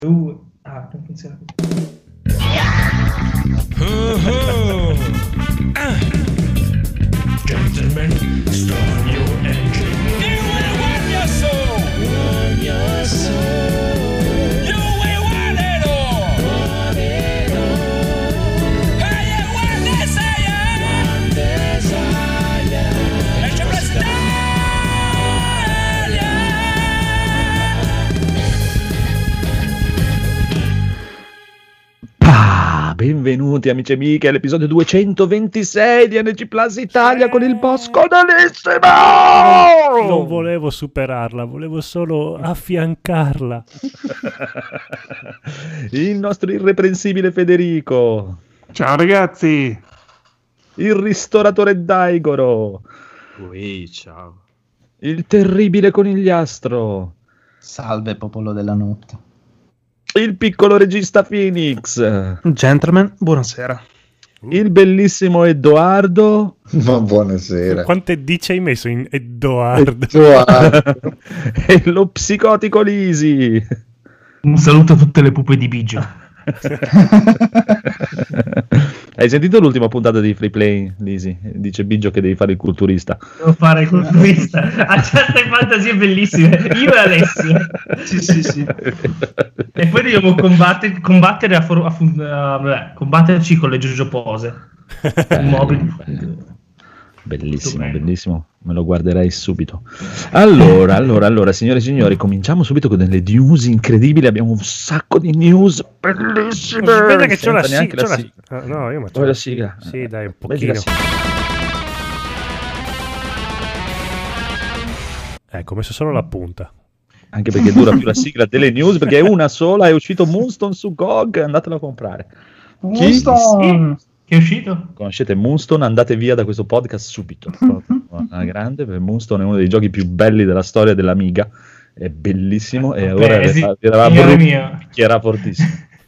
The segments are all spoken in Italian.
Non funziona così. Gentlemen, start your engine. You will warm your soul. Warm your soul. You will want it all. Want it all. Hey, you want desire. Want desire. And you must Benvenuti amici e amiche all'episodio 226 di NG Plus Italia con il boss Conalissimo! Non volevo superarla, volevo solo affiancarla. Il nostro irreprensibile Federico. Ciao ragazzi. Il ristoratore Daigoro. Ui, ciao. Il terribile conigliastro. Salve popolo della notte. Il piccolo regista Phoenix. Gentlemen, buonasera. Il bellissimo Edoardo. Ma buonasera. Quante D ci hai messo in Edoardo? E lo psicotico Lisi. Un saluto a tutte le pupe di Biggio. Hai sentito l'ultima puntata di Free Play, Lisi? Dice Biggio che devi fare il culturista. Devo fare il culturista. Ha certe fantasie bellissime. Io e Alessio. Sì. E poi dobbiamo combattere combatterci con le Jojo pose. Bellissimo, bellissimo. Me lo guarderei subito. Allora, signore e signori, cominciamo subito con delle news incredibili. Abbiamo un sacco di news bellissime. Aspetta che c'ho la sigla. sigla. No, io Vuoi la sigla? Sì, dai, un Metti pochino. la sigla. Ecco, ho messo solo la punta. Anche perché dura più la sigla delle news, perché è una sola, è uscito Moonstone su GOG, andatelo a comprare. Moonstone! Che è uscito? Conoscete Moonstone? Andate via da questo podcast subito. Una grande, perché Moonstone è uno dei giochi più belli della storia dell'Amiga, è bellissimo e ora era fortissimo.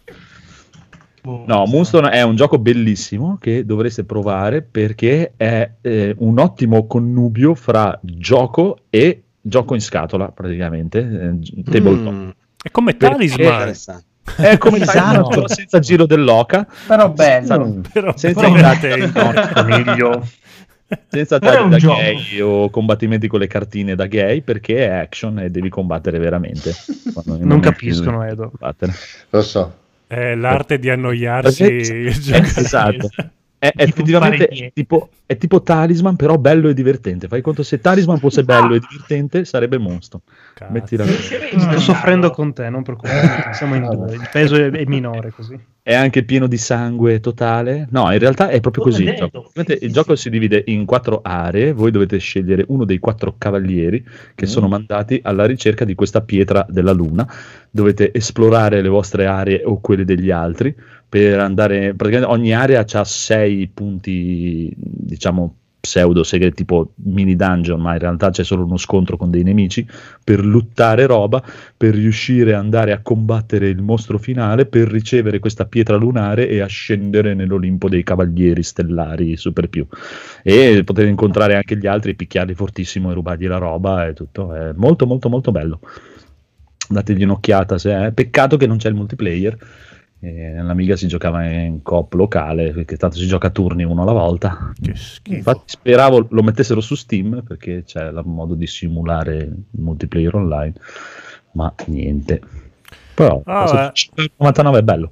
No, Moonstone è un gioco bellissimo che dovreste provare perché è un ottimo connubio fra gioco e gioco in scatola, praticamente. Tabletop. È come Talisman. È come Talisman, senza giro dell'oca, però bello. Senza andate il coniglio. Senza andare da gay o combattimenti con le cartine da gay, perché è action e devi combattere veramente. Non capiscono, Edo. Lo so. È l'arte di annoiarsi. Esatto. È effettivamente è tipo Talisman, però bello e divertente. Fai conto, se Talisman fosse bello e divertente sarebbe Moonstone. Mettila così. Sto soffrendo con te, non preoccupare. Siamo in due. Il peso è minore così. È anche pieno di sangue totale. No, in realtà è proprio così. Il gioco si divide in 4 aree. Voi dovete scegliere uno dei 4 cavalieri che sono mandati alla ricerca di questa pietra della luna. Dovete esplorare le vostre aree o quelle degli altri per andare. Praticamente ogni area ha 6 punti, diciamo, pseudo segreti, tipo mini dungeon, ma in realtà c'è solo uno scontro con dei nemici per lottare roba, per riuscire ad andare a combattere il mostro finale, per ricevere questa pietra lunare e ascendere nell'Olimpo dei cavalieri stellari super più, e potete incontrare anche gli altri, picchiarli fortissimo e rubargli la roba e tutto. È molto molto molto bello, dategli un'occhiata se è. Peccato che non c'è il multiplayer. Nell'Amiga si giocava in coop locale, perché tanto si gioca a turni uno alla volta. Che schifo. Infatti speravo lo mettessero su Steam, perché c'è il modo di simulare il multiplayer online, ma niente. Però 99 è bello.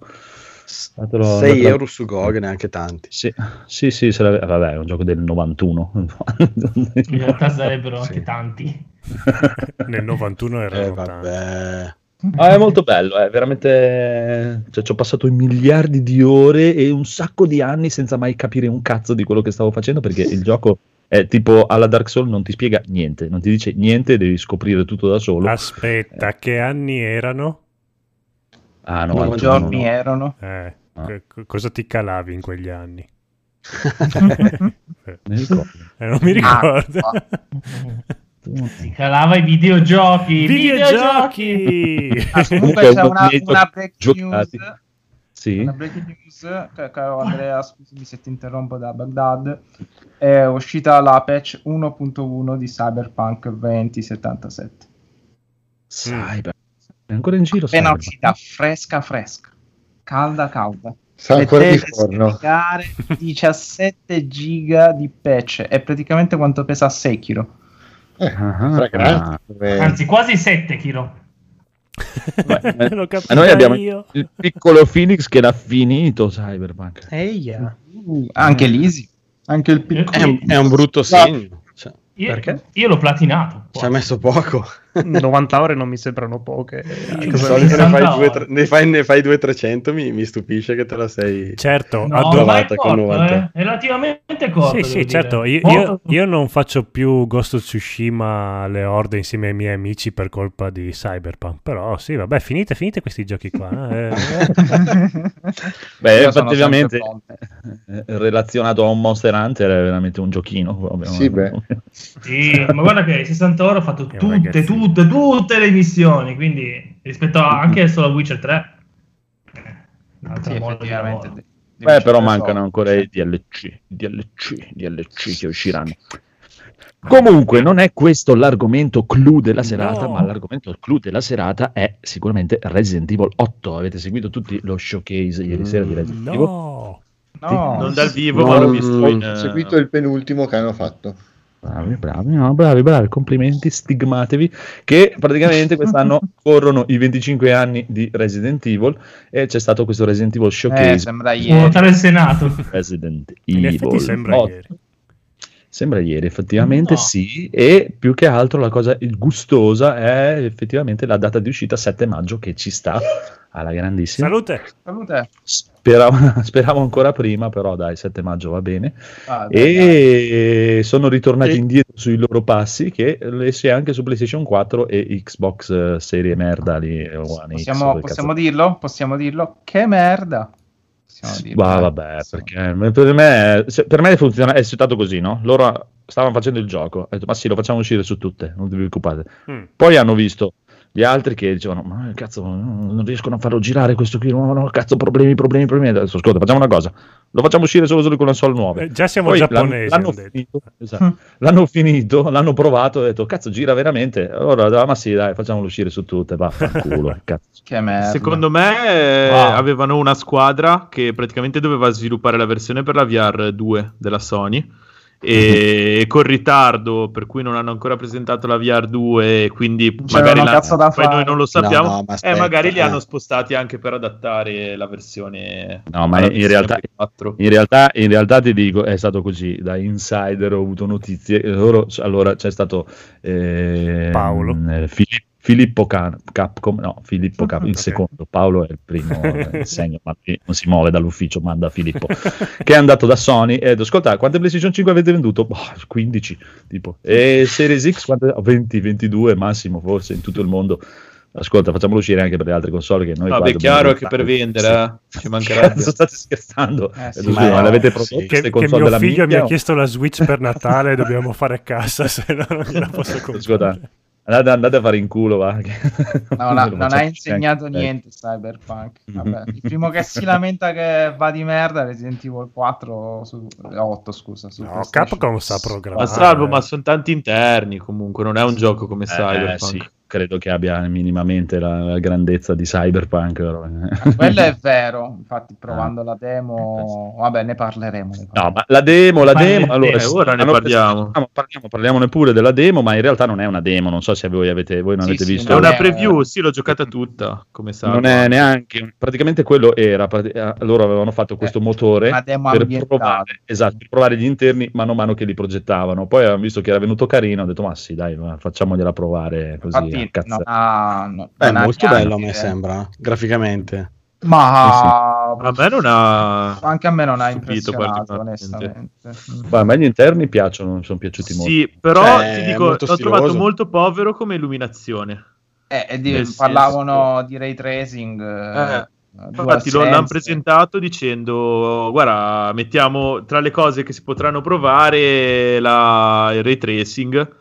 6 euro su GOG, neanche tanti. Sì, vabbè, è un gioco del 91. In realtà sarebbero anche tanti. Nel 91 erano vabbè. È molto bello, è veramente. Cioè, ci ho passato miliardi di ore e un sacco di anni senza mai capire un cazzo di quello che stavo facendo, perché il gioco è tipo alla Dark Souls, non ti spiega niente, non ti dice niente, devi scoprire tutto da solo. Aspetta, che anni erano? Ah, no, Quanti giorni erano? Cosa ti calavi in quegli anni? Non mi ricordo. Si calava i videogiochi. Comunque c'è una breaking news. Sì. Una breaking news, caro Andrea, scusami se ti interrompo da Baghdad. È uscita la patch 1.1 di Cyberpunk 2077. È ancora in giro. Appena Cyberpunk. uscita, fresca, calda. Sa ancora di Deve forno. scaricare 17 giga di patch, è praticamente quanto pesa Sekiro. Anzi, quasi 7 kg. L'ho capito E noi abbiamo io. il piccolo Phoenix che l'ha finito Cyberpunk. Eia. Anche l'Easy, anche il piccolo. È un brutto segno. Cioè, Perché? Io l'ho platinato. ci ha messo poco. 90 ore non mi sembrano poche. Di Cosa- solito ne fai 60 200-300, mi stupisce che te la sei... Certo, No, Adoro- ma è trovata con corto, 90. È relativamente corto. sì, devo sì, certo. dire. Io non faccio più Ghost of Tsushima alle orde insieme ai miei amici per colpa di Cyberpunk. Però sì, vabbè, finite questi giochi qua. Beh, Io sono effettivamente sempre pronte. relazionato a un Monster Hunter è veramente un giochino. Sì, beh. Sì, ma guarda che 60 ore ho fatto ragazzi. tutte le missioni, quindi rispetto anche solo a Witcher 3. Sì, effettivamente. Beh, però mancano ancora i DLC che usciranno. Comunque non è questo l'argomento clou della serata, ma l'argomento clou della serata è sicuramente Resident Evil 8. Avete seguito tutti lo showcase ieri sera di Resident Evil? No. No, Non dal vivo, No, ma l'ho visto ho seguito il penultimo che hanno fatto. Bravi, complimenti, stigmatevi, che praticamente quest'anno corrono i 25 anni di Resident Evil e c'è stato questo Resident Evil Showcase. sembra Può ieri. votare il Senato. Resident In Evil effetti sembra 8. ieri. Sembra ieri, effettivamente No. sì, e più che altro la cosa gustosa è effettivamente la data di uscita 7 maggio che ci sta alla grandissima. Salute. Salute. Speravo ancora prima, però dai, 7 maggio va bene. Ah, dai. E sono ritornati indietro sui loro passi, che esce anche su PlayStation 4 e Xbox serie merda lì. One X, Possiamo dirlo? Possiamo dirlo? Che merda. Possiamo dirlo, Ma vabbè, perché per me funziona, è stato così, no? Loro stavano facendo il gioco, ho detto, ma sì, lo facciamo uscire su tutte, non vi preoccupate. Poi hanno visto gli altri che dicevano, ma cazzo, non riescono a farlo girare questo qui, no, cazzo, problemi. Adesso, ascolta, facciamo una cosa, lo facciamo uscire solo con console nuove. Già siamo Poi giapponesi. l'hanno hanno detto. finito, esatto. L'hanno finito, l'hanno provato, ho detto, cazzo, gira veramente? Allora, ma sì, dai, facciamolo uscire su tutte, vaffanculo, cazzo. Che merda. Secondo me avevano una squadra che praticamente doveva sviluppare la versione per la VR 2 della Sony e con ritardo, per cui non hanno ancora presentato la VR 2 e quindi magari un cazzo da poi fare. noi non lo sappiamo, No, ma aspetta, magari li hanno spostati anche per adattare la versione No, ma alla in realtà, versione 4. in realtà ti dico, è stato così, da insider ho avuto notizie, allora c'è stato Paolo. Filippo Capcom, il secondo, Paolo è il primo, il segno, ma non si muove dall'ufficio, manda Filippo, che è andato da Sony e ha detto, ascolta, quante PlayStation 5 avete venduto? 15, tipo, e Series X, 20, 22 massimo forse in tutto il mondo. Ascolta, facciamolo uscire anche per le altre console che noi qua Vabbè, dobbiamo chiaro che portare. per vendere ci mancherebbe. Cazzo, state scherzando? Sì, Scusa, ma ma l'avete sì. prodotte Che queste mio console della figlio mi ha minchia? chiesto la Switch per Natale, dobbiamo fare cassa, se no non gliela posso comprare. Ascolta, andate a fare in culo, va. Non ha insegnato niente Cyberpunk. Vabbè, il primo che si lamenta che va di merda è Resident Evil 4 su 8, scusa. Su No, PlayStation. Capcom sa Ma programmare. salvo, ma sono tanti interni comunque, non è un gioco come Cyberpunk. Sì, credo che abbia minimamente la grandezza di Cyberpunk. Però. Quello è vero, infatti provando la demo, vabbè, ne parleremo. No, ma la demo, allora, ora ne parliamo. Parliamone pure della demo, ma in realtà non è una demo, non so se voi non Sì, avete sì, visto. È non una è- preview, sì, l'ho giocata tutta, come sa. Non è neanche, praticamente quello era, loro avevano fatto questo motore una demo per ambientale. provare gli interni mano a mano che li progettavano, poi avevano visto che era venuto carino, ho detto ma sì dai, facciamogliela provare così a Infatti, cazzo. È molto bello a me neanche- sembra, graficamente. Ma A me non ha anche a me non ha stupito impressionato, particolarmente. onestamente. Ma a me gli interni piacciono, mi sono piaciuti molto. Sì, però Cioè, ti è dico, molto l'ho stiloso. trovato molto povero come illuminazione. Nel Parlavano di ray tracing. Infatti l'hanno presentato dicendo guarda, mettiamo tra le cose che si potranno provare il ray tracing,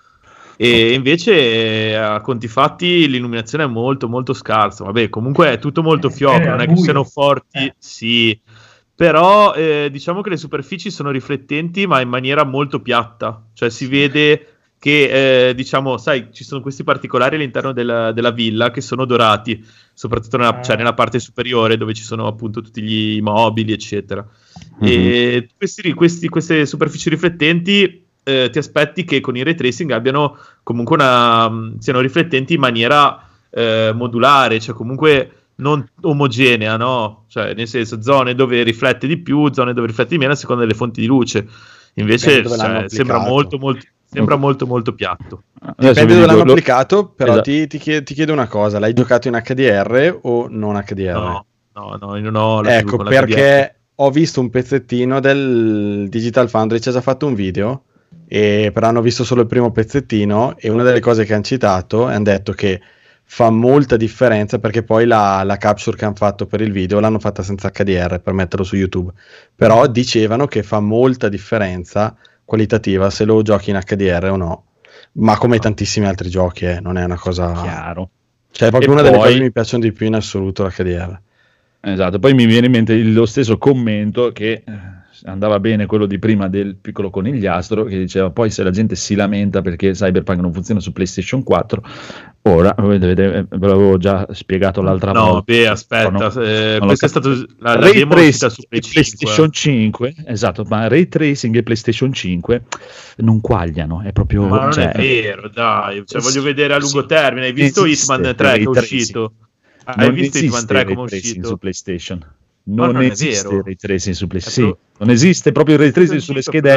e invece a conti fatti l'illuminazione è molto molto scarsa. Vabbè, comunque è tutto molto fiocco, non è che buio. siano forti, sì, però diciamo che le superfici sono riflettenti ma in maniera molto piatta, cioè si vede che diciamo, sai, ci sono questi particolari all'interno della villa che sono dorati, soprattutto cioè nella parte superiore dove ci sono appunto tutti gli mobili, eccetera. E queste superfici riflettenti ti aspetti che con il ray tracing abbiano comunque siano riflettenti in maniera modulare, cioè comunque non omogenea, no? Cioè nel senso, zone dove riflette di più, zone dove riflette di meno a seconda delle fonti di luce. Invece sembra molto piatto. Dipende dove l'hanno applicato, però ti chiedo una cosa: l'hai giocato in HDR o non HDR? No, io non ho la ecco, perché ho visto un pezzettino del Digital Foundry, ci ha già fatto un video, però hanno visto solo il primo pezzettino, e una delle cose che hanno citato hanno detto che fa molta differenza, perché poi la capture che hanno fatto per il video l'hanno fatta senza HDR per metterlo su YouTube, però dicevano che fa molta differenza qualitativa se lo giochi in HDR o no, ma come tantissimi altri giochi, non è una cosa chiaro, cioè è proprio una delle cose che mi piacciono di più in assoluto, l'HDR. Esatto, poi mi viene in mente lo stesso commento che andava bene, quello di prima del piccolo conigliastro, che diceva poi se la gente si lamenta perché Cyberpunk non funziona su PlayStation 4, ora vedete, ve l'avevo già spiegato l'altra volta. No, beh, aspetta, questa è stata la demo uscita su PlayStation 5, esatto, ma Ray Tracing e PlayStation 5 non quagliano, è proprio... Ma non è vero, dai, cioè, voglio vedere a lungo termine. Hai visto Hitman 3 che è uscito? Hai visto Hitman 3 come è uscito? Su PlayStation? Non esiste il ray tracing su PlayStation. Sì, non esiste proprio il ray tracing sulle schede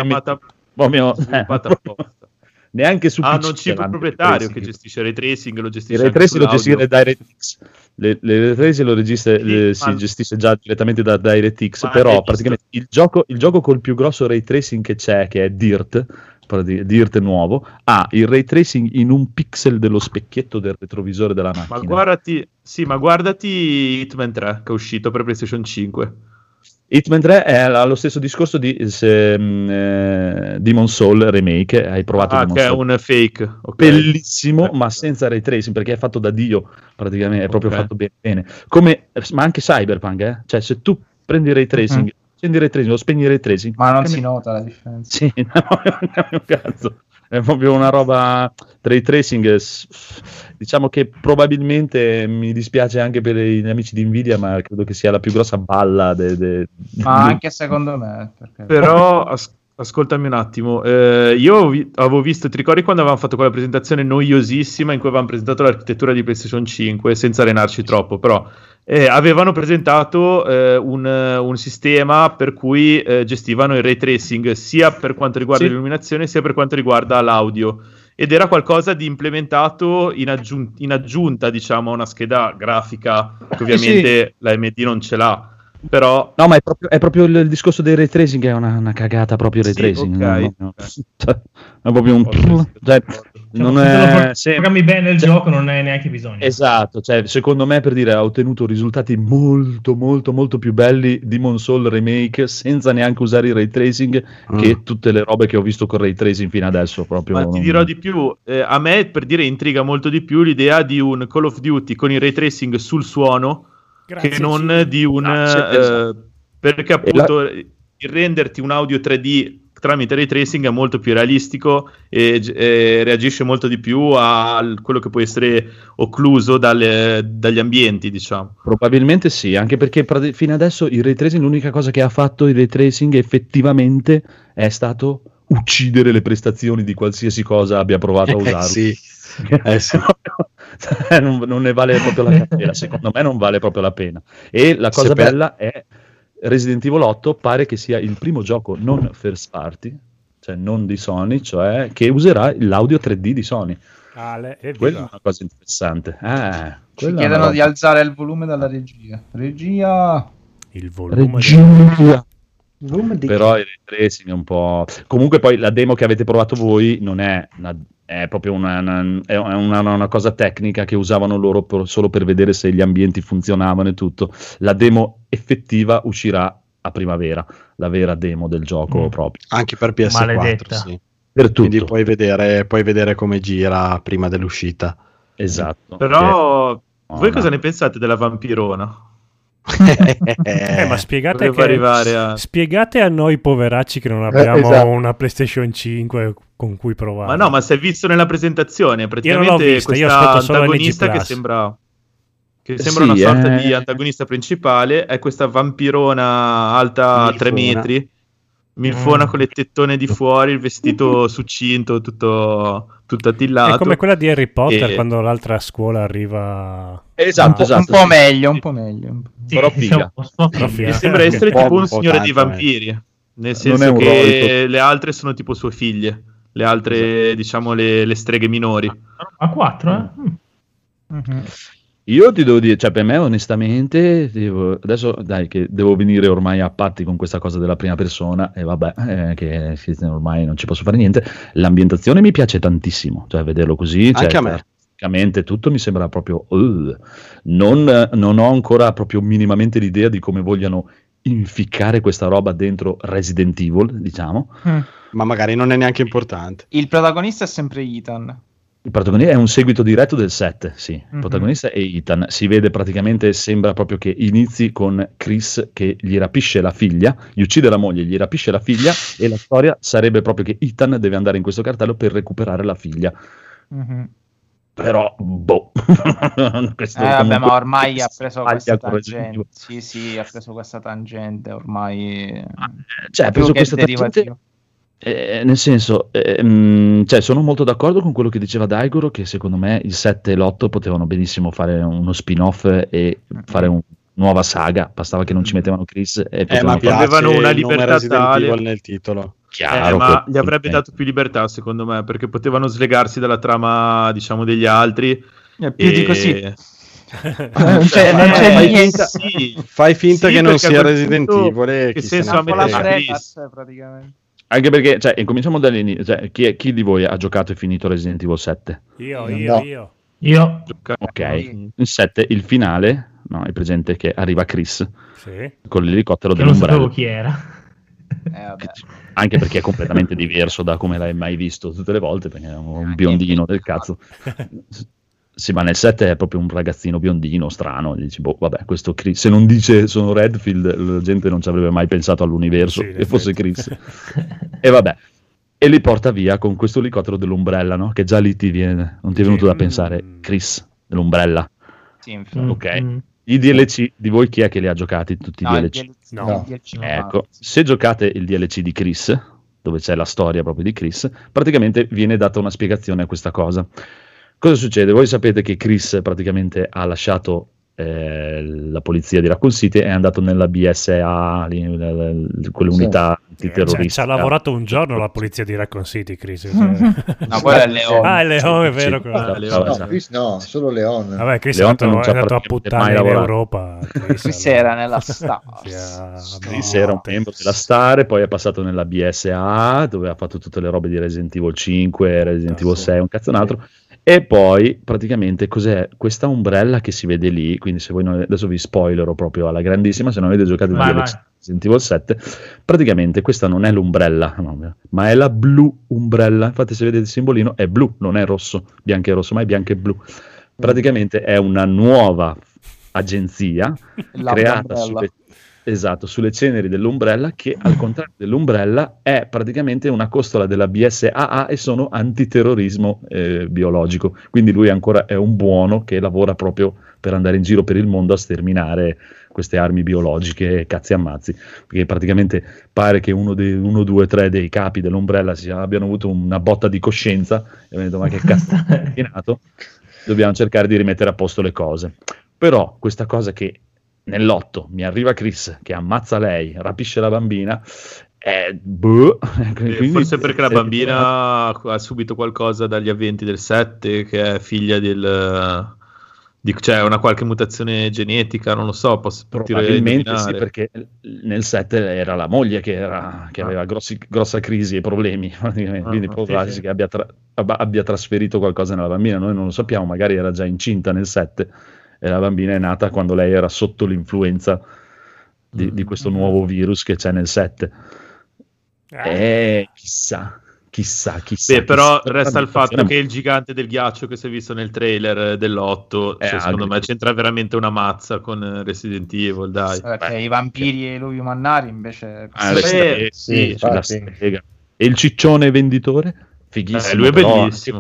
neanche su PC. Hanno un chip proprietario che gestisce il ray tracing, lo gestisce. Il ray tracing lo gestisce DirectX. Il ray tracing si gestisce già direttamente da DirectX, però praticamente il gioco col più grosso ray tracing che c'è, che è Dirt nuovo, ha il ray tracing in un pixel dello specchietto del retrovisore della macchina. Ma guardati Hitman 3 che è uscito per PlayStation 5. Hitman 3 ha lo stesso discorso di Demon Soul Remake. Hai provato Demon che Soul? È un fake, okay. Bellissimo, ma senza ray tracing, perché è fatto da Dio praticamente, è proprio fatto bene. Ma anche Cyberpunk, cioè se tu prendi il ray tracing, accendi il ray tracing, lo spegni il ray tracing, ma non si nota la differenza. Sì, no, cazzo. È proprio una roba ray tracing, diciamo che probabilmente mi dispiace anche per gli amici di Nvidia, ma credo che sia la più grossa balla ma anche secondo me, perché... però ascoltami un attimo, io avevo visto, ti ricordi quando avevamo fatto quella presentazione noiosissima in cui avevamo presentato l'architettura di PlayStation 5 senza arenarci troppo, però avevano presentato un sistema per cui gestivano il ray tracing sia per quanto riguarda l'illuminazione sia per quanto riguarda l'audio, ed era qualcosa di implementato in aggiunta, diciamo, a una scheda grafica che ovviamente la AMD non ce l'ha. Però... No, ma è proprio il discorso del ray tracing, che è una cagata proprio il ray tracing. Okay. Cioè, è proprio un... non è... Se programmi bene il gioco non è neanche bisogno. Esatto, cioè, secondo me, per dire, ha ottenuto risultati molto molto molto più belli di Demon Soul Remake senza neanche usare il ray tracing che tutte le robe che ho visto con ray tracing fino adesso. Proprio ma ti dirò di più, a me, per dire, intriga molto di più l'idea di un Call of Duty con il ray tracing sul suono. Grazie, che non di un perché appunto il renderti un audio 3D tramite ray tracing è molto più realistico e reagisce molto di più a quello che può essere occluso dagli ambienti, diciamo. Probabilmente sì, anche perché fino adesso il ray tracing, l'unica cosa che ha fatto il ray tracing effettivamente è stato uccidere le prestazioni di qualsiasi cosa abbia provato a usarlo. Sì. Non ne vale proprio la pena, secondo me non vale proprio la pena. E la cosa bella è Resident Evil 8 pare che sia il primo gioco non first party, cioè non di Sony, cioè che userà l'audio 3D di Sony. Quella è una cosa interessante. Ci chiedono di alzare il volume dalla regia. Il volume però il ray tracing è un po'... Comunque poi la demo che avete provato voi non è proprio una cosa tecnica che usavano loro solo per vedere se gli ambienti funzionavano e tutto. La demo effettiva uscirà a primavera, la vera demo del gioco proprio. Anche per PS4, maledetta. sì. Per tutto. Quindi puoi vedere come gira prima dell'uscita. Esatto. Però voi cosa ne pensate della vampirona? Ma spiegate, Doveva arrivare a... spiegate a noi poveracci che non abbiamo esatto. una PlayStation 5 con cui provare. Ma no, ma si è visto nella presentazione, Io non praticamente l'ho vista, io questa aspetto solo antagonista NG+. che sembra Sì, una sorta di antagonista principale, è questa vampirona alta 3 Milfona. metri, milfona con le tettone di fuori, il vestito succinto, tutto attillato. È come quella di Harry Potter E- quando l'altra scuola arriva... Esatto, un esatto. po' sì. meglio, un po' meglio. Sì, Però sì, figa. un po' Però figa. Mi sembra essere Un po', tipo un un po' signore dei tanto, vampiri, nel Non è senso un che rolico. le altre sono tipo sue figlie, le altre diciamo le streghe minori. A 4, Mhm. Io ti devo dire, cioè per me onestamente, adesso dai che devo venire ormai a patti con questa cosa della prima persona e vabbè, che ormai non ci posso fare niente, l'ambientazione mi piace tantissimo, cioè vederlo così, cioè, Anche a me. praticamente tutto mi sembra proprio... non ho ancora proprio minimamente l'idea di come vogliano inficcare questa roba dentro Resident Evil, diciamo. Ma magari non è neanche importante. Il protagonista è sempre Ethan. Il protagonista è un seguito diretto del 7, sì. Il Mhm. protagonista è Ethan. Si vede praticamente, sembra proprio che inizi con Chris che gli rapisce la figlia, gli uccide la moglie, gli rapisce la figlia e la storia sarebbe proprio che Ethan deve andare in questo cartello per recuperare la figlia. Mhm. Però, boh. Questo Vabbè, comunque- ma ormai ha preso sbaglia questa con Resident tangente. Evil. Sì, sì, ha preso questa tangente ormai. Cioè, ha più preso che questa derivativo. tangente. Nel senso, cioè, sono molto d'accordo con quello che diceva Daigoro, che secondo me il 7 e l'8 potevano benissimo fare uno spin-off e fare una nuova saga, bastava che non ci mettevano Chris e Ma potevano fare piace avevano una il nome libertà Resident tale. Evil nel titolo. chiaro. ma che- gli avrebbe dato più libertà secondo me, perché potevano slegarsi dalla trama diciamo degli altri. Più di e- così. Non c'è fai niente. finta, Sì. fai finta Sì, che non perché a sia quel Resident punto Evil e che chi senso se ha ne Un po' la mettere frega. frega, Chris? cioè, praticamente. Anche perché, cioè, incominciamo dall'inizio. Cioè, chi di voi ha giocato e finito Resident Evil 7? Io. Io Ok. Il 7, il finale, no, è presente che arriva Chris Sì. con l'elicottero che non sapevo dell'ombrello. chi era. Vabbè. Anche perché è completamente diverso da come l'hai mai visto tutte le volte, perché è un biondino del cazzo. Sì, ma nel 7 è proprio un ragazzino biondino, strano. E dici, boh, vabbè, questo Chris. Se non dice sono Redfield, la gente non ci avrebbe mai pensato all'universo Sì, in che fosse effetti. Chris. E vabbè. E li porta via con questo elicottero dell'ombrella, no? Che già lì ti viene, non ti è venuto da pensare, Chris, dell'ombrella. Sì, infatti. Ok. I DLC di voi chi è che li ha giocati tutti i No, il DLC? DLC, No. il DLC Ecco, se giocate il DLC di Chris, dove c'è la storia proprio di Chris, praticamente viene data una spiegazione a questa cosa. Cosa succede? Voi sapete che Chris praticamente ha lasciato la polizia di Raccoon City e è andato nella BSA, quell'unità Ci antiterroristica. ha lavorato un giorno la polizia di Raccoon City, Chris. No, quello è Leone. Ah, il Leone, è vero. Sì, quello. Leone. No, Chris no, solo Leon. Vabbè, Chris Leone è andato, non ci è ha andato a praticamente puttane mai in lavorato. Europa. Chris era nella Star. Chris era un membro della Star, poi è passato nella BSA, dove ha fatto tutte le robe di Resident Evil 5, Resident Evil 6, un cazzo un altro. E poi praticamente cos'è questa ombrella che si vede lì? Quindi se voi non, adesso vi spoilerò proprio alla grandissima, se non avete giocato il Vai, DLC Resident Evil 7, praticamente questa non è l'ombrella, no, ma è la blu ombrella. Infatti se vedete il simbolino è blu, non è rosso, bianco e rosso, ma è bianco e blu. Praticamente è una nuova agenzia creata sulle ceneri dell'ombrella, che al contrario dell'ombrella è praticamente una costola della BSAA e sono antiterrorismo biologico, quindi lui ancora è un buono che lavora proprio per andare in giro per il mondo a sterminare queste armi biologiche, cazzi ammazzi, perché praticamente pare che 1, 2, 3 dei capi dell'ombrella abbiano avuto una botta di coscienza e hanno detto ma che cazzo è combinato? Dobbiamo cercare di rimettere a posto le cose. Però questa cosa che nell'8 mi arriva Chris che ammazza lei, rapisce la bambina, quindi, forse perché la bambina ha subito qualcosa dagli avventi del 7, che è figlia cioè una qualche mutazione genetica, non lo so, posso probabilmente sì, perché nel 7 era la moglie che aveva grossa crisi e problemi, quindi può darsi che abbia trasferito qualcosa nella bambina, noi non lo sappiamo, magari era già incinta nel 7 e la bambina è nata quando lei era sotto l'influenza di questo nuovo virus che c'è nel 7. Chissà chissà. Però resta il fatto che il gigante del ghiaccio che si è visto nel trailer dell'8, secondo me c'entra veramente una mazza con Resident Evil, dai. Perché i vampiri e i lupi mannari invece... sì, la spiega. E il ciccione venditore? Fighissimo. Lui è bellissimo.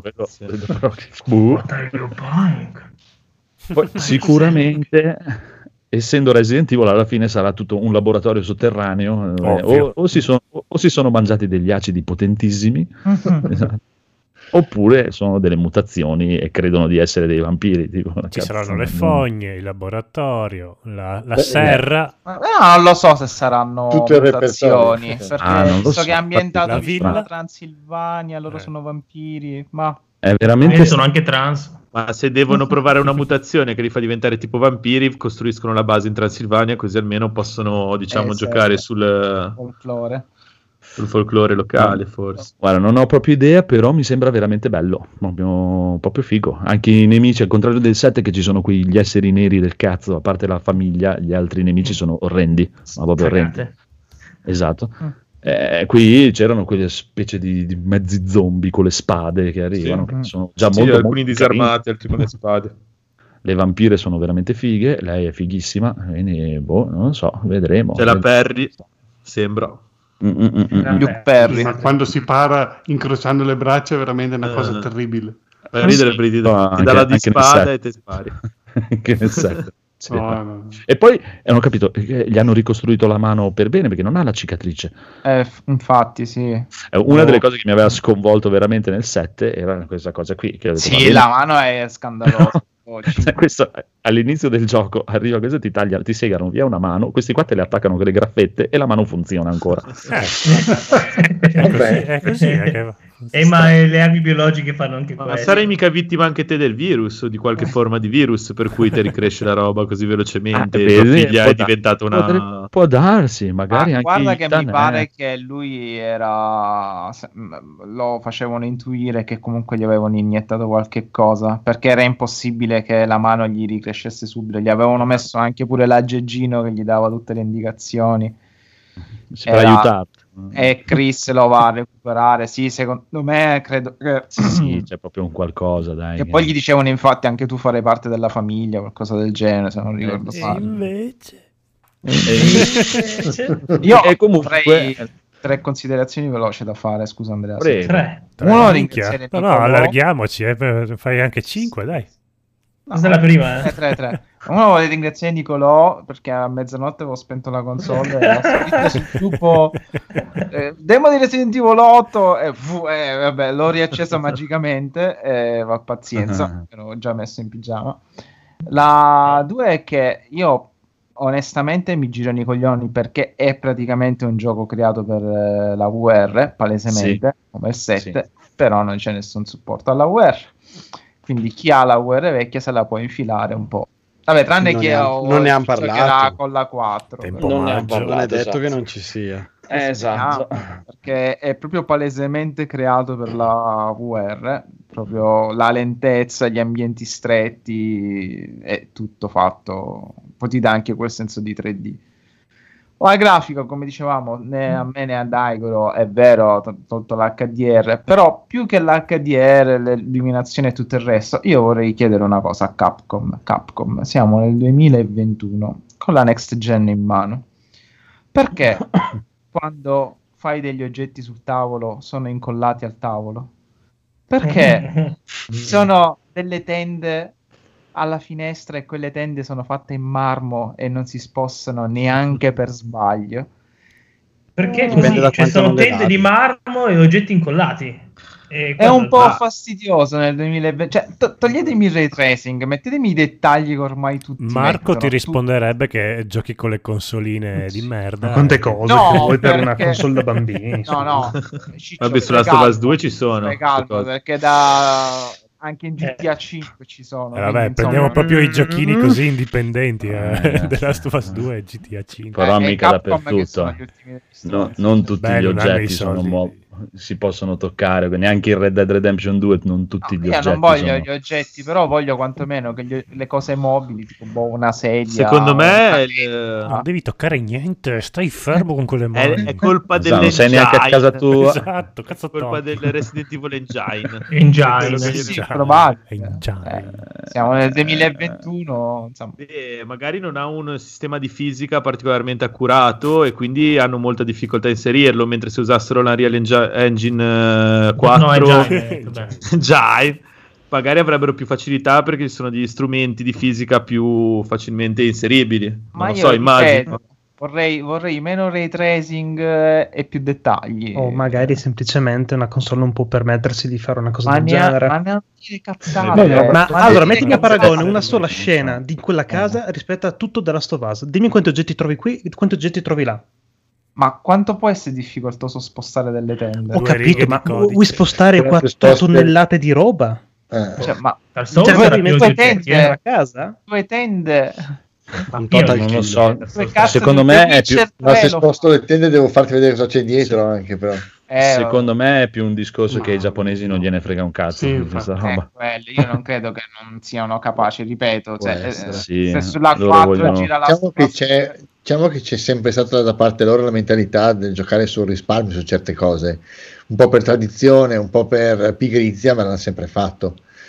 Poi, sicuramente, essendo Resident Evil, alla fine sarà tutto un laboratorio sotterraneo, o si sono mangiati degli acidi potentissimi, oppure sono delle mutazioni e credono di essere dei vampiri. Tipo, ci saranno le fogne, il laboratorio, la serra. Non lo so se saranno tutto mutazioni, perché so che è ambientato la vicino alla villa Transilvania, loro sono vampiri, ma... È veramente... sono anche trans. Ma se devono provare una mutazione che li fa diventare tipo vampiri, costruiscono la base in Transilvania, così almeno possono, giocare sul folklore locale, forse. Guarda, non ho proprio idea, però mi sembra veramente bello, proprio figo. Anche i nemici, al contrario del 7, che ci sono quegli esseri neri del cazzo, a parte la famiglia, gli altri nemici sono orrendi, ma proprio orrendi. Esatto. Qui c'erano quelle specie di mezzi zombie con le spade che arrivano, che sono già molto alcuni disarmati, altri con le spade. Le vampire sono veramente fighe, lei è fighissima, quindi non lo so, vedremo. C'è la Perry, sembra. Luke Perry. Ma quando si para incrociando le braccia è veramente una cosa terribile. Fai ridere perché ti dà la di spada e te spari. Anche nel set. No. E poi non ho capito, gli hanno ricostruito la mano per bene perché non ha la cicatrice. Infatti, sì. Una delle cose che mi aveva sconvolto veramente nel 7 era questa cosa qui. Che sì, detto, la mano è scandalosa. Questo, all'inizio del gioco arriva questo, ti segano via una mano, questi qua te le attaccano con le graffette e la mano funziona ancora. È così. Ma le armi biologiche fanno anche questo. Ma sarai mica vittima anche te del virus o di qualche forma di virus per cui ti ricresce la roba così velocemente e tua figlia è diventata una... Può darsi, magari anche... Guarda che mi pare che lui era... lo facevano intuire che comunque gli avevano iniettato qualche cosa, perché era impossibile che la mano gli ricrescesse subito. Gli avevano messo anche pure l'aggeggino che gli dava tutte le indicazioni. Per aiutarlo. E Chris lo va a recuperare. Sì, secondo me credo che sì, c'è proprio un qualcosa, dai. E poi gli dicevano infatti anche tu farai parte della famiglia, qualcosa del genere, se non ricordo male. Io comunque avrei 3 considerazioni veloci da fare, scusa Andrea. 3. Uno, ringraziare No, allarghiamoci, fai anche 5, dai. Questa è la prima, 3. Uno, voglio ringraziare Nicolò perché a mezzanotte avevo spento la console e ho scritto sul gruppo demo di Resident Evil 8 e vabbè, l'ho riaccesa magicamente, va pazienza, l'ho già messo in pigiama. La 2 è che io onestamente mi girano i coglioni perché è praticamente un gioco creato per la VR, palesemente, come il 7, però non c'è nessun supporto alla VR. Quindi chi ha la VR vecchia se la può infilare un po'. Vabbè, tranne non ne hanno parlato con la 4. Non è detto che non ci sia. Esatto. Perché è proprio palesemente creato per la VR, proprio la lentezza, gli ambienti stretti, è tutto fatto. Poi ti dà anche quel senso di 3D. La grafica, come dicevamo, né a me né a Daigoro, è vero, tolto l'HDR, però più che l'HDR, l'illuminazione e tutto il resto, io vorrei chiedere una cosa a Capcom, siamo nel 2021, con la next gen in mano, perché quando fai degli oggetti sul tavolo sono incollati al tavolo? Perché sono delle tende alla finestra e quelle tende sono fatte in marmo e non si spostano neanche per sbaglio? Perché così sono tende di marmo e oggetti incollati. È un po' fastidioso nel 2020. Cioè, toglietemi il ray tracing, mettetemi i dettagli che ormai tutti Marco mettono. ti risponderebbe che giochi con le consoline di merda. Ma quante cose No, che vuoi per perché- una console da bambini. No, Vabbè, su Last of Us 2 ci sono. Perché anche in GTA 5 ci sono. Vabbè, quindi, prendiamo insomma, proprio i giochini così indipendenti. The Last of Us 2 e GTA 5. Però e mica Capcom che sono dappertutto. gli ultimi Non tutti gli non hanno i oggetti sono soldi. si possono toccare, neanche in Red Dead Redemption 2 non tutti gli Io oggetti non voglio sono... gli oggetti, però voglio quantomeno che le cose mobili, tipo una sedia. Secondo me Non devi toccare niente, stai fermo con quelle mani. è colpa Esatto, non dell'engine. sei neanche a casa tua. Esatto, cazzo È colpa del Resident Evil Engine. Engine. Sì, probabile. Engine. Siamo nel 2021, insomma. Magari non ha un sistema di fisica particolarmente accurato e quindi hanno molta difficoltà a inserirlo, mentre se usassero l'Unreal Engine 4 No, Engine. Engine, magari avrebbero più facilità perché ci sono degli strumenti di fisica più facilmente inseribili. Ma Non lo io so, immagino. vorrei meno ray tracing e più dettagli. O magari semplicemente una console non può permettersi di fare una cosa Ma del ne ha- genere. ma ne ha dire cazzate. Ma Ma allora ne metti dire a paragone cazzate. una sola scena di quella casa rispetto a tutto The Last of Us. Dimmi quanti oggetti trovi qui e quanti oggetti trovi là. Ma quanto può essere difficoltoso spostare delle tende? Ho capito, ma vuoi spostare Però 4 piuttosto- tonnellate di roba? Cioè, ma Dark Cioè, Souls voi era vi più mettete oggetti, a casa? due tende. Un Io total non kill. lo so. Dove cazzo Secondo di me The è più- Witcher Ma 3 se lo sposto le tende devo farti vedere cosa c'è dietro anche, però. Secondo me è più un discorso che ai No, giapponesi non gliene frega un cazzo Sì, di infatti. questa roba. quello, io non credo che non siano capaci, ripeto, Può essere, sì. se sulla Loro 4 vogliono- gira la Diciamo che c'è sempre stata da parte loro la mentalità del giocare sul risparmio su certe cose, un po' per tradizione, un po' per pigrizia, ma l'hanno sempre fatto.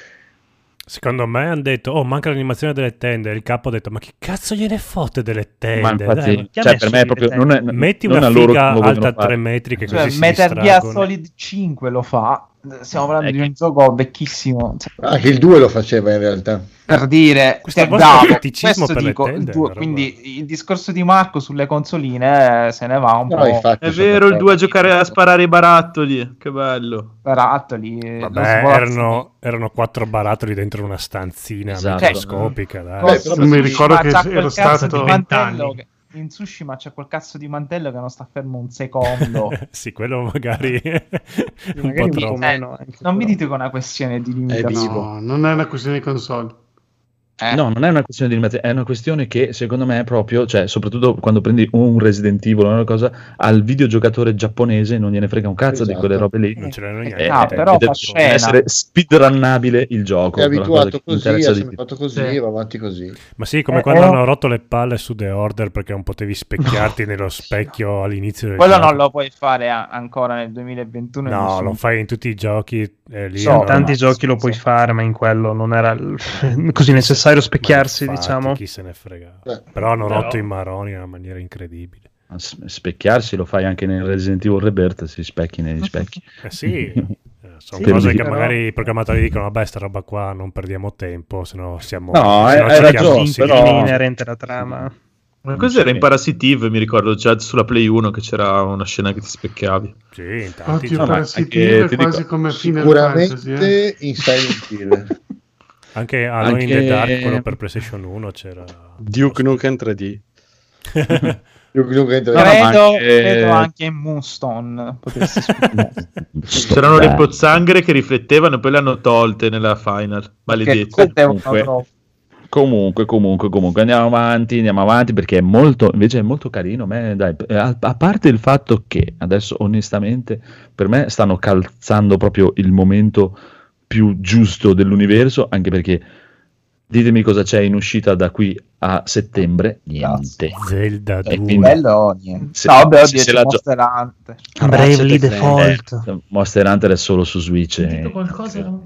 Secondo me hanno detto, oh, manca l'animazione delle tende. E il capo ha detto, ma che cazzo gliene fotte delle tende? Ma infatti, Dai, chi ha cioè, messo per me è lì proprio le non è, metti non una a loro figa che lo vogliono alta fare. 3 metri che cioè, così si Metal Gear distraggono. Solid 5 lo fa. Stiamo parlando di un gioco vecchissimo. Cioè, Anche il 2 lo faceva in realtà. per dire, Questo cioè, vostro bravo, criticismo questo per le dico, tende, il 2, roba. quindi il discorso di Marco sulle consoline se ne va un No, po' infatti, È sono vero, il d'accordo. 2 a giocare a sparare i barattoli. Che bello. barattoli. Vabbè, erano 4 barattoli dentro una stanzina Esatto. microscopica. Dai. Beh, però mi ricordo Ma che c'ha quel ero cazzo stato di mantello 20 anni. che- in Tsushima c'è quel cazzo di mantello che non sta fermo un secondo. Sì, quello magari un Magari po' un troppo. po' meno anche, Non mi però. dite che è una questione di limitazione. No, non è una questione di console. No, non è una questione di animazione, è una questione che secondo me è proprio, cioè, soprattutto quando prendi un Resident Evil o una cosa, al videogiocatore giapponese non gliene frega un cazzo di Esatto. quelle robe lì. Non ce l'hanno niente. però deve fa scena. essere speedrunnabile il gioco. È la cosa abituato che mi così, interessa ha di sempre più. fatto così, Sì. va avanti così. Ma sì, come quando no. hanno rotto le palle su The Order perché non potevi specchiarti nello specchio all'inizio del Quello gioco. non lo puoi fare ancora nel 2021. No, nessun- lo fai in tutti i giochi. Lì In allora- tanti giochi lo puoi fare, ma in quello non era così necessario specchiarsi, Ma infatti, diciamo. chi se ne frega. Beh, Però hanno però- rotto i maroni in una maniera incredibile. Ma specchiarsi lo fai anche nel Resident Evil Rebirth, si specchi negli specchi. Sì, sono Sì, cose sì, che però- magari i programmatori dicono, vabbè, sta roba qua non perdiamo tempo, se no siamo... No, se no hai giochiamo ragione, insieme. però- È inerente alla trama. Ma cos'era in Parasitive? Mi ricordo già sulla Play 1 che c'era una scena che ti specchiavi. Sì, in tanti Oddio, ma Parasitive anche, è ti quasi dico, come Final Fantasy. Sicuramente in Silent Hill. Anche Alone in the Anche- Dark, quello per PlayStation 1 c'era... Duke Nukem 3D. Credo, ma anche- credo anche in Moonstone potesse succedere. C'erano le pozzanghere che riflettevano e poi le hanno tolte nella final. Che Maledetti. riflettevano Comunque- troppo. Comunque andiamo avanti perché è molto, invece è molto carino. A parte il fatto che adesso onestamente per me stanno calzando proprio il momento più giusto dell'universo, anche perché ditemi cosa c'è in uscita da qui a settembre, niente. Zelda 2. quindi- Bello, niente. Se- No, vabbè, se oddio, se c'è la Monster Hunter. Bravely Ratchet and Default. Monster Hunter è solo su Switch. Sentito qualcosa?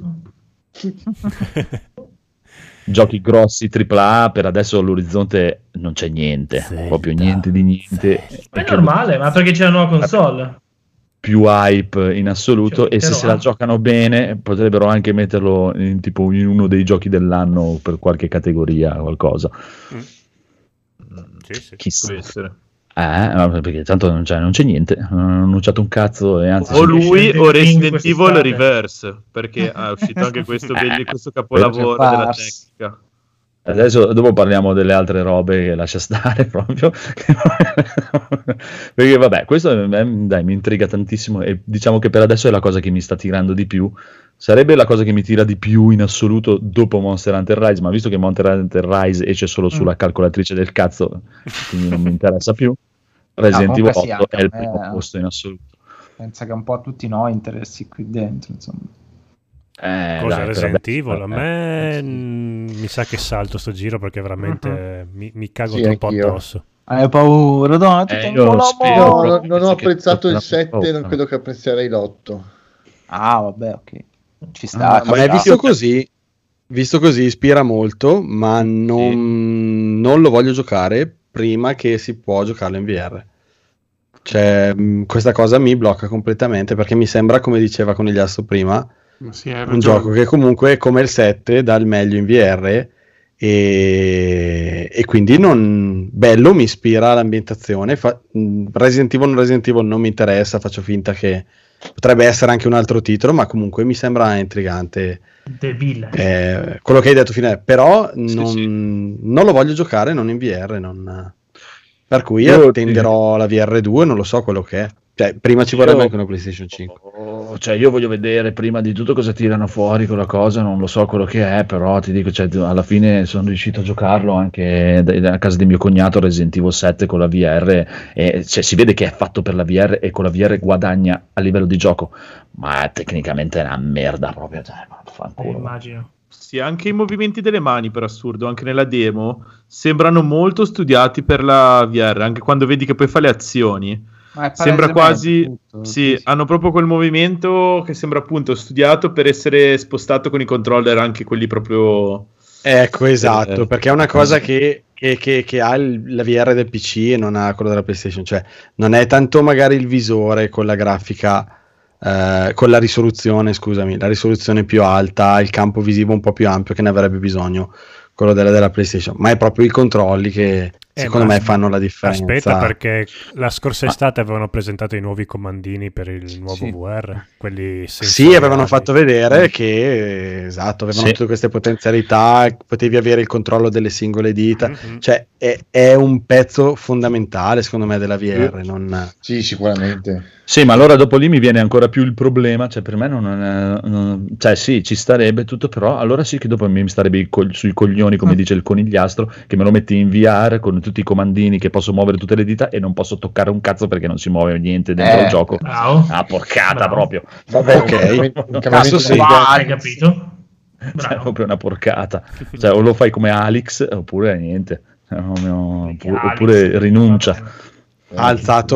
Giochi grossi AAA, per adesso all'orizzonte non c'è niente, Zelda. proprio niente di niente. Ma è normale, ma perché c'è la nuova console? Più hype in assoluto, Cioè, e se però- se la giocano bene potrebbero anche metterlo in, tipo in uno dei giochi dell'anno per qualche categoria, qualcosa. Sì, sì. Chissà. Può essere. Perché tanto non c'è niente, non hanno annunciato un cazzo e anzi O lui o Resident quest'estate. Evil Reverse, perché è uscito anche questo, questo capolavoro Quello c'è della Pars. tecnica. adesso dopo parliamo delle altre robe che lascia stare proprio perché vabbè, questo dai, mi intriga tantissimo e diciamo che per adesso è la cosa che mi sta tirando di più. Sarebbe la cosa che mi tira di più in assoluto dopo Monster Hunter Rise, ma visto che Monster Hunter Rise esce solo sulla calcolatrice del cazzo, quindi non mi interessa più. Resident Evil comunque sì, 8 è il anche a me, primo posto in assoluto. pensa che un po' a tutti noi interessi qui dentro, insomma. Cosa Resident Evil? A me mi sa che salto sto giro perché veramente mi cago troppo addosso. Hai paura? No, non ho apprezzato il 7, non credo che apprezzerei l'8. Ah, vabbè, ok. Ci sta. Ma è visto così ispira molto, ma non lo voglio giocare prima che si può giocarlo in VR. Cioè, questa cosa mi blocca completamente perché mi sembra, come diceva Conigliastro prima, un gioco che comunque come il 7 dà il meglio in VR e quindi bello, mi ispira l'ambientazione. Resident Evil non mi interessa, faccio finta che potrebbe essere anche un altro titolo, ma comunque mi sembra intrigante quello che hai detto finale, però non lo voglio giocare non in VR, per cui io tenderò alla VR2, non lo so quello che è. Cioè, prima ci vorrebbe anche una PlayStation 5. Cioè, io voglio vedere prima di tutto cosa tirano fuori quella cosa, non lo so quello che è, però ti dico, cioè, alla fine sono riuscito a giocarlo anche a casa di mio cognato, Resident Evil 7 con la VR, e cioè, si vede che è fatto per la VR e con la VR guadagna a livello di gioco, ma tecnicamente è una merda proprio, cioè, fanculo. Immagino. Sì, anche i movimenti delle mani, per assurdo, anche nella demo, sembrano molto studiati per la VR, anche quando vedi che poi fa le azioni. Sembra quasi, sì, hanno proprio quel movimento che sembra appunto studiato per essere spostato con i controller, anche quelli proprio... Ecco, esatto, perché è una cosa che ha la VR del PC e non ha quello della PlayStation, cioè non è tanto magari il visore con la grafica, con la risoluzione più alta, il campo visivo un po' più ampio che ne avrebbe bisogno quello della PlayStation, ma è proprio i controlli che secondo me fanno la differenza. Aspetta, perché la scorsa estate avevano presentato i nuovi comandini per il nuovo VR, quelli avevano fatto vedere che avevano tutte queste potenzialità, potevi avere il controllo delle singole dita, cioè è un pezzo fondamentale secondo me della VR. Sì, sicuramente. Sì, ma allora dopo lì mi viene ancora più il problema, cioè per me cioè sì, ci starebbe tutto, però allora sì che dopo mi starebbe sui coglioni, come dice il Conigliastro, che me lo metti in VR con tutti i comandini, che posso muovere tutte le dita e non posso toccare un cazzo perché non si muove niente dentro il gioco. Porcata proprio. Vabbè, ok. Cazzo sì. Hai capito? Cioè, è proprio una porcata. Cioè, o lo fai come Alex oppure niente. Oppure rinuncia. Ha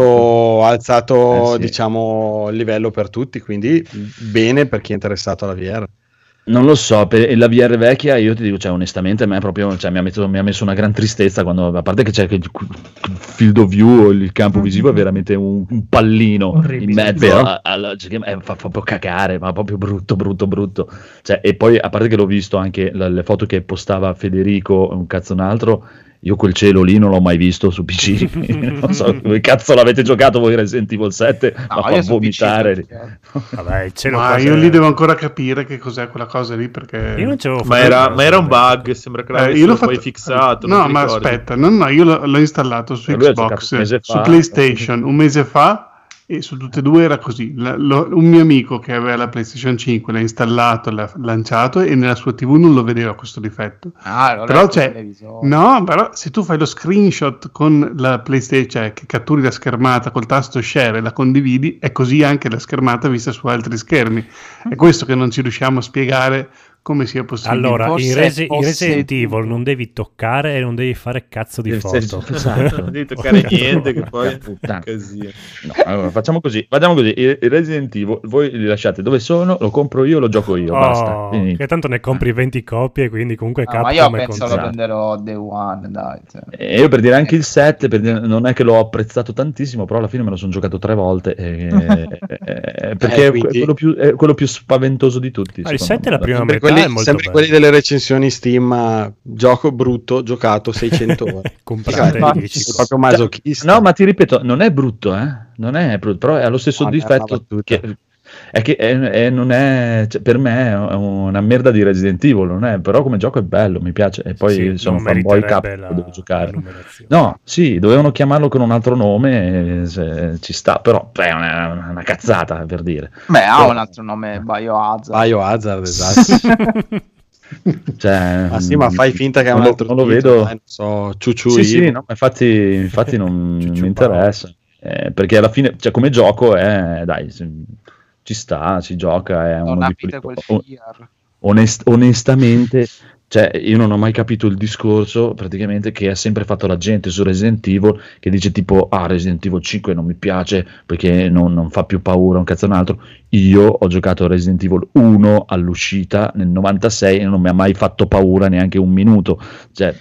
alzato diciamo il livello per tutti, quindi bene per chi è interessato alla VR. Non lo so, per la VR vecchia io ti dico, cioè onestamente a me proprio, cioè, mi ha messo una gran tristezza quando, a parte che c'è il field of view, il campo visivo è veramente un pallino orribile, in mezzo fa proprio cagare, ma proprio brutto, cioè, e poi a parte che l'ho visto anche le foto che postava Federico, un cazzo un altro, io quel cielo lì non l'ho mai visto su PC. Non so come cazzo l'avete giocato voi Resident Evil 7, ma fa vomitare. Vabbè, il cielo io lì devo ancora capire che cos'è quella cosa lì, perché io non c'avevo ma era un bug, sembra che l'avessero poi fissato. No, ma aspetta, io l'ho installato su Xbox, su PlayStation un mese fa. E su tutte e due era così. Un mio amico che aveva la PlayStation 5 l'ha installato, l'ha lanciato e nella sua TV non lo vedeva questo difetto. Però però se tu fai lo screenshot con la PlayStation, cioè che catturi la schermata col tasto share e la condividi, è così anche la schermata vista su altri schermi. È questo che non ci riusciamo a spiegare come sia possibile. Allora, in Resident Evil non devi toccare e non devi fare cazzo di foto. Esatto. Non devi toccare niente che poi casino. No, allora facciamo così, il Resident Evil voi li lasciate dove sono, lo compro io, lo gioco io, basta. Che tanto ne compri 20 copie, quindi comunque ma io penso lo prenderò Day One, dai. E io per dire anche il 7, non è che l'ho apprezzato tantissimo, però alla fine me lo sono giocato 3 volte perché è quello più spaventoso di tutti. Il 7 è la prima metà. Sempre quelli delle recensioni Steam, gioco brutto, giocato 600 ore. Comprate proprio masochista. No, ma ti ripeto, non è brutto, non è brutto, però è lo stesso difetto non è, cioè, per me è una merda di Resident Evil, non è, però come gioco è bello, mi piace, e poi sono fanboy capo, devo giocare. No, sì, dovevano chiamarlo con un altro nome, ci sta, però è una cazzata, per dire. Beh, ha un altro nome, Biohazard, esatto. Cioè, ma fai finta che è un altro non lo vedo, no, no, infatti non mi interessa. perché alla fine, cioè, come gioco dai, ci sta, si gioca, è non uno di aprite quelli- quel FIAR. onestamente, cioè, io non ho mai capito il discorso praticamente che ha sempre fatto la gente su Resident Evil, che dice tipo Resident Evil 5 non mi piace perché non fa più paura, un cazzo un altro. Io ho giocato Resident Evil 1 all'uscita nel 96 e non mi ha mai fatto paura neanche un minuto, cioè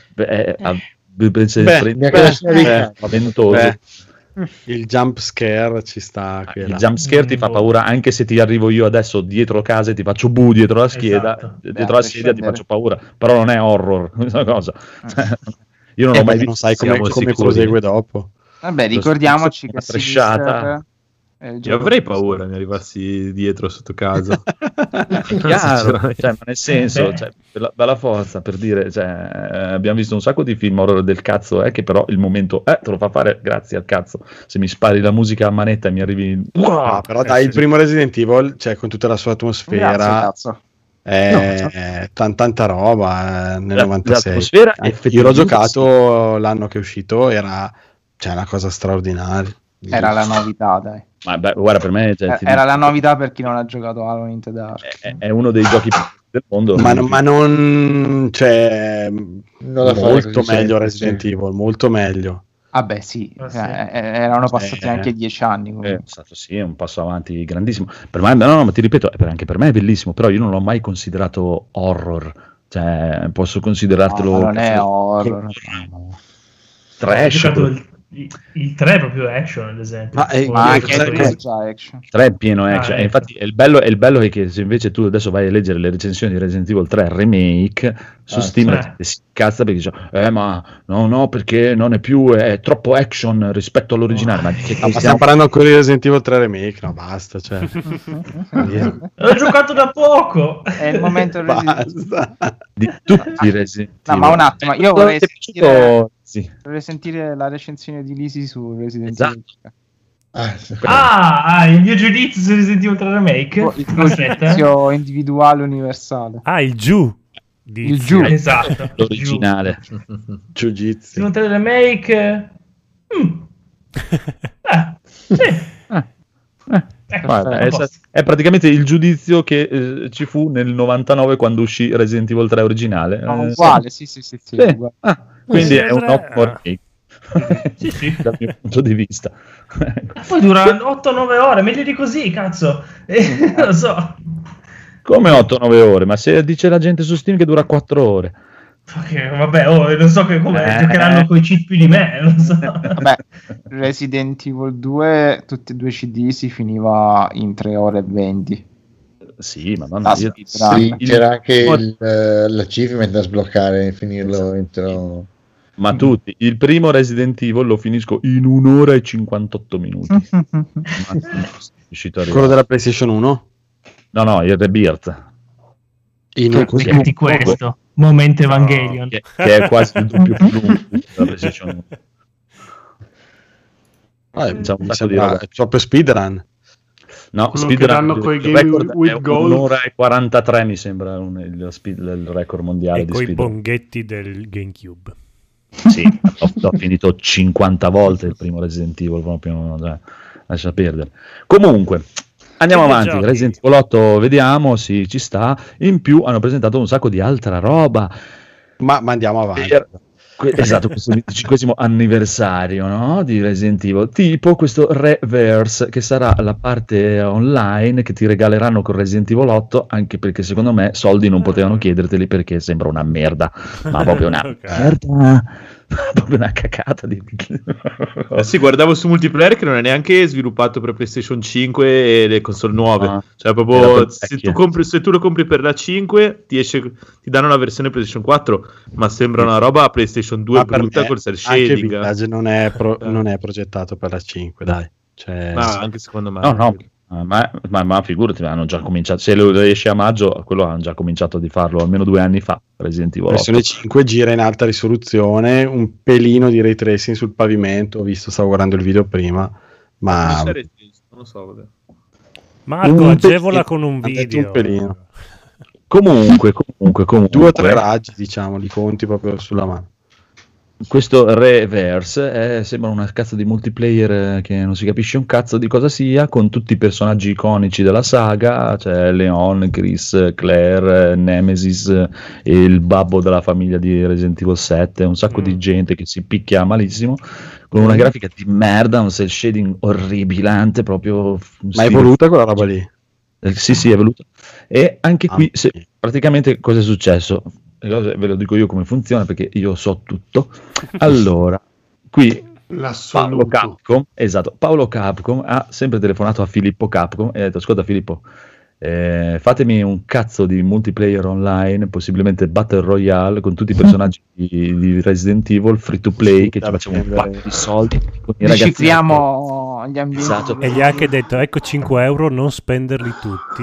spaventoso. Beh, il jump scare ci sta. Il jump scare ti fa paura anche se ti arrivo io adesso dietro casa e ti faccio dietro la scheda, dietro la sedia ti faccio paura, però non è horror questa cosa. Io non ho mai visto, non sai come prosegue dopo. Vabbè, ricordiamoci che tresciata. Io avrei paura mi arrivassi dietro sotto casa. Chiaro, cioè, ma nel senso, cioè, bella forza per dire, cioè, abbiamo visto un sacco di film horror del cazzo, che però il momento te lo fa fare grazie al cazzo. Se mi spari la musica a manetta e mi arrivi, però dai, il primo Resident Evil, cioè, con tutta la sua atmosfera, cazzo. Tanta roba nel 96. L'atmosfera Io l'ho giocato l'anno che è uscito, era una cosa straordinaria. Era la novità, dai. Ma beh, guarda, per me era la novità per chi non ha giocato Alone in the Dark. È uno dei giochi del mondo. Ma non c'è molto meglio Resident Evil, molto meglio. Vabbè, sì, erano passati anche 10 anni. È stato un passo avanti grandissimo. Per me, no, ma ti ripeto, anche per me è bellissimo, però io non l'ho mai considerato horror. Cioè, posso considerartelo. No, non è horror. Trash. Il 3 è proprio action, ad esempio. Ma anche è già action. 3 è pieno action. E infatti il bello è che se invece tu adesso vai a leggere le recensioni di Resident Evil 3 Remake su Steam, si cazza perché dice ma no, perché non è più, è troppo action rispetto all'originale. Ma stiamo parlando ancora di Resident Evil 3 Remake? No, basta, cioè. L'ho giocato da poco. È il momento di tutti i Resident Evil. No, ma un attimo, io vorrei sentire la recensione di Lisi su Resident Evil. Il mio giudizio su Resident Evil 3 Remake. Il giudizio individuale universale. Il giù. Il giù, esatto. L'originale. Jiu-Jitsu. Resident Evil Remake. Guarda, è praticamente il giudizio che ci fu nel 99 quando uscì Resident Evil 3 originale. Uguale, sì. Uguale. Quindi è un ottimo remake. Sì. Dal mio punto di vista. Poi dura 8-9 ore, meglio di così, cazzo. Lo so. Come 8-9 ore? Ma se dice la gente su Steam che dura 4 ore. Vabbè, non so come giocheranno coi cheat più di me, non so. Vabbè, Resident Evil 2, tutti e due CD si finiva in 3 ore e 20. Sì, ma non c'era anche l'achievement da sbloccare e finirlo entro. Ma tutti, il primo Resident Evil lo finisco in 1 ora e 58 minuti. Quello della PlayStation 1? No, il Rebirth. Metti questo momento Evangelion, che è quasi il doppio più lungo della PlayStation 1. C'è un sacco di roba. È proprio speedrun. No, speedrun con i Game with Gold. 1 ora e 43 mi sembra il record mondiale di speedrun. E coi bonghetti del GameCube. Sì, l'ho finito 50 volte il primo Resident Evil, proprio lascia perdere. Comunque andiamo avanti, giochi. Resident Evil 8 vediamo, sì, ci sta. In più hanno presentato un sacco di altra roba. Ma andiamo avanti. Esatto, questo 25esimo anniversario, no? Di Resident Evil, tipo questo Reverse, che sarà la parte online che ti regaleranno con Resident Evil 8, anche perché secondo me soldi non potevano chiederteli perché sembra una merda, ma proprio una merda, proprio una cacata di... sì, guardavo su multiplayer che non è neanche sviluppato per PlayStation 5 e le console nuove, cioè proprio se tu lo compri per la 5 ti danno la versione PlayStation 4, ma sembra una roba PlayStation 2 brutta col cel shading. Anche non è progettato per la 5, dai. Cioè, ma anche secondo me no. Ma figurati, hanno già cominciato. Se lo esce a maggio, quello hanno già cominciato di farlo almeno 2 anni fa. Resident Evil 8. La versione 5 gira in alta risoluzione, un pelino di ray tracing sul pavimento. Ho visto, stavo guardando il video prima, ma non lo so. Vabbè. Marco, agevola con un video. Un pelino. Comunque 2 o 3 raggi, diciamo, li conti proprio sulla mano. questo Reverse sembra una cazzo di multiplayer che non si capisce un cazzo di cosa sia, con tutti i personaggi iconici della saga, cioè Leon, Chris, Claire, Nemesis e il babbo della famiglia di Resident Evil 7, un sacco di gente che si picchia malissimo, con una grafica di merda, un cel shading orribilante proprio. Ma è voluta quella roba lì? Sì, è voluta. E anche qui praticamente cosa è successo? Ve lo dico io come funziona, perché io so tutto. Allora, qui Paolo Capcom ha sempre telefonato a Filippo Capcom e ha detto: ascolta Filippo, fatemi un cazzo di multiplayer online, possibilmente Battle Royale, con tutti i personaggi di Resident Evil, free to play, che ci facciamo un pacco di soldi, ricicliamo gli ambienti. Esatto. E gli ha anche detto: ecco 5 euro, non spenderli tutti.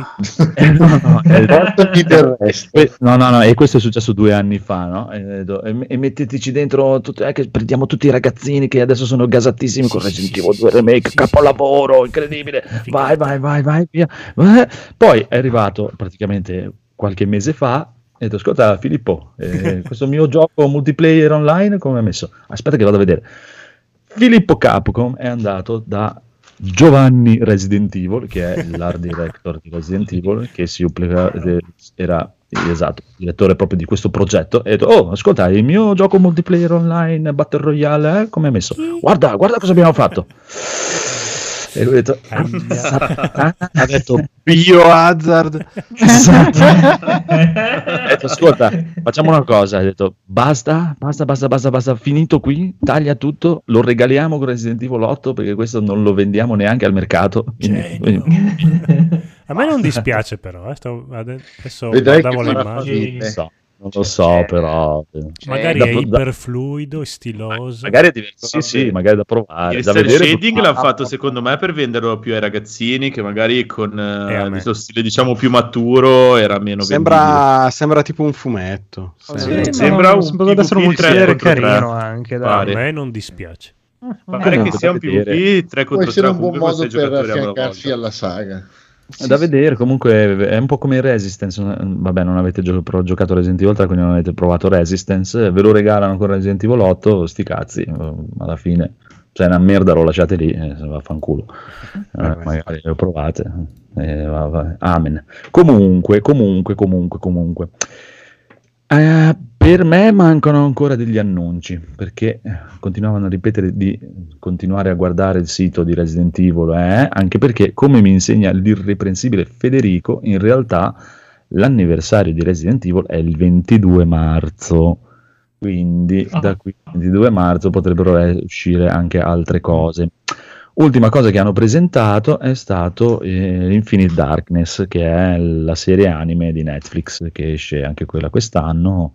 No, e questo è successo 2 anni fa, no? E metteteci dentro che prendiamo tutti i ragazzini che adesso sono gasatissimi con Resident Evil 2 Remake, capolavoro incredibile, vai via. Poi è arrivato praticamente qualche mese fa e ho detto: ascolta Filippo, questo mio gioco multiplayer online come è messo? Aspetta che vado a vedere. Filippo Capcom è andato da Giovanni Resident Evil, che è l'art director di Resident Evil, che era esatto, direttore proprio di questo progetto, e ha detto: oh, ascolta, il mio gioco multiplayer online Battle Royale come è messo? Guarda cosa abbiamo fatto. E lui ha detto Biohazard. Esatto. Ha detto: ascolta, facciamo una cosa. Ha detto: basta, finito qui, taglia tutto, lo regaliamo con Resident Evil 8 perché questo non lo vendiamo neanche al mercato. A me non dispiace però, adesso vedrai guardavo che le immagini. Non lo so, però magari è iperfluido e stiloso. Magari è diverso, sì, magari da provare. Il da cel vedere. shading l'hanno fatto secondo me per venderlo più ai ragazzini, che magari con questo stile diciamo più maturo era meno sembra tipo un fumetto. Sembra un multiplayer carino anche, a me non dispiace. Pare che sia un PvP 3 contro 3. Può essere un buon modo per affiancarsi alla saga. Da vedere, comunque è un po' come Resistance. Vabbè, non avete giocato Resident Evil 3, quindi non avete provato Resistance, ve lo regalano con Resident Evil 8, sti cazzi, alla fine cioè una merda, lo lasciate lì e vaffanculo. Magari lo provate, amen. Comunque per me mancano ancora degli annunci, perché continuavano a ripetere di continuare a guardare il sito di Resident Evil, anche perché, come mi insegna l'irreprensibile Federico, in realtà l'anniversario di Resident Evil è il 22 marzo, quindi da qui al 22 marzo potrebbero uscire anche altre cose. Ultima cosa che hanno presentato è stato Infinite Darkness, che è la serie anime di Netflix, che esce anche quella quest'anno.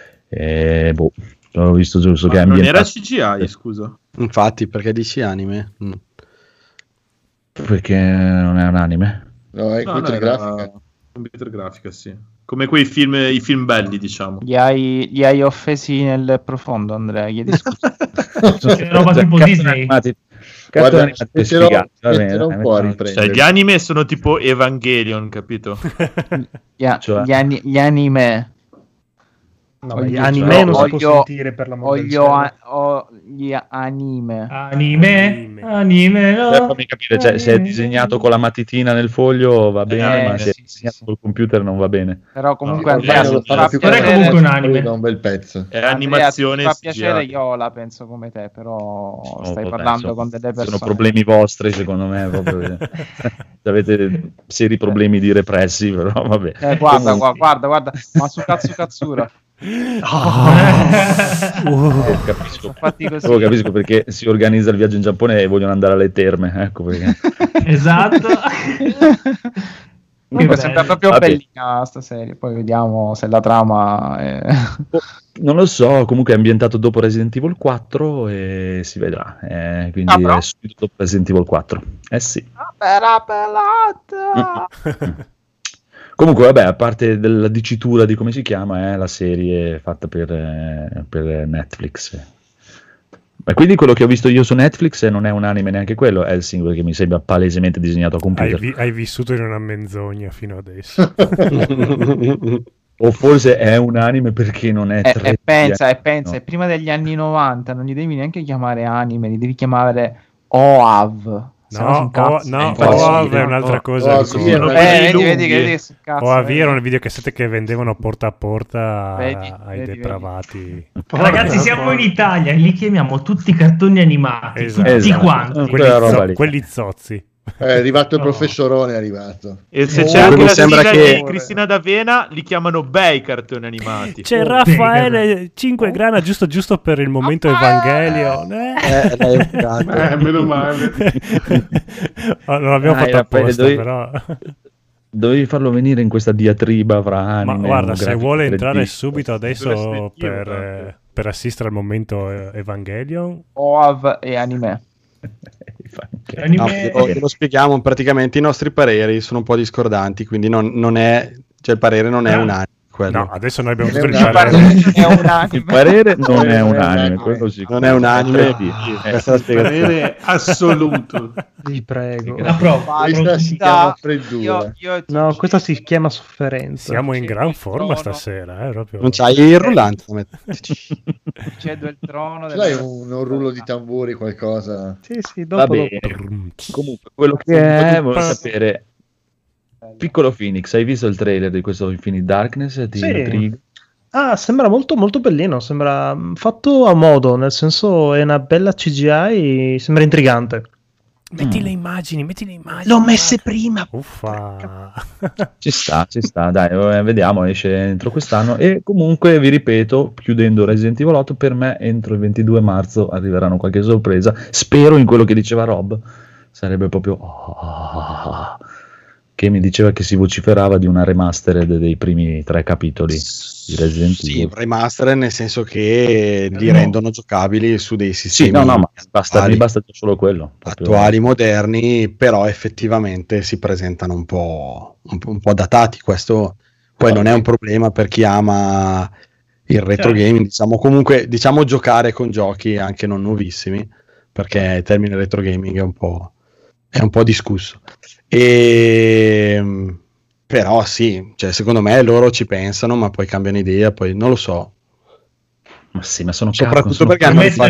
Ho visto giusto che non era CGI, scusa. Infatti, perché dici anime? Perché non è un anime? No, è computer grafica. Computer grafica, sì. Come quei film, i film belli, diciamo. Li hai offesi nel profondo, Andrea. Chiedi scusa. È roba tipo Disney. Guarda, metterò un po' a riprendere. Cioè, gli anime sono tipo Evangelion, capito? Gli anime. No, gli anime non si può sentire, per l'amore del cielo. Gli anime. Anime, no. Fammi capire, cioè, se è disegnato con la matitina nel foglio va bene, ma se è disegnato col computer non va bene. Però comunque non è comunque un anime. Un bel pezzo. È animazione. Ti fa piacere, io la penso come te, però stai parlando con delle persone. Sono problemi vostri, secondo me, proprio. Avete seri problemi di repressi, però vabbè. Guarda, ma su cazzura. Capisco perché si organizza il viaggio in Giappone e vogliono andare alle terme, ecco perché. Esatto. Comunque sembra proprio bellina sta serie, poi vediamo se la trama è... Non lo so, comunque è ambientato dopo Resident Evil 4 e si vedrà, quindi è subito dopo Resident Evil 4. Sì. Comunque, vabbè, a parte della dicitura di come si chiama, è la serie fatta per Netflix. Ma quindi quello che ho visto io su Netflix non è un anime neanche quello, è il singolo che mi sembra palesemente disegnato a computer. Hai vissuto in una menzogna fino adesso. O forse è un anime perché non è e pensa, prima degli anni 90 non li devi neanche chiamare anime, li devi chiamare OAV. OAV è un'altra cosa. Vedi che si cazzo. OAV erano le videocassette che vendevano porta a porta ai depravati. Ragazzi, siamo in Italia e li chiamiamo tutti cartoni animati, tutti quanti. Quelli zozzi. È arrivato il professorone, è arrivato. E se c'è anche la sigla di Cristina D'Avena, li chiamano bei cartoni animati. C'è Raffaele 5 grana giusto per il momento Evangelion. Meno male. Non l'abbiamo fatto apposta, però. Dovevi farlo venire in questa diatriba fra anime. Ma guarda, se vuole entrare subito adesso per assistere al momento Evangelion, OAV e anime. Lo spieghiamo, praticamente i nostri pareri sono un po' discordanti, quindi non è, cioè il parere non è unanime. No, adesso noi abbiamo tutto il parere. Il parere non è unanime, quello sì. Non è unanime, questa è la spiegazione. Il parere assoluto. Vi prego. Questa si chiama freddura. No, questa si chiama sofferenza. Siamo in gran forma stasera, proprio. Non c'hai il rullante. Cedo il trono. C'hai un rullo di tamburi, qualcosa? Sì, dopo. Comunque, quello che è, voglio sapere. Piccolo Phoenix, hai visto il trailer di questo Infinite Darkness? Sì. Sembra molto molto bellino, sembra fatto a modo, nel senso è una bella CGI, sembra intrigante. Metti le immagini. L'ho messe prima. Uffa. Ci sta, dai, vediamo, esce entro quest'anno. E comunque, vi ripeto, chiudendo Resident Evil 8, per me entro il 22 marzo arriveranno qualche sorpresa. Spero in quello che diceva Rob, sarebbe proprio... che mi diceva che si vociferava di una remastered dei primi 3 capitoli di Resident Evil. Sì, remastered nel senso che li rendono giocabili su dei sistemi. Sì, ma mi basta solo quello. Attuali, moderni, però effettivamente si presentano un po' datati. Questo poi non è un problema per chi ama il retro gaming, diciamo giocare con giochi anche non nuovissimi, perché il termine retro gaming è un po' discusso. Però sì, cioè, secondo me loro ci pensano, ma poi cambiano idea, poi non lo so. Ma sì, ma sono soprattutto perché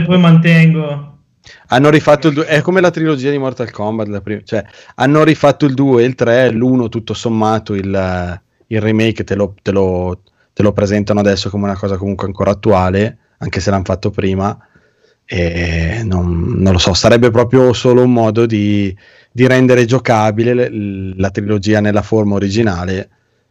hanno rifatto il 2, è come la trilogia di Mortal Kombat, cioè hanno rifatto il 2 e il 3, l'1 tutto sommato il remake te lo presentano adesso come una cosa comunque ancora attuale, anche se l'hanno fatto prima. E non lo so, sarebbe proprio solo un modo di rendere giocabile la trilogia nella forma originale.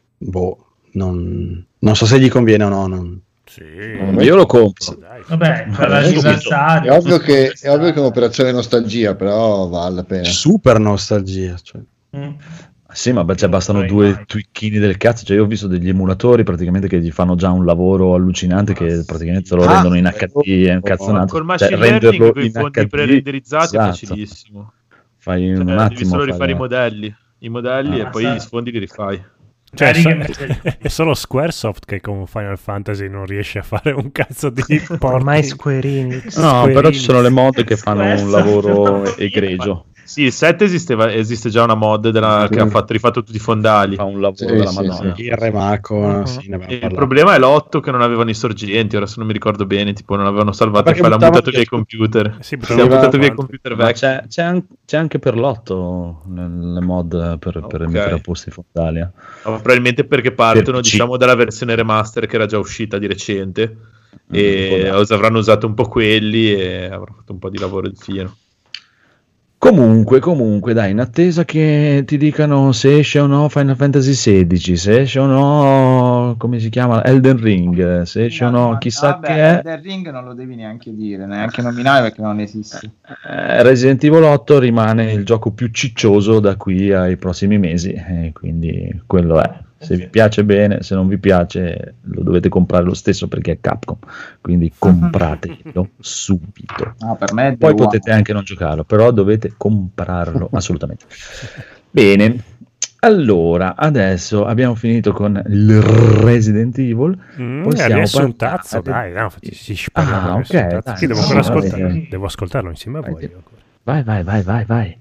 Non so se gli conviene o no. Sì, io lo compro. Vabbè, per l'anniversario. È ovvio che è un'operazione nostalgia, però vale la pena. Super nostalgia, cioè. Sì, ma bastano 2 twicchini del cazzo. Cioè, io ho visto degli emulatori praticamente che gli fanno già un lavoro allucinante, che praticamente lo rendono in HD, è un cazzonato. Col machine learning con i fondi pre-renderizzati è facilissimo. Fai un devi attimo. solo rifare i modelli e poi gli sfondi li rifai. Cioè, è solo Squaresoft che con Final Fantasy non riesce a fare un cazzo di ormai Square Enix. No, però ci sono le mod che fanno un lavoro egregio. Sì, il 7 esiste già una mod che ha rifatto tutti i fondali. Fa un lavoro della Madonna. Il remacco, il problema è l'8 che non avevano i sorgenti, ora se non mi ricordo bene, tipo non avevano salvato e poi l'hanno buttato via i computer. Sì, hanno buttato via i computer vecchi. C'è anche per l'8 le mod per mettere a posto i fondali. Probabilmente perché partono dalla versione remaster che era già uscita di recente e avranno usato un po' quelli e avranno fatto un po' di lavoro di fieno. Comunque, dai, in attesa che ti dicano se esce o no Final Fantasy XVI, se esce o no, come si chiama, Elden Ring, se esce o no, chissà che è. Elden Ring non lo devi neanche dire, neanche nominare perché non esiste. Resident Evil 8 rimane il gioco più ciccioso da qui ai prossimi mesi, e quindi quello è. Se vi piace bene, se non vi piace lo dovete comprare lo stesso perché è Capcom, quindi compratelo subito. Per me poi potete anche non giocarlo, però dovete comprarlo assolutamente. Bene, allora adesso abbiamo finito con il Resident Evil. Adesso un tazzo, dai, si spara. Ok, dai, devo ancora ascoltarlo. Devo ascoltarlo insieme a voi. Vai.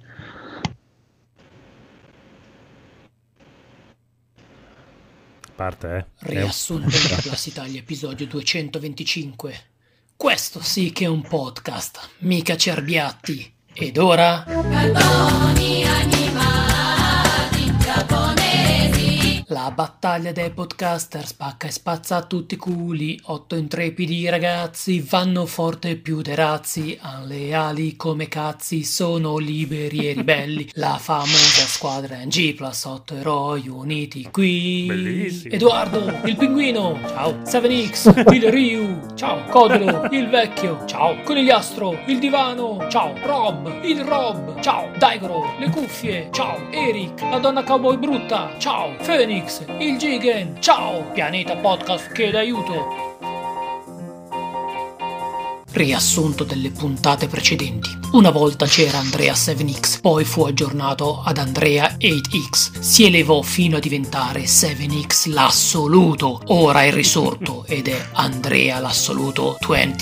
parte, Riassunto di Plus Italia, episodio 225. Questo sì che è un podcast, mica cerbiatti. Ed ora... Cartoni animati giapponesi. La battaglia dei podcaster spacca e spazza a tutti i culi. 8 intrepidi ragazzi vanno forte più dei razzi. Han le ali come cazzi, sono liberi e ribelli. La famosa squadra NG plus 8 eroi uniti qui. Bellissimo. Edoardo, il pinguino, ciao. 7X, il Ryu, ciao. Codolo, il vecchio, ciao. Conigliastro, il divano, ciao. Rob, il Rob, ciao. Daigoro, le cuffie, ciao. Eric, la donna cowboy brutta, ciao. Phoenix, il Jigen, ciao. Pianeta Podcast chiede aiuto. Riassunto delle puntate precedenti. Una volta c'era Andrea 7X, poi fu aggiornato ad Andrea 8X. Si elevò fino a diventare 7X l'assoluto. Ora è risorto ed è Andrea l'assoluto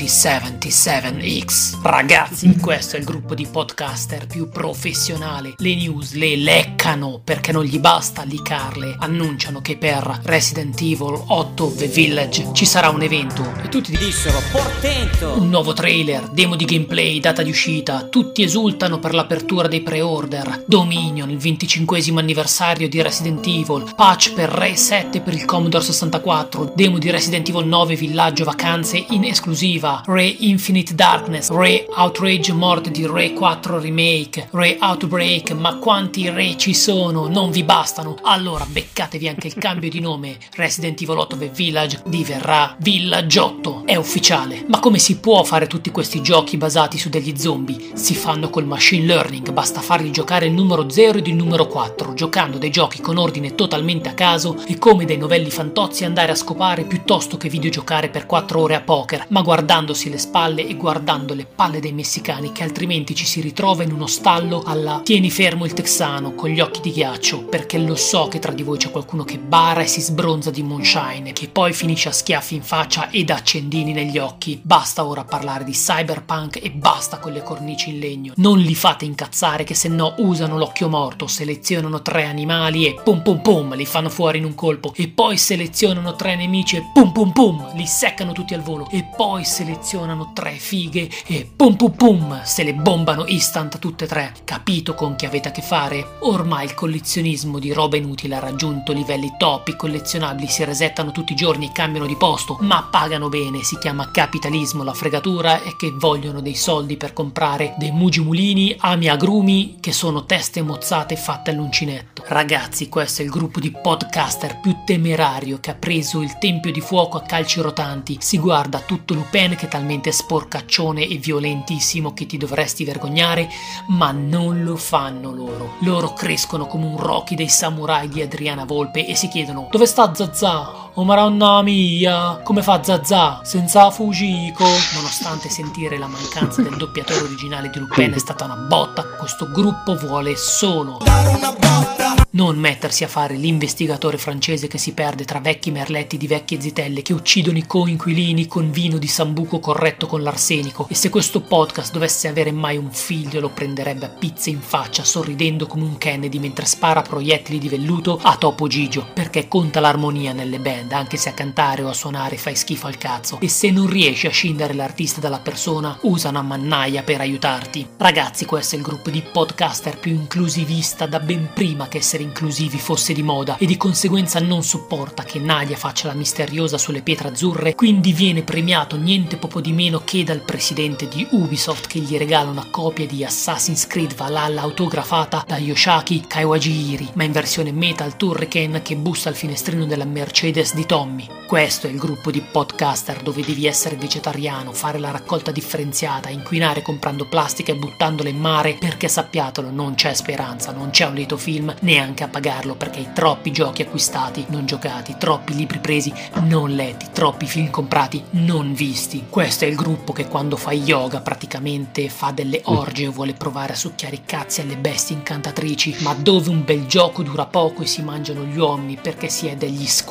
2077X. Ragazzi, questo è il gruppo di podcaster più professionale. Le news le leccano perché non gli basta liccarle. Annunciano che per Resident Evil 8 The Village ci sarà un evento e tutti dissero portento. Un nuovo trailer, demo di gameplay, data di uscita, tutti esultano per l'apertura dei pre-order. Dominion, il 25esimo anniversario di Resident Evil, patch per Re 7 per il Commodore 64, demo di Resident Evil 9 Villaggio Vacanze in esclusiva, Re Infinite Darkness, Re Outrage Mort di Re 4 Remake, Re Outbreak, ma quanti Re ci sono? Non vi bastano? Allora beccatevi anche il cambio di nome, Resident Evil 8 The Village diverrà Villaggiotto, è ufficiale. Ma come si può fare tutti questi giochi basati su degli zombie? Si fanno col machine learning, basta fargli giocare il numero 0 ed il numero 4, giocando dei giochi con ordine totalmente a caso e come dei novelli fantozzi andare a scopare piuttosto che videogiocare per 4 ore a poker, ma guardandosi le spalle e guardando le palle dei messicani che altrimenti ci si ritrova in uno stallo alla tieni fermo il texano con gli occhi di ghiaccio, perché lo so che tra di voi c'è qualcuno che bara e si sbronza di moonshine, che poi finisce a schiaffi in faccia ed accendini negli occhi. Basta ora parlare di cyberpunk e basta con le cornici in legno. Non li fate incazzare che se no usano l'occhio morto, selezionano 3 animali e pum pum pum li fanno fuori in un colpo, e poi selezionano 3 nemici e pum pum pum li seccano tutti al volo, e poi selezionano 3 fighe e pum pum pum se le bombano instant tutte e 3. Capito con chi avete a che fare? Ormai il collezionismo di roba inutile ha raggiunto livelli top, i collezionabili si resettano tutti i giorni e cambiano di posto, ma pagano bene, si chiama capitalismo. La fregatura è che vogliono dei soldi per comprare dei mugimulini, ami agrumi che sono teste mozzate fatte all'uncinetto. Ragazzi, questo è il gruppo di podcaster più temerario che ha preso il tempio di fuoco a calci rotanti. Si guarda tutto Lupin che è talmente sporcaccione e violentissimo che ti dovresti vergognare, ma non lo fanno loro. Loro crescono come un Rocky dei samurai di Adriana Volpe e si chiedono: dove sta Zazà? Oh maronna mia, come fa Zazà senza Fujiko? Nonostante sentire la mancanza del doppiatore originale di Lupin è stata una botta, questo gruppo vuole solo dare una botta, non mettersi a fare l'investigatore francese che si perde tra vecchi merletti di vecchie zitelle che uccidono i coinquilini con vino di sambuco corretto con l'arsenico. E se questo podcast dovesse avere mai un figlio lo prenderebbe a pizze in faccia sorridendo come un Kennedy mentre spara proiettili di velluto a Topo Gigio, perché conta l'armonia nelle band, anche se a cantare o a suonare fai schifo al cazzo, e se non riesci a scindere l'artista dalla persona usa una mannaia per aiutarti. Ragazzi, questo è il gruppo di podcaster più inclusivista da ben prima che essere inclusivi fosse di moda, e di conseguenza non sopporta che Nadia faccia la misteriosa sulle pietre azzurre, quindi viene premiato niente poco di meno che dal presidente di Ubisoft che gli regala una copia di Assassin's Creed Valhalla autografata da Yoshiaki Kawajiri, ma in versione Metal Turrican che bussa al finestrino della Mercedes di Tommy. Questo è il gruppo di podcaster dove devi essere vegetariano, fare la raccolta differenziata, inquinare comprando plastica e buttandola in mare, perché sappiatelo, non c'è speranza, non c'è un lieto film neanche a pagarlo, perché hai troppi giochi acquistati, non giocati, troppi libri presi, non letti, troppi film comprati, non visti. Questo è il gruppo che quando fa yoga praticamente fa delle orge o vuole provare a succhiare i cazzi alle bestie incantatrici, ma dove un bel gioco dura poco e si mangiano gli uomini perché si è degli squali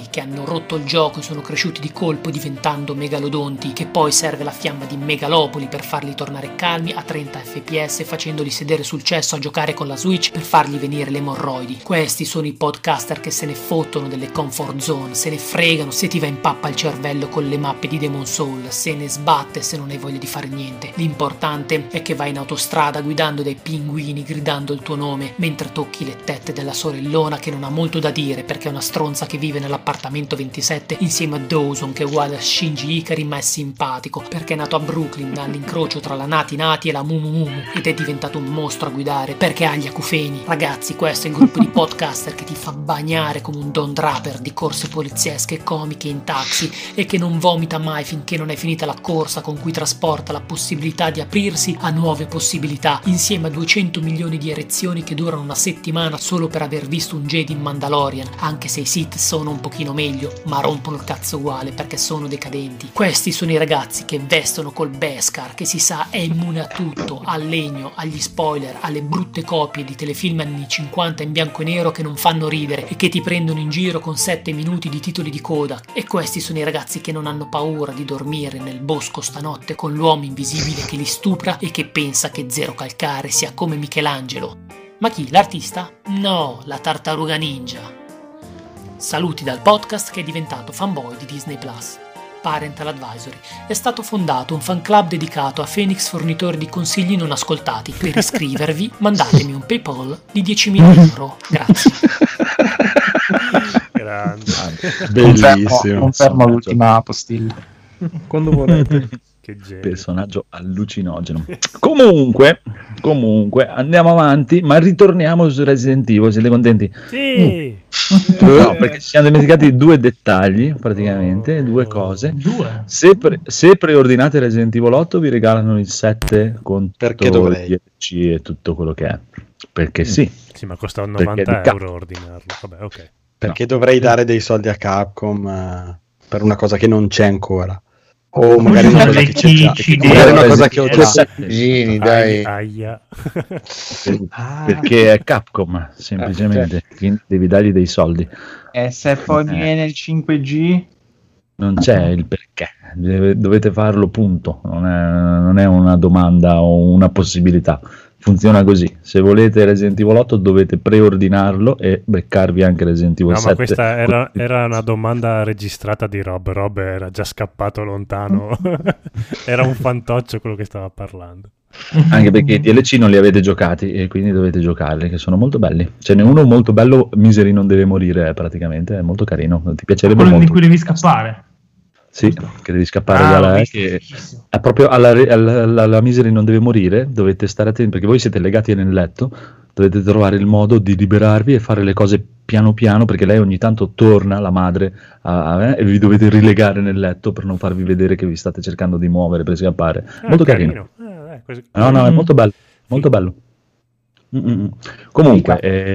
che hanno rotto il gioco e sono cresciuti di colpo diventando megalodonti, che poi serve la fiamma di Megalopoli per farli tornare calmi a 30 fps facendoli sedere sul cesso a giocare con la Switch per fargli venire le emorroidi. Questi sono i podcaster che se ne fottono delle comfort zone, se ne fregano se ti va in pappa il cervello con le mappe di Demon Soul, se ne sbatte se non hai voglia di fare niente. L'importante è che vai in autostrada guidando dai pinguini gridando il tuo nome mentre tocchi le tette della sorellona che non ha molto da dire perché è una stronza che vive nell'appartamento 27 insieme a Dawson che è uguale a Shinji Ikari ma è simpatico perché è nato a Brooklyn all'incrocio tra la Nati Nati e la Mumu Mumu ed è diventato un mostro a guidare perché ha gli acufeni. Ragazzi, questo è il gruppo di podcaster che ti fa bagnare come un Don Draper di corse poliziesche e comiche in taxi e che non vomita mai finché non è finita la corsa, con cui trasporta la possibilità di aprirsi a nuove possibilità insieme a 200 milioni di erezioni che durano una settimana solo per aver visto un Jedi in Mandalorian, anche se i Sith sono un pochino meglio ma rompono il cazzo uguale perché sono decadenti. Questi sono i ragazzi che vestono col Beskar, che si sa è immune a tutto, al legno, agli spoiler, alle brutte copie di telefilm anni 50 in bianco e nero che non fanno ridere e che ti prendono in giro con 7 minuti di titoli di coda. E questi sono i ragazzi che non hanno paura di dormire nel bosco stanotte con l'uomo invisibile che li stupra e che pensa che Zero Calcare sia come Michelangelo. Ma chi? L'artista? No, la tartaruga ninja. Saluti dal podcast che è diventato fanboy di Disney Plus. Parental Advisory. È stato fondato un fan club dedicato a Phoenix fornitori di consigli non ascoltati. Per iscrivervi mandatemi un PayPal di 10.000 euro. Grazie. Grande. Bellissimo. Confermo l'ultima postilla. Quando volete. Che genio. Personaggio allucinogeno. Comunque andiamo avanti, ma ritorniamo su Resident Evil. Siete contenti? Sì. No, perché ci siamo dimenticati 2 dettagli, praticamente, 2 cose. Se preordinate Resident Evil 8 vi regalano il 7 con tutto il DLC e tutto quello che è. Perché sì. Sì, ma costa 90 euro ordinarlo. Vabbè, ok. Perché dovrei dare dei soldi a Capcom per una cosa che non c'è ancora. O magari una cosa che c'è già. Magari una cosa che ho già. Dai. Perché è Capcom, semplicemente. Quindi devi dargli dei soldi. E se poi mi viene il 5G? Non c'è il perché. Dovete farlo, punto. Non è una domanda o una possibilità. Funziona così. Se volete Resident Evil 8 dovete preordinarlo e beccarvi anche Resident Evil 7. Ma questa era una domanda registrata di Rob. Rob era già scappato lontano. Era un fantoccio quello che stava parlando. Anche perché i DLC non li avete giocati e quindi dovete giocarli, che sono molto belli. Ce n'è uno molto bello, Misery non deve morire, praticamente è molto carino. Ti piacerebbe quello molto. Di cui devi scappare. Sì, che devi scappare dalla che è proprio alla Misery non deve morire. Dovete stare attenti perché voi siete legati nel letto, dovete trovare il modo di liberarvi e fare le cose piano piano, perché lei ogni tanto torna, la madre, e vi dovete rilegare nel letto per non farvi vedere che vi state cercando di muovere per scappare. Molto carino. No, è molto bello, molto bello. Comunque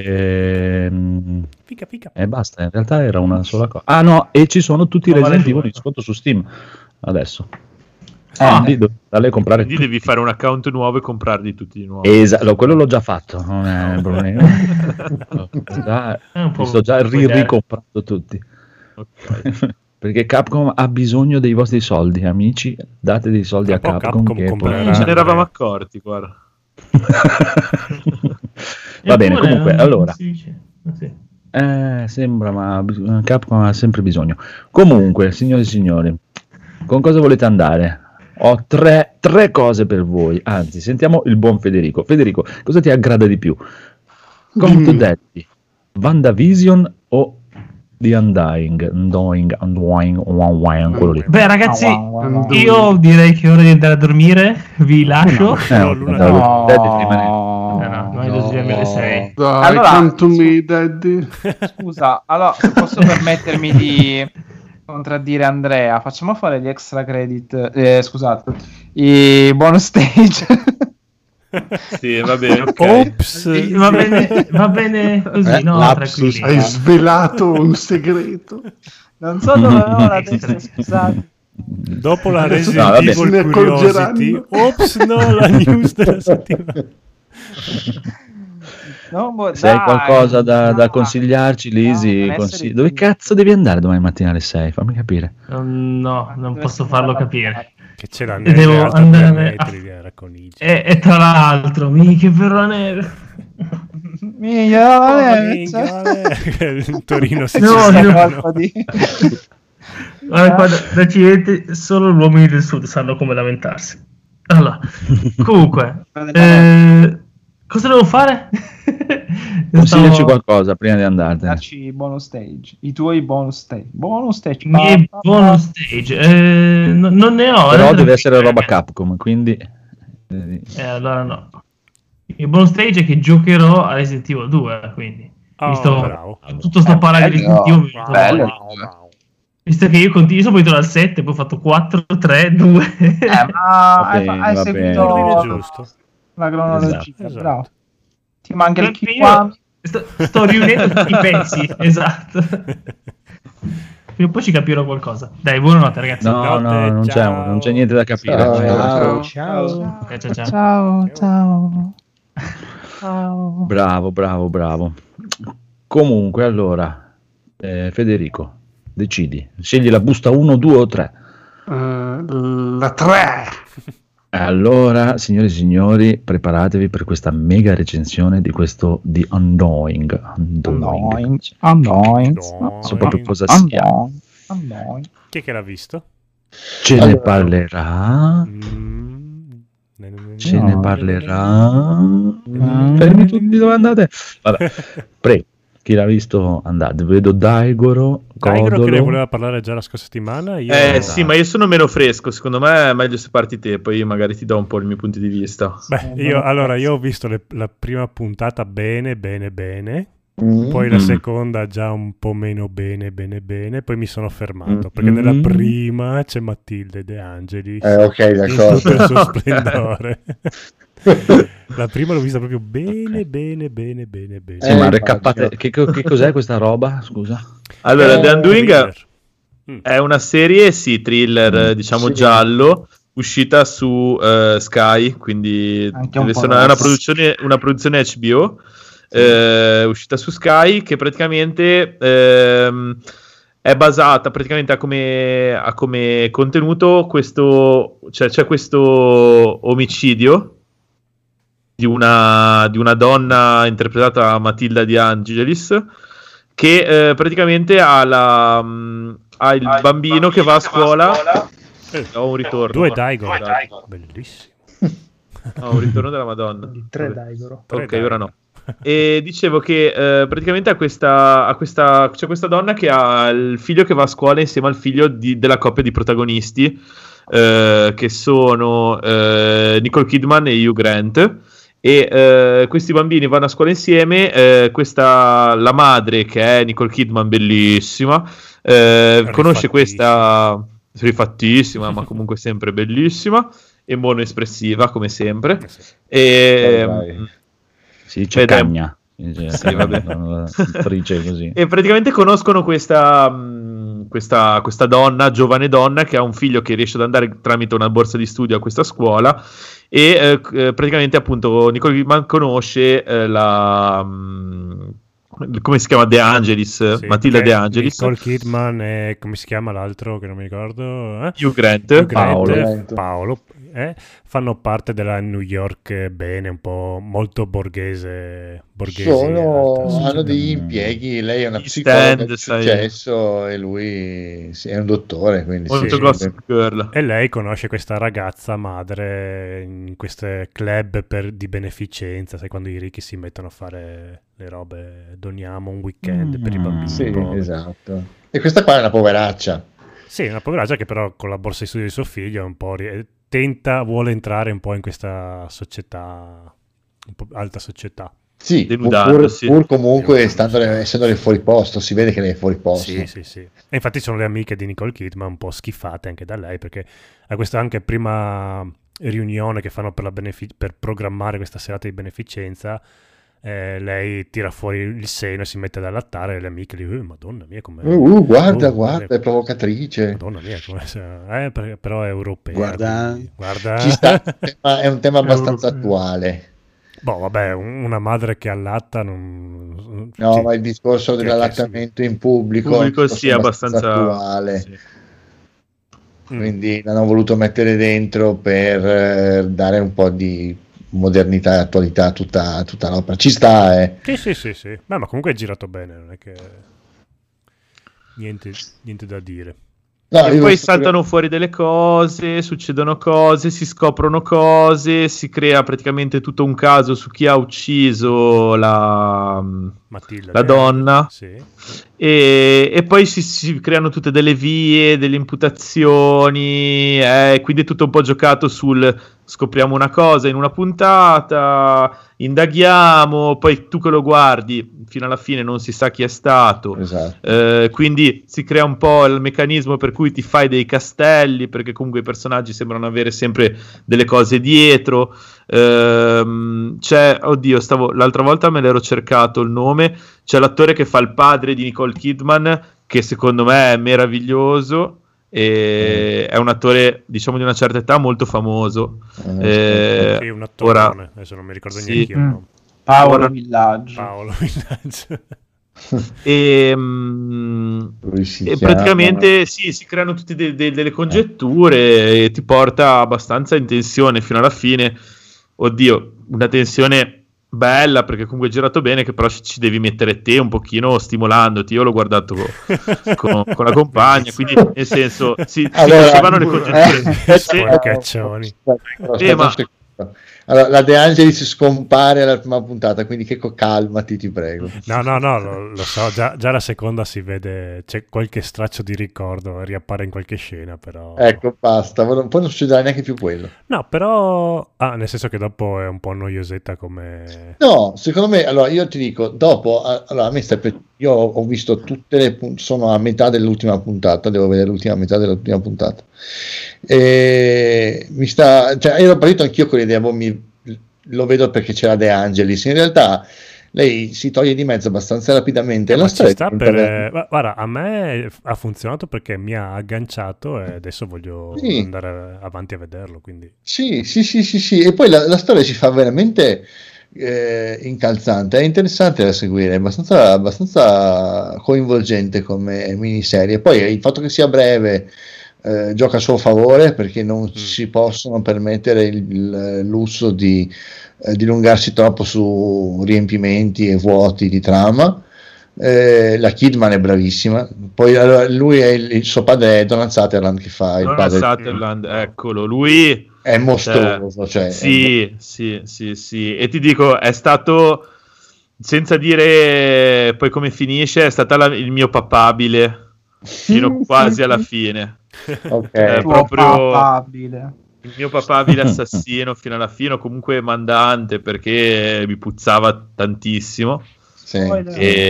fica. Basta, in realtà era una sola cosa. Ah no, e ci sono tutti i Resident Evil in sconto su Steam adesso. Dalle comprare. Quindi devi fare un account nuovo e comprarli tutti di nuovo. Esatto, quello l'ho già fatto, non è un problema. Sto già ricomprando tutti. Okay. Perché Capcom ha bisogno dei vostri soldi, amici. Date dei soldi a Capcom che ce ne eravamo accorti, guarda. Va bene, comunque, allora sembra, ma Capcom ha sempre bisogno. Comunque, signore e signori, con cosa volete andare? Ho tre cose per voi. Anzi, sentiamo il buon Federico. Federico, cosa ti aggrada di più? Conto Daddy, WandaVision o The Undying, quello lì. Beh ragazzi, io direi che è ora di andare a dormire. Vi lascio. Daddy. Scusa, allora se posso permettermi di contraddire Andrea, facciamo fare gli extra credit, scusate, i bonus stage. Sì, va bene, okay. Ops, va bene così, no? Hai svelato un segreto. Non so dove avevo la testa, scusate. Dopo la Resident Evil Curiosity, ops, no, la news della settimana. Se hai qualcosa da consigliarci, Lisi, dove cazzo devi andare domani mattina alle 6? Fammi capire. No, non posso farlo capire. Che c'è la neve, devo andare con i e tra l'altro, che verrà neve. Il Torino si da Civete solo gli uomini del sud sanno come lamentarsi. Allora, comunque, cosa devo fare? Consigliaci qualcosa prima di andartene. Darci bonus stage, i tuoi bonus stage. Bonus stage. I miei bonus stage. Non ne ho. Però deve essere roba Capcom, quindi... allora no. Il bonus stage è che giocherò a Resident Evil 2, quindi tutto sto parlare di Resident Evil. Visto che io sono partito dal 7, poi ho fatto 4, 3, 2. Ma hai seguito l'ordine giusto. La cronologia, esatto. Bravo. Ti manca il Kiwami. Sto riunendo tutti i pezzi, esatto. Prima o poi ci capirò qualcosa. Dai, buonanotte ragazzi. No, non c'è niente da capire. Ciao. Bravo. Comunque, allora, Federico, decidi. Scegli la busta 1, 2 o 3. La 3. Allora, signori e signori, preparatevi per questa mega recensione di questo The Undoing. So proprio cosa sia. Chi è che l'ha visto? Ce ne parlerà. Fermi tutti, dove andate? Vabbè, prego. Chi l'ha visto andate, vedo Daigoro che ne voleva parlare già la scorsa settimana. Sì, ma io sono meno fresco, secondo me è meglio se parti te, poi io magari ti do un po' il mio punto di vista. Io ho visto la prima puntata bene, poi la seconda già un po' meno bene, poi mi sono fermato, perché nella prima c'è Matilde De Angelis ok, d'accordo, in tutto il suo splendore. La prima l'ho vista proprio bene. Ma recappate, che cos'è questa roba? Scusa. Allora, The Undoing è una serie, thriller, diciamo giallo, uscita su Sky, quindi è una produzione HBO, uscita su Sky, che praticamente è basata praticamente a come contenuto c'è questo omicidio di una donna interpretata da Matilda De Angelis, che praticamente ha il bambino che va a scuola. Ho un ritorno. 2 Daigoro. Bellissimo. Ho un ritorno della Madonna. 3 Daigoro. Ok, ora no. E dicevo che praticamente c'è questa donna che ha il figlio che va a scuola insieme al figlio della coppia di protagonisti, che sono Nicole Kidman e Hugh Grant. E questi bambini vanno a scuola insieme. La madre, che è Nicole Kidman, bellissima, conosce questa rifattissima, ma comunque sempre bellissima e monoespressiva come sempre. C'è cagna. Così. E praticamente conoscono questa donna, giovane donna, che ha un figlio che riesce ad andare tramite una borsa di studio a questa scuola, e praticamente appunto Nicole Kidman conosce come si chiama? De Angelis, Matilda De Angelis. Nicole Kidman e come si chiama l'altro che non mi ricordo? Hugh Grant. Paolo. Fanno parte della New York bene, un po' molto borghese. Hanno degli impieghi, lei è una psicologa di successo e lui è un dottore, quindi Gossip Girl. E lei conosce questa ragazza madre in queste club di beneficenza, sai, quando i ricchi si mettono a fare le robe, doniamo un weekend per i bambini. Sì, esatto. E questa qua è una poveraccia. Sì, una poveraccia che però con la borsa di studio di suo figlio è un po' vuole entrare un po' in questa società, un po' alta società. Sì, pur comunque essendo lei fuori posto, si vede che lei è fuori posto. Sì. E infatti sono le amiche di Nicole Kidman un po' schifate anche da lei, perché a questa anche prima riunione che fanno per programmare questa serata di beneficenza, lei tira fuori il seno e si mette ad allattare, e le amiche lì, madonna mia, come guarda, è provocatrice. Madonna mia, però è europea. Guarda. Ci sta, è un tema abbastanza attuale. Boh, vabbè, una madre che allatta non... No, ma il discorso dell'allattamento in pubblico sì, è abbastanza attuale. Sì. Quindi l'hanno voluto mettere dentro per dare un po' di modernità e attualità a tutta l'opera. Ci sta, Sì. Beh, ma comunque è girato bene, non è che... Niente da dire. No, e poi saltano fuori delle cose, succedono cose, si scoprono cose, si crea praticamente tutto un caso su chi ha ucciso la donna, sì. e poi si creano tutte delle vie, delle imputazioni, quindi è tutto un po' giocato sul scopriamo una cosa in una puntata, indaghiamo, poi tu che lo guardi fino alla fine non si sa chi è stato, esatto. Quindi si crea un po' il meccanismo per cui ti fai dei castelli, perché comunque i personaggi sembrano avere sempre delle cose dietro. C'è, oddio, l'altra volta me l'ero cercato il nome, c'è l'attore che fa il padre di Nicole Kidman, che secondo me è meraviglioso, e è un attore, diciamo, di una certa età, molto famoso. Sì, un attore, adesso non mi ricordo neanche io. Paolo Villaggio. E praticamente si creano tutte delle congetture e ti porta abbastanza in tensione fino alla fine. Oddio, una tensione bella, perché comunque è girato bene, che però ci devi mettere te un pochino stimolandoti. Io l'ho guardato con la compagna, quindi nel senso si facevano le congetture. Allora, la De Angelis scompare alla prima puntata, quindi che calmati, ti prego. No, lo so, già la seconda si vede, c'è qualche straccio di ricordo, riappare in qualche scena, però... Ecco, basta, poi non succederà neanche più quello. No, però... nel senso che dopo è un po' noiosetta come... No, secondo me, allora, io ti dico, dopo, allora, a me io ho visto tutte le sono a metà dell'ultima puntata, devo vedere l'ultima metà dell'ultima puntata. E ero partito anch'io con l'idea, lo vedo perché c'era De Angelis, in realtà lei si toglie di mezzo abbastanza rapidamente. La guarda, a me ha funzionato perché mi ha agganciato e adesso voglio andare avanti a vederlo, quindi. Sì, e poi la storia si fa veramente incalzante, è interessante da seguire, è abbastanza coinvolgente come miniserie. Poi il fatto che sia breve gioca a suo favore, perché non si possono permettere il lusso di dilungarsi troppo su riempimenti e vuoti di trama. La Kidman è bravissima. Poi allora, lui è il suo padre è Donald Sutherland, che fa il padre. Sutherland, eccolo, lui è mostruoso, sì, e ti dico, è stato, senza dire poi come finisce, è stata il mio papabile fino quasi alla fine. Okay. Proprio il mio papabile assassino fino alla fine, o comunque mandante, perché mi puzzava tantissimo. Ed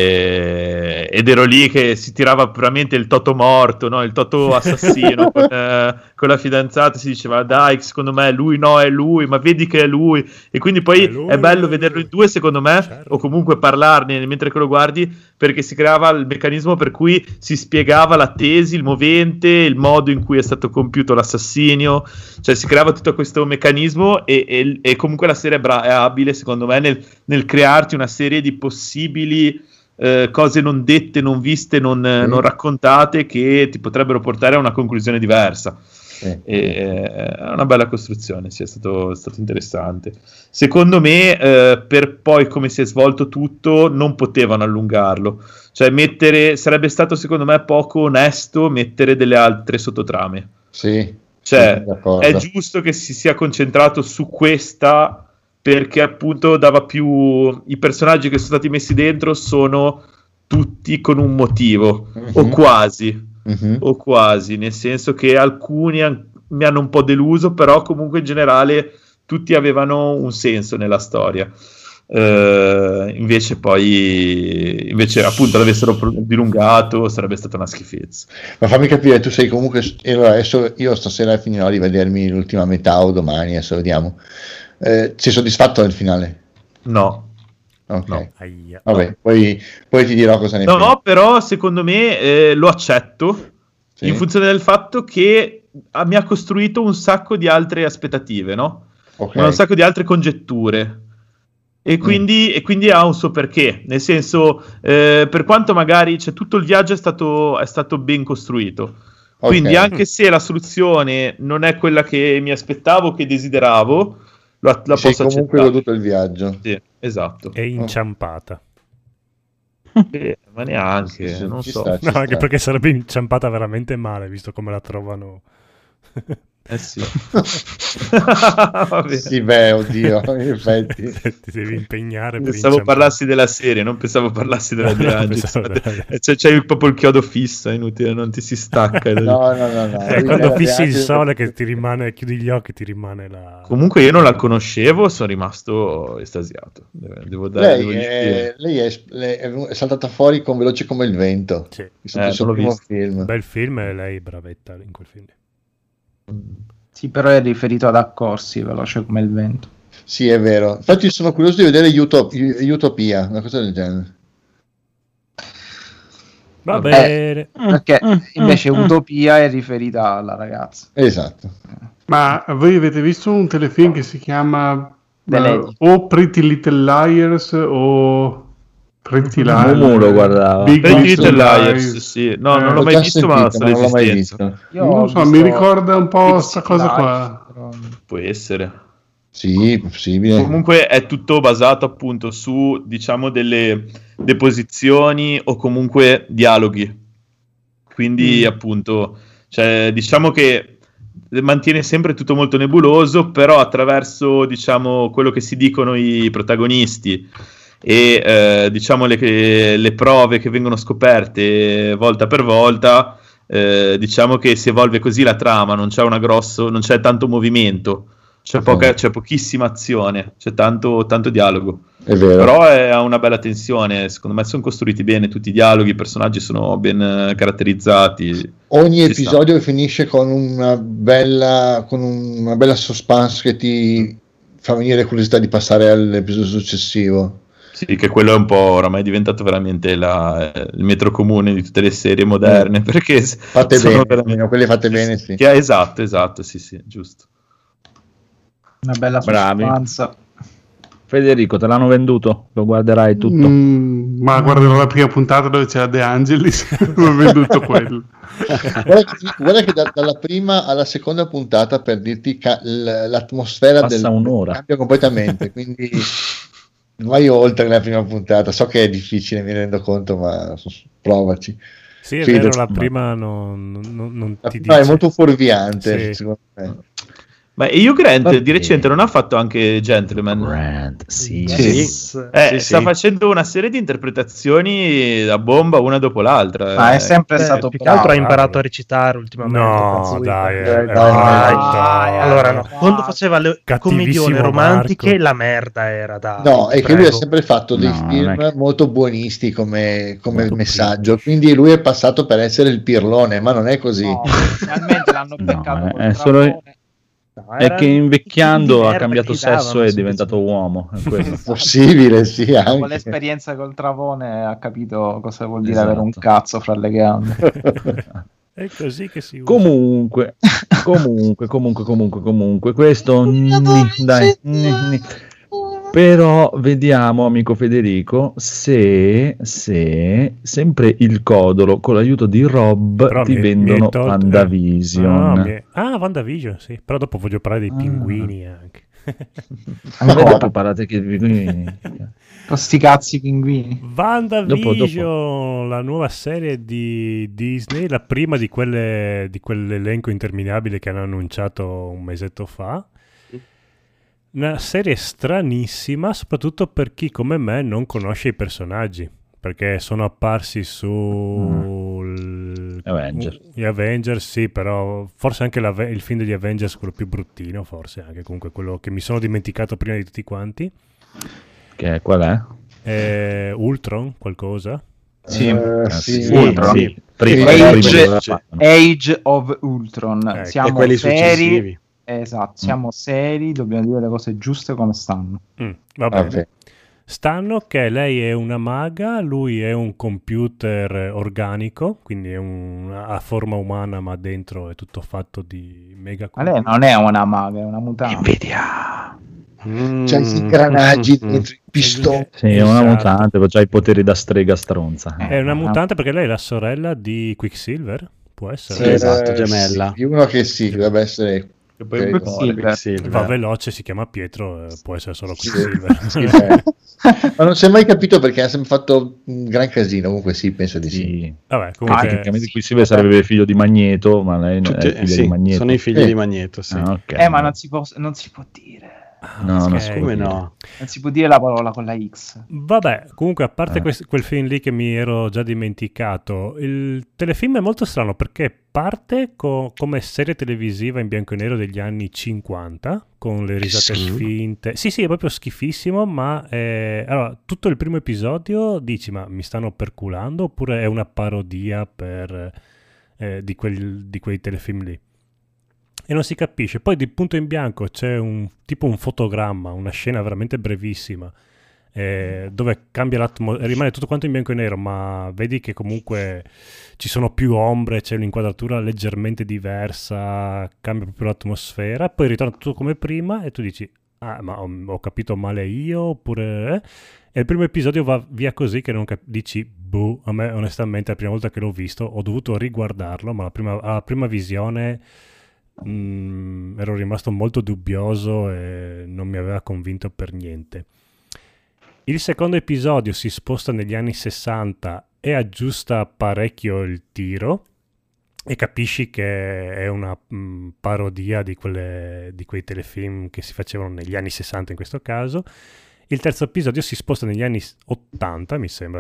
ero lì che si tirava veramente il Toto morto, no? Il Toto assassino con la fidanzata, si diceva dai, secondo me è lui, no è lui, ma vedi che è lui, e quindi poi è bello vederlo in due, secondo me, certo. O comunque parlarne mentre che lo guardi, perché si creava il meccanismo per cui si spiegava la tesi, il movente, il modo in cui è stato compiuto l'assassinio, cioè si creava tutto questo meccanismo e comunque la serie è abile, secondo me, nel crearti una serie di possibili cose non dette, non viste, non raccontate, che ti potrebbero portare a una conclusione diversa. È una bella costruzione, è stato interessante. Secondo me, per poi come si è svolto tutto, non potevano allungarlo, cioè sarebbe stato, secondo me, poco onesto mettere delle altre sottotrame. Cioè, è giusto che si sia concentrato su questa, perché appunto dava più, i personaggi che sono stati messi dentro sono tutti con un motivo, o quasi, nel senso che alcuni mi hanno un po' deluso, però comunque in generale tutti avevano un senso nella storia. Invece appunto l'avessero dilungato, sarebbe stata una schifezza. Ma fammi capire, tu sei comunque, io stasera finirò di vedermi l'ultima metà o domani, adesso vediamo. Sei soddisfatto del finale? No. Ok. No. Vabbè, poi ti dirò cosa ne pensi. No, però secondo me lo accetto, in funzione del fatto che mi ha costruito un sacco di altre aspettative, no? Un sacco di altre congetture. E quindi ha un suo perché, nel senso, per quanto magari tutto il viaggio è stato ben costruito, quindi anche se la soluzione non è quella che mi aspettavo, che desideravo, la posso accettare. Comunque goduto il viaggio. Sì, esatto. È inciampata. Ma neanche, non so. Anche perché sarebbe inciampata veramente male, visto come la trovano. Sì. Sì, beh, oddio, in effetti. Ti devi impegnare per pensavo parlassi della serie, non pensavo parlassi della De Angelis. C'è proprio il chiodo fisso, è inutile, non ti si stacca. No. Quando fissi il sole che ti rimane, chiudi gli occhi, ti rimane la... Comunque io non la conoscevo, sono rimasto estasiato. Lei è saltata fuori con Veloce come il vento. Sì. Il suo primo film. Bel film, e lei bravetta in quel film. Sì, però è riferito ad Accorsi, Veloce come il vento. Sì, è vero. Infatti sono curioso di vedere Utopia, una cosa del genere. Va bene. Perché invece Utopia è riferita alla ragazza. Esatto. Ma voi avete visto un telefilm che si chiama o Pretty Little Liars o Pretty Liars? Lo guardava. Pretty Little Liars, sì. No, non l'ho mai visto, ma so l'esistenza. Non lo so, mi ricorda un po' sta cosa qua. Può essere. Sì, possibile. Comunque è tutto basato appunto su, diciamo, delle deposizioni o comunque dialoghi. Quindi appunto, cioè, diciamo che mantiene sempre tutto molto nebuloso, però attraverso, diciamo, quello che si dicono i protagonisti e diciamo le prove che vengono scoperte volta per volta, diciamo che si evolve così la trama, non c'è tanto movimento, c'è pochissima azione, c'è tanto dialogo. È vero. Però ha una bella tensione, secondo me sono costruiti bene tutti i dialoghi, i personaggi sono ben caratterizzati. Ogni episodio finisce con una bella suspense che ti fa venire curiosità di passare all'episodio successivo. Sì, che quello è un po' oramai diventato veramente il metro comune di tutte le serie moderne, perché fatte bene, quelle fatte bene, sì. Esatto, sì, giusto. Una bella suspense. Federico, te l'hanno venduto? Lo guarderai tutto? Ma guarderò la prima puntata dove c'era De Angelis. Mi ho venduto quello. Guarda che dalla prima alla seconda puntata, per dirti, l'atmosfera passa un'ora, cambia completamente, quindi vai oltre la prima puntata. So che è difficile, mi rendo conto, ma provaci. Sì, è vero, la prima non ti dice. È molto fuorviante, sì, secondo me. Ma Hugh Grant di recente non ha fatto anche Gentleman? Sì. Sta facendo una serie di interpretazioni da bomba una dopo l'altra. Ma è sempre stato più che altro ha imparato a recitare ultimamente. No, dai. Allora no, quando faceva le commedione romantiche la merda era da... No, è che lui ha sempre fatto dei film molto buonisti come messaggio, quindi lui è passato per essere il pirlone, ma non è così. No, finalmente l'hanno beccato è solo... è che invecchiando ha cambiato sesso e è diventato uomo. È possibile, sì. Con l'esperienza col Travone ha capito cosa vuol dire avere un cazzo fra le gambe. È così che si usa. Comunque, questo dai. Però vediamo, amico Federico, se sempre il Codolo con l'aiuto di Rob però ti vendono WandaVision. WandaVision, sì. Però dopo voglio parlare dei pinguini anche. Dopo parlate che i pinguini. Con sti cazzi pinguini. WandaVision, la nuova serie di Disney, la prima di quell'elenco interminabile che hanno annunciato un mesetto fa. Una serie stranissima, soprattutto per chi come me non conosce i personaggi, perché sono apparsi su gli Avengers, sì, però forse anche il film degli Avengers, quello più bruttino, forse anche comunque quello che mi sono dimenticato prima di tutti quanti. Che qual è? Ultron, qualcosa? Sì, Ultron. Sì. Age of Ultron. Siamo e quelli successivi. Esatto, siamo seri, dobbiamo dire le cose giuste come stanno. Va bene. Stanno che lei è una maga, lui è un computer organico, quindi ha forma umana ma dentro è tutto fatto di mega computer. Ma lei non è una maga, è una mutante. Nvidia. C'è gli ingranaggi dentro i pistone. Sì, è una mutante, ha i poteri da strega stronza. È una mutante perché lei è la sorella di Quicksilver, può essere? Sì, esatto, gemella. Sì, uno che sì, dovrebbe essere... E poi Quicksilver. Va veloce, si chiama Pietro, può essere solo Quicksilver. Ma non si è mai capito perché ha sempre fatto un gran casino. Comunque sì, penso di sì. Vabbè, comunque tecnicamente Quicksilver sarebbe figlio di Magneto, ma lei è figlio di Magneto. Sono i figli di Magneto, sì. Okay. Ma non si può dire. No, come no? Non si può dire la parola con la X. Vabbè, comunque a parte quel film lì che mi ero già dimenticato, il telefilm è molto strano perché parte come serie televisiva in bianco e nero degli anni 50 con le risate finte. Sì, è proprio schifissimo, ma allora, tutto il primo episodio dici ma mi stanno perculando oppure è una parodia di quei telefilm lì? E non si capisce. Poi di punto in bianco c'è un fotogramma, una scena veramente brevissima dove cambia l'atmosfera, rimane tutto quanto in bianco e nero, ma vedi che comunque ci sono più ombre, c'è un'inquadratura leggermente diversa, cambia proprio l'atmosfera, poi ritorna tutto come prima e tu dici ma ho capito male io oppure... E il primo episodio va via così che non dici boh. A me onestamente la prima volta che l'ho visto ho dovuto riguardarlo, ma alla prima visione ero rimasto molto dubbioso e non mi aveva convinto per niente. Il secondo episodio si sposta negli anni 60 e aggiusta parecchio il tiro e capisci che è una parodia di quei telefilm che si facevano negli anni 60 in questo caso. Il terzo episodio si sposta negli anni 80, mi sembra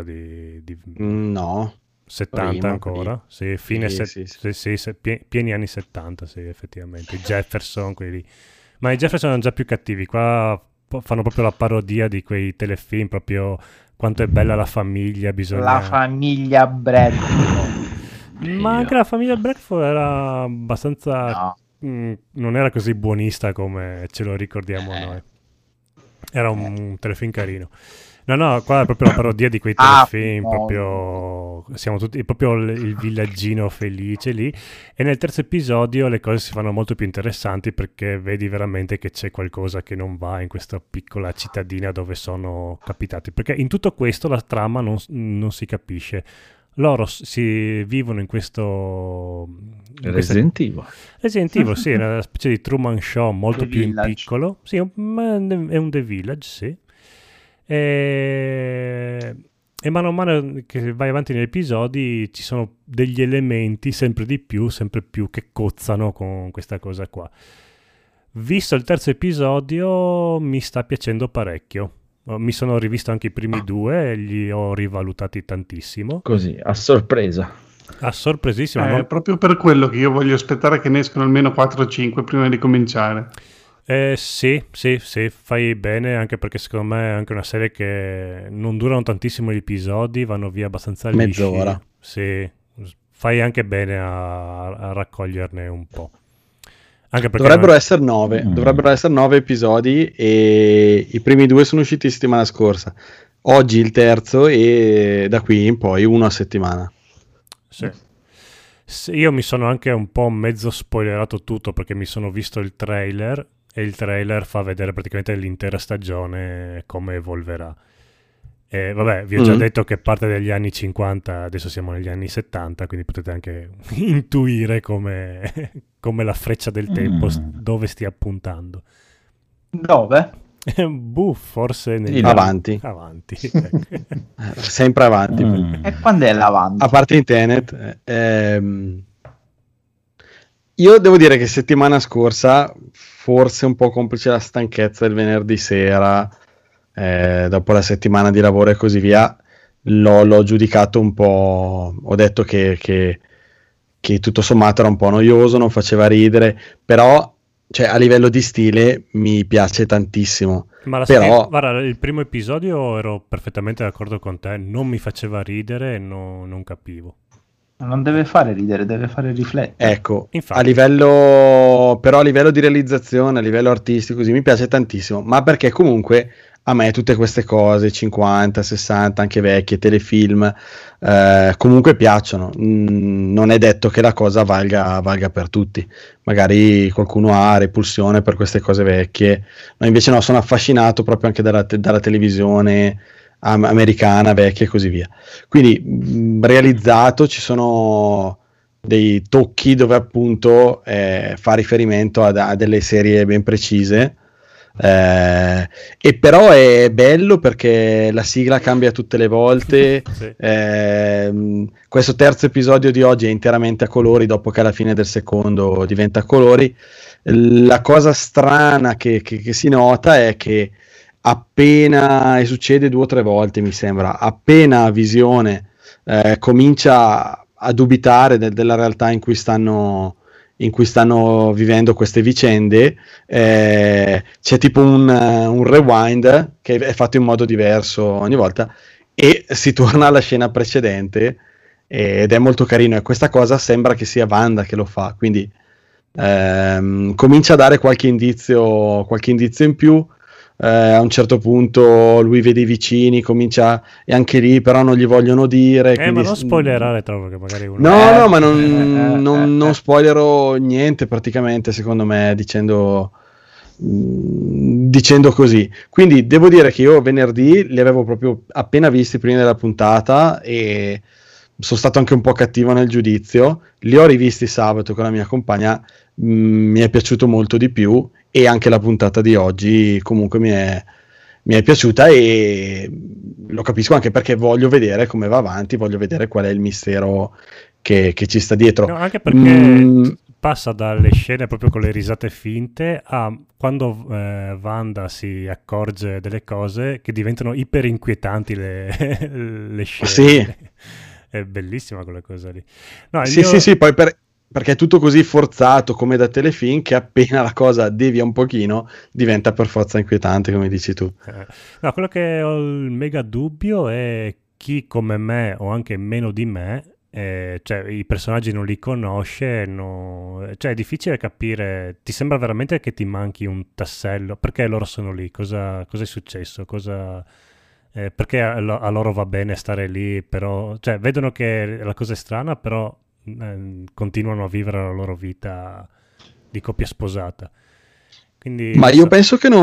no, 70 ancora, sì, fine pieni anni 70, sì, effettivamente. I Jefferson, quelli. Ma i Jefferson erano già più cattivi, qua fanno proprio la parodia di quei telefilm, proprio quanto è bella la famiglia, la famiglia Bradford. Ma anche la famiglia Bradford era abbastanza non era così buonista come ce lo ricordiamo noi. Era un telefilm carino. No, qua è proprio la parodia di quei telefilm, proprio siamo tutti proprio il villaggino felice lì. E nel terzo episodio le cose si fanno molto più interessanti perché vedi veramente che c'è qualcosa che non va in questa piccola cittadina dove sono capitati. Perché in tutto questo la trama non si capisce. Loro si vivono in questo Resident Evil, sì, è una specie di Truman Show molto The più Village. in piccolo. Sì, è un The Village, sì. E mano a mano che vai avanti negli episodi ci sono degli elementi sempre più che cozzano con questa cosa qua. Visto il terzo episodio mi sta piacendo parecchio. Mi sono rivisto anche i primi due e li ho rivalutati tantissimo. Così, a sorpresa. A sorpresissima. È proprio per quello che io voglio aspettare che ne escono almeno 4 o 5 prima di cominciare. Sì, fai bene, anche perché secondo me è anche una serie che non durano tantissimo gli episodi, vanno via abbastanza lisci. Mezz'ora. Sì, fai anche bene a raccoglierne un po'. Anche perché dovrebbero essere 9 episodi e i primi 2 sono usciti settimana scorsa. Oggi il terzo e da qui in poi uno a settimana. Sì. Io mi sono anche un po' mezzo spoilerato tutto perché mi sono visto il trailer e il trailer fa vedere praticamente l'intera stagione come evolverà. E vabbè, vi ho già detto che parte dagli anni 50, adesso siamo negli anni 70, quindi potete anche intuire come la freccia del tempo dove stia puntando. Dove? Forse avanti. Sempre avanti. E quando è l'avanti? A parte in Tenet, io devo dire che settimana scorsa, forse un po' complice la stanchezza del venerdì sera, dopo la settimana di lavoro e così via, l'ho giudicato un po'. Ho detto che tutto sommato era un po' noioso, non faceva ridere, però cioè, a livello di stile mi piace tantissimo. Ma però guarda, il primo episodio ero perfettamente d'accordo con te, non mi faceva ridere e non capivo. Non deve fare ridere, deve fare riflettere. Ecco, a livello di realizzazione, a livello artistico, così mi piace tantissimo, ma perché comunque a me tutte queste cose 50, 60, anche vecchie, telefilm, comunque piacciono. Non è detto che la cosa valga per tutti, magari qualcuno ha repulsione per queste cose vecchie, no, invece no, sono affascinato proprio anche dalla televisione americana vecchia e così via. Quindi realizzato, ci sono dei tocchi dove appunto fa riferimento a delle serie ben precise, e però è bello perché la sigla cambia tutte le volte. Sì. Questo terzo episodio di oggi è interamente a colori, dopo che alla fine del secondo diventa a colori. La cosa strana che si nota è che appena, e succede 2 o 3 volte mi sembra, appena Visione comincia a dubitare della realtà in cui stanno vivendo queste vicende, c'è tipo un rewind che è fatto in modo diverso ogni volta e si torna alla scena precedente, ed è molto carino, e questa cosa sembra che sia Wanda che lo fa, quindi comincia a dare qualche indizio in più. A un certo punto lui vede i vicini, comincia, e anche lì però non gli vogliono dire, ma non spoilerare troppo, che magari uno... no, ma non spoilerò niente praticamente, secondo me, dicendo così. Quindi devo dire che io venerdì li avevo proprio appena visti prima della puntata e sono stato anche un po' cattivo nel giudizio. Li ho rivisti sabato con la mia compagna, mi è piaciuto molto di più, e anche la puntata di oggi comunque mi è piaciuta, e lo capisco anche perché voglio vedere come va avanti, voglio vedere qual è il mistero che ci sta dietro. No, anche perché passa dalle scene proprio con le risate finte a quando Wanda si accorge delle cose che diventano iper inquietanti le scene. Sì. È bellissima quella cosa lì. No, sì, poi perché è tutto così forzato come da telefilm, che appena la cosa devia un pochino diventa per forza inquietante, come dici tu. No, quello che ho il mega dubbio è chi come me o anche meno di me, cioè i personaggi non li conosce, cioè è difficile capire, ti sembra veramente che ti manchi un tassello, perché loro sono lì, cosa è successo, perché a loro va bene stare lì, però, cioè vedono che la cosa è strana, però continuano a vivere la loro vita di coppia sposata. Quindi, ma io penso che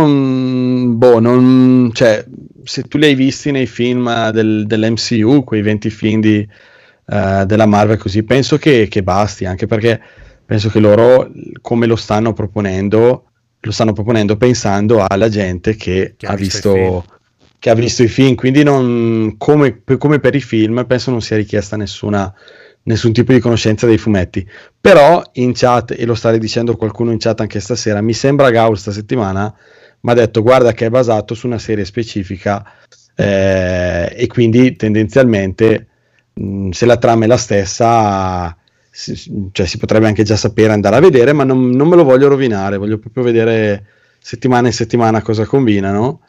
cioè, se tu li hai visti nei film dell'MCU, quei 20 film della Marvel, così, penso che basti, anche perché penso che loro, come lo stanno proponendo pensando alla gente che ha visto i film, quindi non, come per i film, penso non sia richiesta nessun tipo di conoscenza dei fumetti. Però in chat, e lo sta dicendo qualcuno in chat anche stasera, mi sembra Gaul sta settimana mi ha detto guarda che è basato su una serie specifica, e quindi tendenzialmente se la trama è la stessa, cioè si potrebbe anche già sapere, andare a vedere, ma non me lo voglio rovinare, voglio proprio vedere settimana in settimana cosa combinano.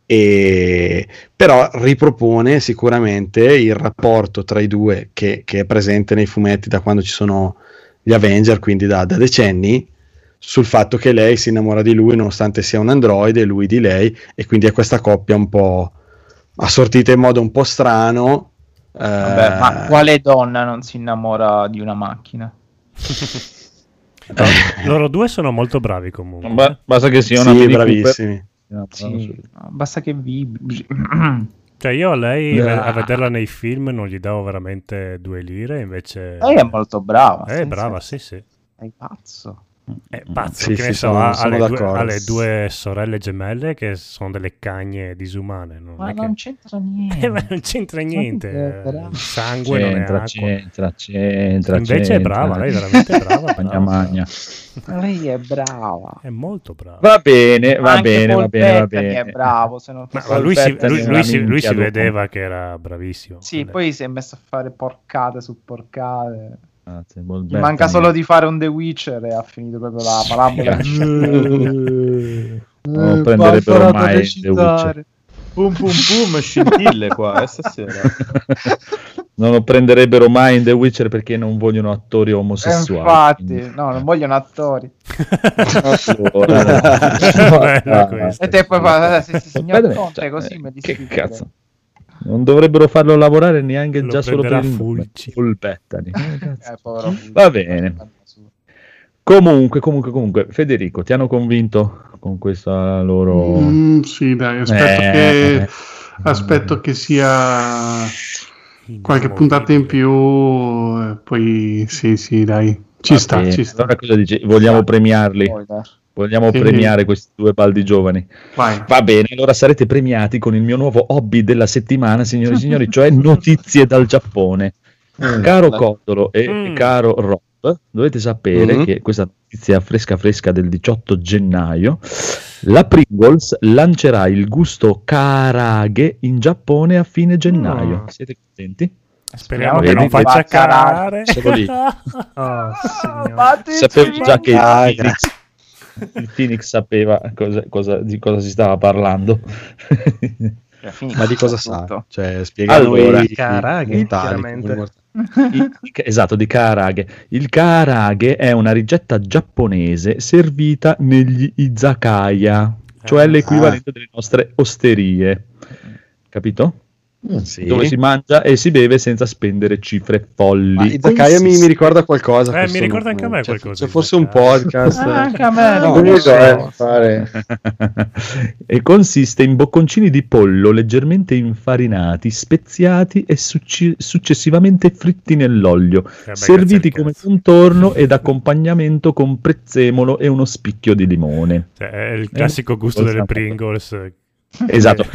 Però ripropone sicuramente il rapporto tra i due che è presente nei fumetti da quando ci sono gli Avenger, quindi da decenni, sul fatto che lei si innamora di lui nonostante sia un androide e lui di lei, e quindi è questa coppia un po' assortita in modo un po' strano. Vabbè, ma quale donna non si innamora di una macchina? Loro due sono molto bravi comunque. Basta che siano bravissimi. Sì, basta che vibri. Cioè io a lei a vederla nei film non gli davo veramente 2 lire, invece lei è molto brava. È brava, sì. È pazzo. È pazzo, sì, che ne so, sono ha le 2 sorelle gemelle che sono delle cagne disumane. Non c'entra niente. Ma non c'entra niente. Sangue non è acqua. C'entra. Invece è brava, lei è veramente brava. Magna. Lei è brava. È molto brava. Va bene. Che è bravo, se non ma lui si vedeva che era bravissimo. Sì, poi si è messo a fare porcate su porcate. Gli manca solo di fare un The Witcher e ha finito proprio la parabola. Non prenderebbero mai The Witcher. Pum pum pum, scintille qua stasera. Non lo prenderebbero mai in The Witcher perché non vogliono attori omosessuali. Infatti, no, non vogliono attori. E te poi signor Conte così mi che cazzo. Non dovrebbero farlo lavorare neanche già solo per il Fulbettani. Va bene. Comunque, Federico, ti hanno convinto con questa loro... sì, dai, aspetto che sia qualche puntata in più, poi sì, dai, ci sta. Allora cosa dici? Vogliamo premiarli? Vogliamo premiare questi due baldi giovani? Vai. Va bene, allora sarete premiati con il mio nuovo hobby della settimana, signori e signori, cioè notizie dal Giappone. Caro Codolo e caro Rob, dovete sapere che questa notizia fresca del 18 gennaio, la Pringles lancerà il gusto Karage in Giappone a fine gennaio. Siete contenti? Speriamo che non faccia carare. Sapevo già che il Phoenix sapeva di cosa si stava parlando. Ma di cosa sa? Cioè, spiegalo allora, Karage, chiaramente. Esatto, di Karage. Il Karage è una ricetta giapponese servita negli izakaya, cioè l'equivalente delle nostre osterie. Capito? Sì. Dove si mangia e si beve senza spendere cifre folli. Izakaya mi ricorda qualcosa. Mi ricorda anche a me qualcosa. Se fosse un podcast. Anche a me. E consiste in bocconcini di pollo leggermente infarinati, speziati e successivamente fritti nell'olio, serviti come contorno ed accompagnamento con prezzemolo e uno spicchio di limone. Cioè, è il classico gusto delle Pringles. Esatto.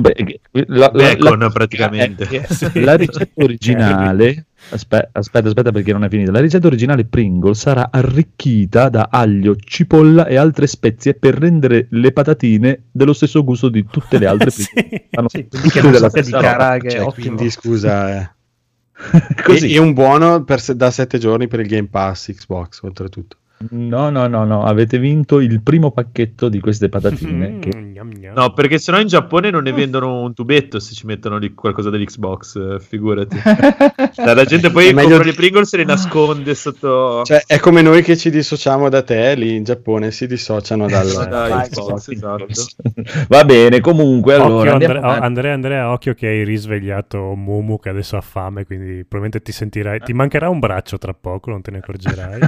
Bacon praticamente. La ricetta originale aspetta perché non è finita. La ricetta originale Pringles sarà arricchita da aglio, cipolla e altre spezie per rendere le patatine dello stesso gusto di tutte le altre Pringles. Tutte della stessa Karage, ottimo. Quindi scusa, così. È un buono da 7 giorni per il Game Pass Xbox, oltretutto. No, avete vinto il primo pacchetto di queste patatine. No, perché sennò in Giappone non ne vendono un tubetto se ci mettono lì qualcosa dell'Xbox, figurati. La gente poi compra le Pringles e le nasconde sotto... Cioè, è come noi che ci dissociamo da te, lì in Giappone si dissociano da Xbox, esatto. Va bene, comunque, allora... Andrea, occhio che hai risvegliato Mumu che adesso ha fame, quindi probabilmente ti mancherà un braccio tra poco, non te ne accorgerai.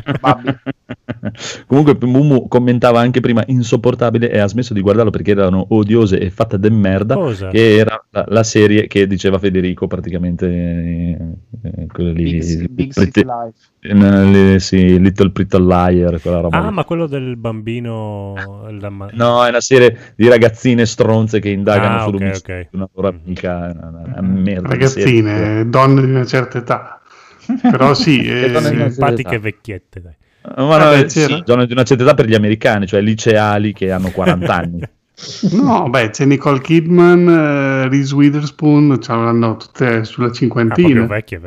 Comunque Mumu commentava anche prima insopportabile e ha smesso di guardarlo perché erano odiose e fatte de merda. Cosa? Che era la serie che diceva Federico praticamente quello lì Big City Life. sì, Little Pretty Liar, quella roba lì. Ma quello del bambino no, è una serie di ragazzine stronze che indagano su una loro amica, una merda. Ragazzine, donne di una certa età. Però sì, simpatiche vecchiette, dai. Sì, donne di una certa età per gli americani, cioè liceali che hanno 40 anni. No, c'è Nicole Kidman, Reese Witherspoon, hanno tutte sulla cinquantina. Vecchie.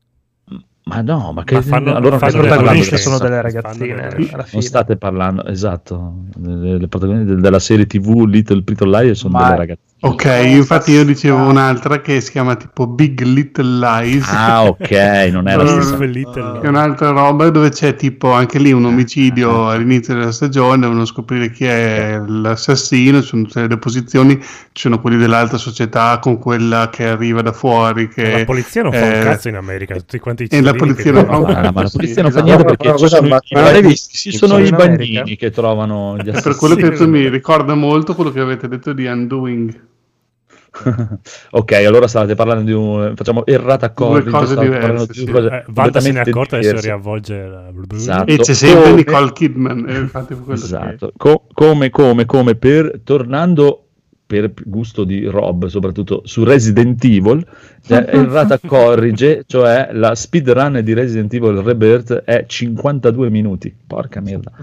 Ma no, ma allora le protagoniste sono delle ragazzine. Non state parlando, esatto, le protagoniste della serie TV Little Pretty Liars sono delle ragazzine. Ok, infatti io dicevo un'altra che si chiama tipo Big Little Lies. Ah, ok, non è la stessa. È un'altra roba dove c'è tipo anche lì un omicidio all'inizio della stagione, devono scoprire chi è l'assassino, ci sono tutte le deposizioni, ci sono quelli dell'altra società con quella che arriva da fuori. Che, la polizia non fa un cazzo in America, tutti quanti e la polizia non fa un cazzo. Ma la polizia non fa niente perché ci sono i bagnini che trovano gli assassini. Per quello che mi ricorda molto quello che avete detto di Undoing. Ok, allora stavate parlando di facciamo errata corrige, due cose diverse. Vanda se ne è accorta e si riavvolge esatto. E c'è sempre Nicole Kidman, infatti esatto. Come per tornando per gusto di Rob, soprattutto su Resident Evil, errata corrige, cioè la speedrun di Resident Evil Rebirth è 52 minuti. Porca merda.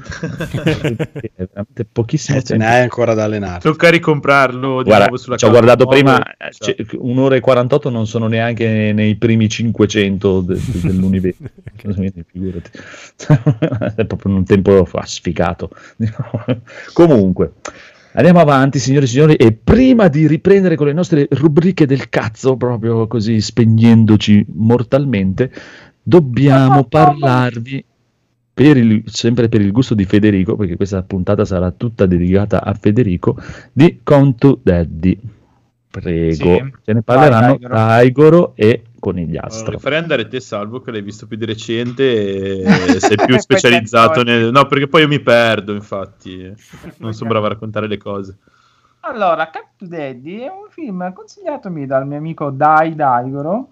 È veramente pochissimo ce n'hai ancora da allenare. Tocca ricomprarlo. Guarda, ci ho guardato prima, 1 ora e 48 non sono neanche nei primi 500 dell'universo. Figurati. È proprio un tempo sficato. Comunque, Andiamo avanti, signori e signori, e prima di riprendere con le nostre rubriche del cazzo, proprio così spegnendoci mortalmente, dobbiamo parlarvi, sempre per il gusto di Federico, perché questa puntata sarà tutta dedicata a Federico, di Count to Daddy. Prego, Sì. ce ne parleranno Daigoro e Conigliastro. Allora, farei andare te, Salvo, che l'hai visto più di recente e sei più specializzato no, perché poi io mi perdo, infatti non sono bravo a raccontare le cose. Allora, Count to Daddy è un film consigliatomi dal mio amico Daigoro,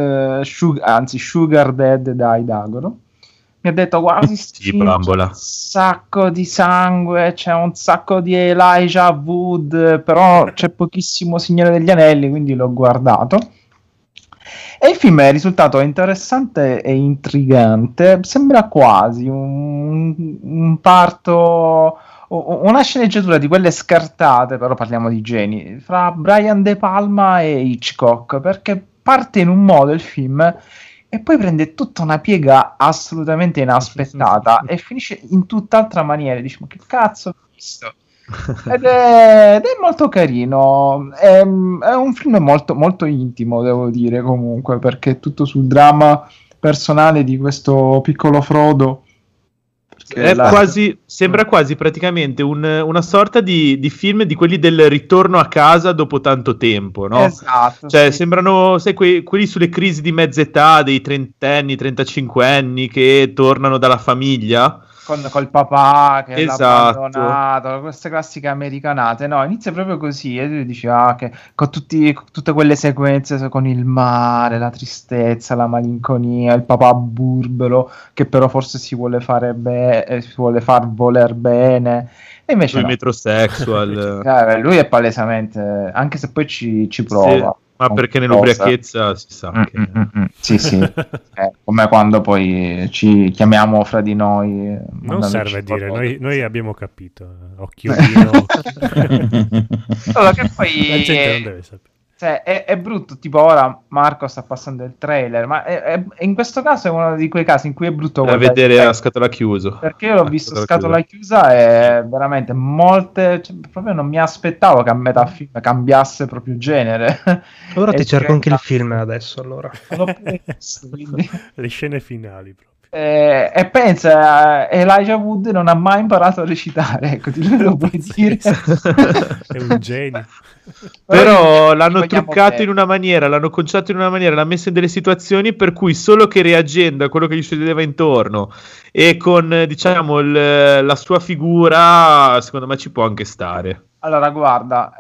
Sugar Dead Daigoro. Mi ha detto guarda, c'è un sacco di sangue, c'è un sacco di Elijah Wood, però c'è pochissimo Signore degli Anelli, quindi l'ho guardato. E il film è risultato interessante e intrigante. Sembra quasi un parto, una sceneggiatura di quelle scartate, però parliamo di geni, fra Brian De Palma e Hitchcock, perché parte in un modo il film e poi prende tutta una piega assolutamente inaspettata e finisce in tutt'altra maniera. Dici, ma che cazzo ho visto? Ed è molto carino. È un film molto, molto intimo, devo dire, comunque, perché è tutto sul dramma personale di questo piccolo Frodo. Sembra quasi praticamente una sorta di film di quelli del ritorno a casa dopo tanto tempo, no? Esatto. Cioè, sembrano, sai, quelli sulle crisi di mezza età dei 30enni, 35enni che tornano dalla famiglia. Col papà che Esatto. l'ha abbandonato, queste classiche americanate, no? Inizia proprio così e tu dici che con tutte quelle sequenze con il mare, la tristezza, la malinconia, il papà burbero che però forse si vuole far voler bene, e invece il no. metrosexual. Lui è palesemente, anche se poi ci prova. Sì. Ma perché nell'ubriachezza si sa che... Sì. Come quando poi ci chiamiamo fra di noi. Non serve a dire, noi abbiamo capito. Occhiolino. Allora, che poi la gente non deve sapere. Cioè, è brutto, tipo ora Marco sta passando il trailer, ma in questo caso è uno di quei casi in cui è brutto da vedere a scatola chiusa. Perché io l'ho visto scatola chiusa e veramente proprio non mi aspettavo che a metà film cambiasse proprio genere. Ora ti cerco anche il film adesso, allora. Le scene finali proprio. E pensa, Elijah Wood non ha mai imparato a recitare, ecco, ti lo puoi dire. È un genio. Però l'hanno truccato in una maniera, l'hanno conciato in una maniera, l'ha messo in delle situazioni per cui solo che reagendo a quello che gli succedeva intorno e con, diciamo, la sua figura, secondo me ci può anche stare. Allora, guarda,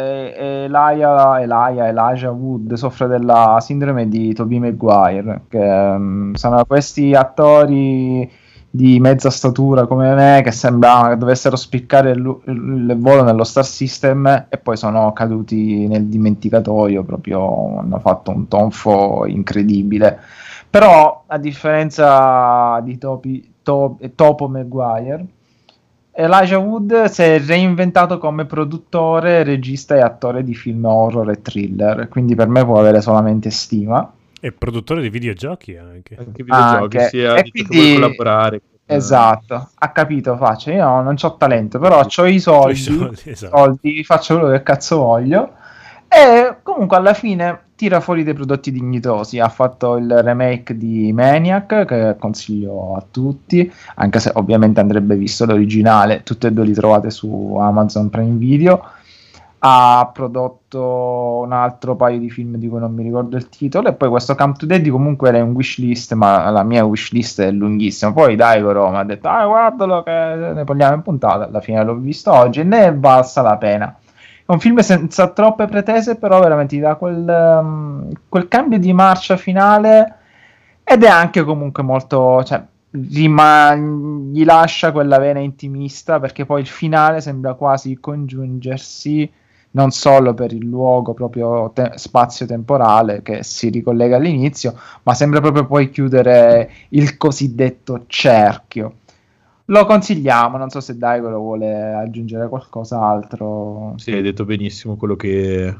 Elijah Wood soffre della sindrome di Tobey Maguire, che sono questi attori di mezza statura come me che sembra che dovessero spiccare il volo nello Star System e poi sono caduti nel dimenticatoio, proprio hanno fatto un tonfo incredibile. Però a differenza di Topo Maguire, Elijah Wood si è reinventato come produttore, regista e attore di film horror e thriller, quindi per me può avere solamente stima. E produttore di videogiochi anche. Videogiochi, sì, ha detto che vuole collaborare. Esatto, ha capito, faccio, io non c'ho talento, però c'ho i soldi, esatto. Faccio quello che cazzo voglio. E comunque alla fine tira fuori dei prodotti dignitosi. Ha fatto il remake di Maniac, che consiglio a tutti, anche se ovviamente andrebbe visto l'originale. Tutte e due li trovate su Amazon Prime Video. Ha prodotto un altro paio di film di cui non mi ricordo il titolo, e poi questo Count to Daddy comunque era un wishlist, ma la mia wishlist è lunghissima. Poi Daigoro mi ha detto guardalo che ne parliamo in puntata, alla fine l'ho visto oggi e ne è valsa la pena. È un film senza troppe pretese, però veramente ti dà quel cambio di marcia finale, ed è anche comunque molto, cioè, gli lascia quella vena intimista, perché poi il finale sembra quasi congiungersi non solo per il luogo proprio spazio-temporale che si ricollega all'inizio, ma sembra proprio poi chiudere il cosiddetto cerchio. Lo consigliamo, non so se Daigoro vuole aggiungere qualcos'altro. Sì, hai detto benissimo quello che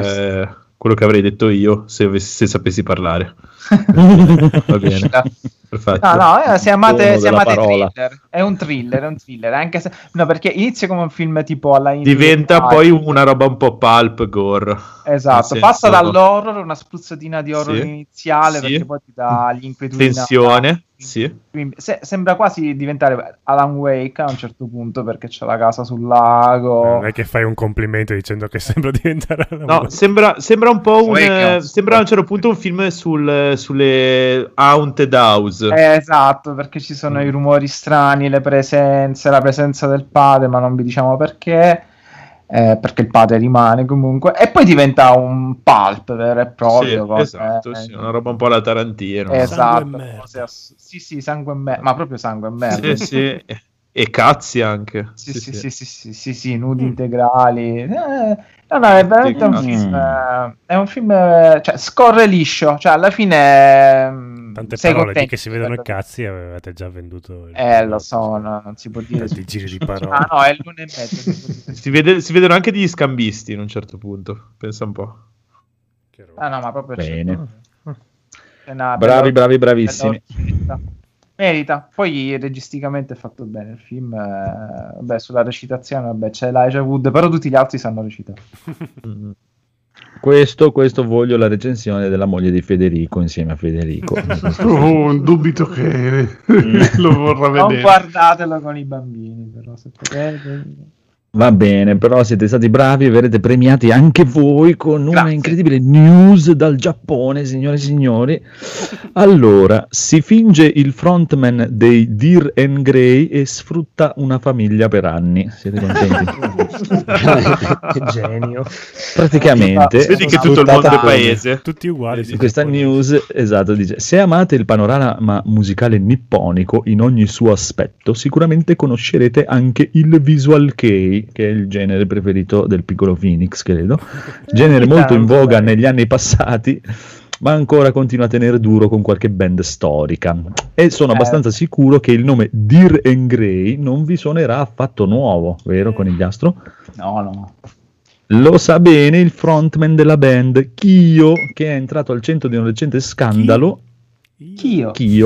quello che avrei detto io se sapessi parlare. Va bene. Perfetto. Se amate thriller, è un thriller, anche se no, perché inizia come un film tipo alla diventa poi una roba un po' pulp gore. Esatto, passa dall'horror, una spruzzatina di horror iniziale, perché poi ti dà l'inquietudine, tensione, sì. Sembra quasi diventare Alan Wake a un certo punto, perché c'è la casa sul lago. Non è che fai un complimento dicendo che sembra diventare Alan Wake. Sembra un po' sembra a un certo punto un film sulle Haunted House. Esatto, perché ci sono i rumori strani, la presenza del padre, ma non vi diciamo perché il padre rimane comunque, e poi diventa un pulp vero e proprio. Esatto, una roba un po' alla Tarantino. Esatto, sangue e merda, ma proprio sangue e merda. Sì. E cazzi anche. Sì, nudi integrali. No, è veramente un film. È un film, cioè, scorre liscio. Cioè, alla fine. Tante parole di che si vedono i cazzi, avete già venduto. Lo so, non si può dire. Di giri di parole. No, è l'una e mezzo. si vedono anche degli scambisti in un certo punto. Pensa un po'. No, ma proprio. Bene. Bravi, bravissimi. Merita. Poi registicamente è fatto bene il film. Sulla recitazione, c'è Elijah Wood, però tutti gli altri sanno recitare. Questo voglio la recensione della moglie di Federico insieme a Federico. Dubito che lo vorrà vedere. Non guardatelo con i bambini, però se potete. Va bene, però siete stati bravi e verrete premiati anche voi con una incredibile news dal Giappone, signore e signori. Allora, si finge il frontman dei Dir and Grey e sfrutta una famiglia per anni. Siete contenti? Che genio. Praticamente... Vedi che tutto il mondo è paese. Tutti uguali. Questa news, esatto, dice: se amate il panorama musicale nipponico in ogni suo aspetto, sicuramente conoscerete anche il visual kei, che è il genere preferito del piccolo Phoenix, credo, genere molto in voga negli anni passati, ma ancora continua a tenere duro con qualche band storica, e sono abbastanza sicuro che il nome Dir and Grey non vi suonerà affatto nuovo, vero Conigliastro? No. Lo sa bene il frontman della band, Kyo, che è entrato al centro di un recente scandalo. Kyo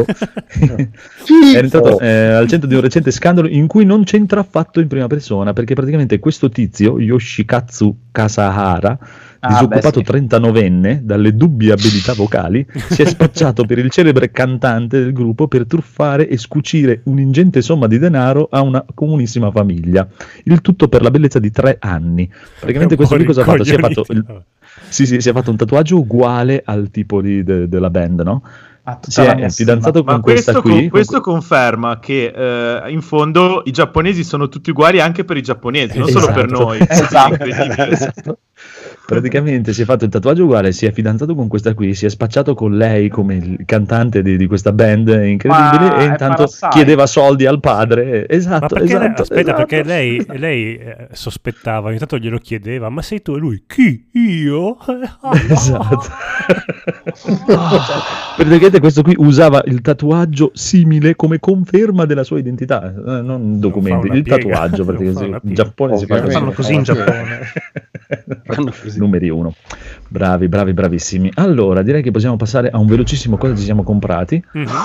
è entrato al centro di un recente scandalo in cui non c'entra affatto in prima persona, perché praticamente questo tizio, Yoshikatsu Kasahara, disoccupato 39enne dalle dubbie abilità vocali, si è spacciato per il celebre cantante del gruppo per truffare e scucire un'ingente somma di denaro a una comunissima famiglia, il tutto per la bellezza di 3 anni. Praticamente questo qui cosa ha fatto? Si è fatto un tatuaggio uguale al tipo della band, no? Si è fidanzato con questa qui. Questo conferma che in fondo i giapponesi sono tutti uguali anche per i giapponesi, non solo per noi. Esatto. Praticamente si è fatto il tatuaggio uguale, si è fidanzato con questa qui, si è spacciato con lei come il cantante di questa band incredibile, e intanto chiedeva soldi al padre. Esatto. Perché lei sospettava, ogni tanto glielo chiedeva: ma sei tu? E lui: chi? Io? Esatto. Praticamente questo qui usava il tatuaggio simile come conferma della sua identità, non documenti, il tatuaggio praticamente. In Giappone si fanno così in Giappone. Numeri 1. Bravissimi. Allora, direi che possiamo passare a un velocissimo cosa ci siamo comprati.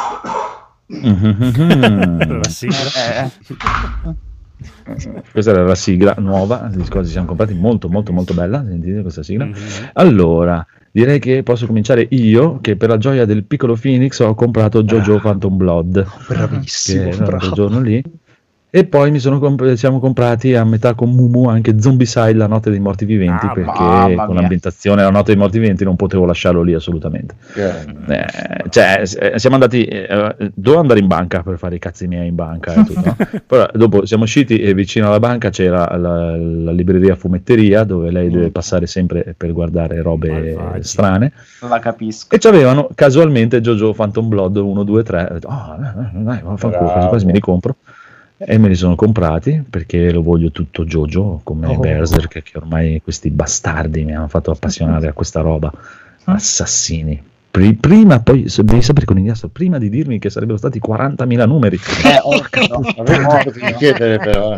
Questa era la sigla nuova di cosa ci siamo comprati, molto bella, sentite questa sigla. Allora, direi che posso cominciare io, che per la gioia del piccolo Phoenix ho comprato JoJo Phantom Blood. Bravissimo, quel giorno lì. E poi siamo comprati a metà con Mumu anche Zombicide, la notte dei morti viventi, perché con l'ambientazione la notte dei morti viventi non potevo lasciarlo lì assolutamente. Siamo andati, dovevo andare in banca per fare i cazzi miei in banca e tutto, no? Però dopo siamo usciti e vicino alla banca c'era la libreria fumetteria, dove lei deve passare sempre per guardare robe strane. Non la capisco. E c'avevano casualmente JoJo Phantom Blood 1, 2, 3. Quasi me li compro. E me li sono comprati perché lo voglio tutto JoJo, come Berserk, che ormai questi bastardi mi hanno fatto appassionare a questa roba. Assassini. Prima, poi devi sapere con Iniastro, prima di dirmi che sarebbero stati 40.000 numeri. Chiedere però.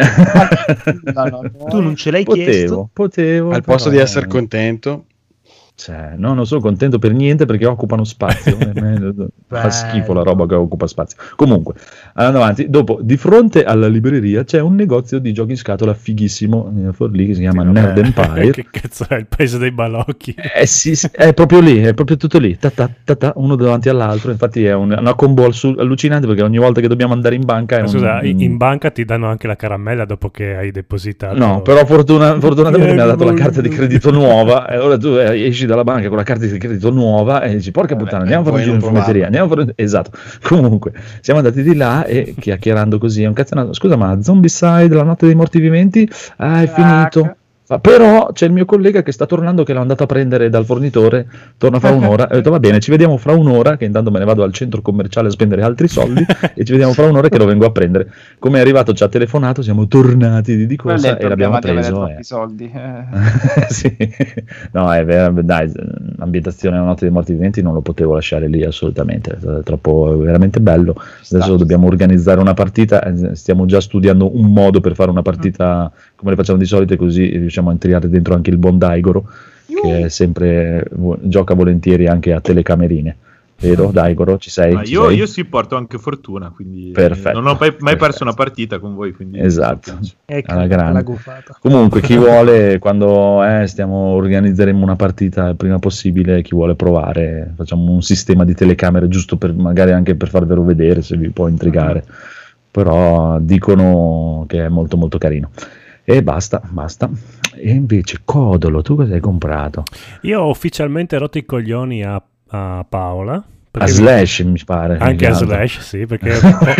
Tu non ce l'hai chiesto? Potevo. Al posto di essere contento. Cioè, no, non sono contento per niente perché occupano spazio. Fa schifo la roba che occupa spazio. Comunque, andando avanti, dopo, di fronte alla libreria c'è un negozio di giochi in scatola fighissimo a Forlì che si chiama Nerd Empire. Che cazzo è il paese dei balocchi? Sì, è proprio lì, è proprio tutto lì, uno davanti all'altro. Infatti è una combo allucinante perché ogni volta che dobbiamo andare in banca è Scusa, in banca ti danno anche la caramella dopo che hai depositato? No, però fortunatamente mi ha dato la carta di credito nuova e allora tu esci dalla banca con la carta di credito nuova e dici porca puttana, andiamo a fare un giro in fumetteria, esatto. Comunque siamo andati di là e chiacchierando così, un cazzo, scusa, ma Zombicide, la notte dei morti viventi è finito. Però c'è il mio collega che sta tornando, che l'ho andato a prendere dal fornitore, torna fra un'ora, e ho detto va bene, ci vediamo fra un'ora, che intanto me ne vado al centro commerciale a spendere altri soldi e ci vediamo fra un'ora che lo vengo a prendere. Come è arrivato ci ha telefonato, siamo tornati di corsa e l'abbiamo preso. Troppi soldi. Sì. No, è vero, dai, l'ambientazione della notte dei morti viventi non lo potevo lasciare lì assolutamente, è troppo veramente bello. Adesso dobbiamo organizzare una partita, stiamo già studiando un modo per fare una partita come le facciamo di solito, così riusciamo a entrare dentro anche il buon Daigoro, che è sempre gioca volentieri anche a telecamerine, vero Daigoro? Ci sei? Io sì, porto anche fortuna, quindi perfetto, non ho mai perso una partita con voi, quindi esatto, alla grande. La Comunque chi vuole, quando organizzeremo una partita il prima possibile, chi vuole provare, facciamo un sistema di telecamere giusto per magari anche per farvelo vedere se vi può intrigare, però dicono che è molto molto carino. E basta. E invece Codolo, tu cosa hai comprato? Io ho ufficialmente rotto i coglioni a Paola. A Slash mi pare. Anche a Slash, sì, perché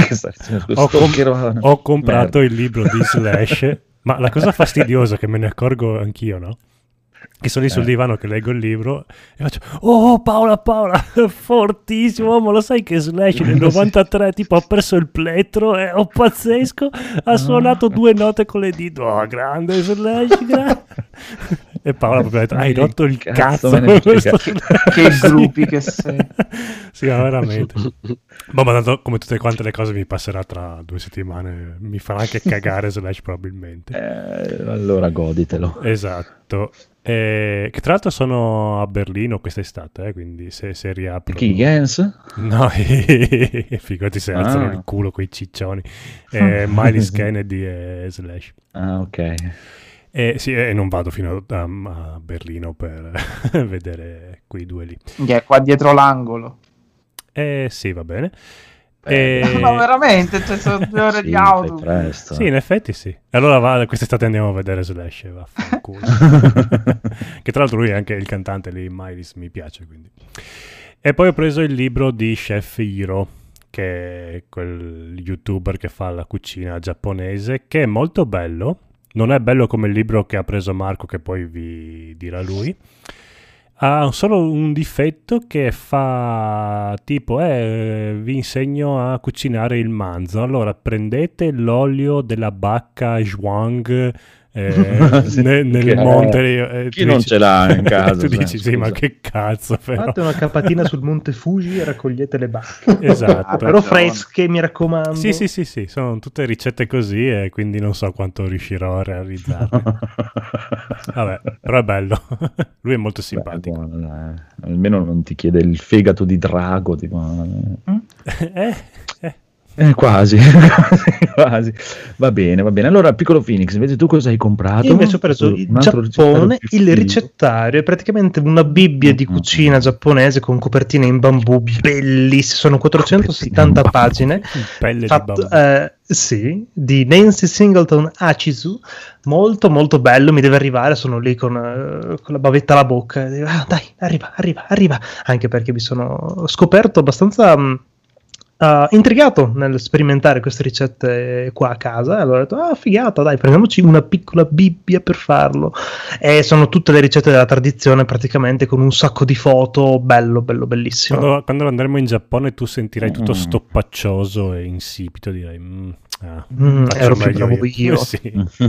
ho comprato il libro di Slash. Ma la cosa fastidiosa che me ne accorgo anch'io, no? Che sono lì sul divano che leggo il libro e faccio oh Paola, fortissimo, ma lo sai che Slash nel 93 tipo ha perso il plettro, oh pazzesco, ha suonato 2 note con le dita, oh grande Slash, grande. E Paola proprio ha detto hai rotto il cazzo che gruppi che sei. Sì, ma veramente. Ma tanto come tutte quante le cose mi passerà tra 2 settimane, mi farà anche cagare Slash probabilmente. Allora goditelo. Esatto. Che tra l'altro sono a Berlino quest'estate, quindi se riaprono. Chi, Gens? No, figurati se alzano il culo quei ciccioni. Miley Kennedy e Slash. Ah, ok. Sì, non vado fino a Berlino per vedere quei 2 lì. Qua dietro l'angolo. Sì, va bene. Ma veramente, cioè, sono 2 ore di auto. Sì, in effetti sì. Allora quest'estate andiamo a vedere Slash, vaffanculo. Che tra l'altro lui è anche il cantante lì, Miles, mi piace quindi. E poi ho preso il libro di Chef Hiro, che è quel youtuber che fa la cucina giapponese, che è molto bello. Non è bello come il libro che ha preso Marco, che poi vi dirà lui. Ha solo un difetto che fa tipo vi insegno a cucinare il manzo, allora prendete l'olio della bacca Zhuang nel monte, chi non ce l'ha in casa? Tu dici sì, ma che cazzo, però. Fate una capatina sul monte Fuji e raccogliete le bacche. Esatto. Però fresche, mi raccomando. Sì, sono tutte ricette così e quindi non so quanto riuscirò a realizzarle. Vabbè, però è bello. Lui è molto simpatico. Beh, buono, almeno non ti chiede il fegato di drago, tipo. Quasi. Va bene. Allora, piccolo Phoenix, invece tu cosa hai comprato? Io invece ho preso il Giappone, il ricettario, è praticamente una bibbia di cucina giapponese con copertine in bambù bellissime, sono 470 pagine. Pelle fatto, di bambù. Sì, di Nancy Singleton Achizu, molto molto bello, mi deve arrivare, sono lì con la bavetta alla bocca, dico, dai, arriva, anche perché mi sono scoperto abbastanza intrigato nel sperimentare queste ricette qua a casa, e allora ho detto figata, dai, prendiamoci una piccola bibbia per farlo, e sono tutte le ricette della tradizione praticamente, con un sacco di foto, bellissimo. Quando andremo in Giappone tu sentirai tutto stoppaccioso e insipido, direi ero più bravo io. Sì.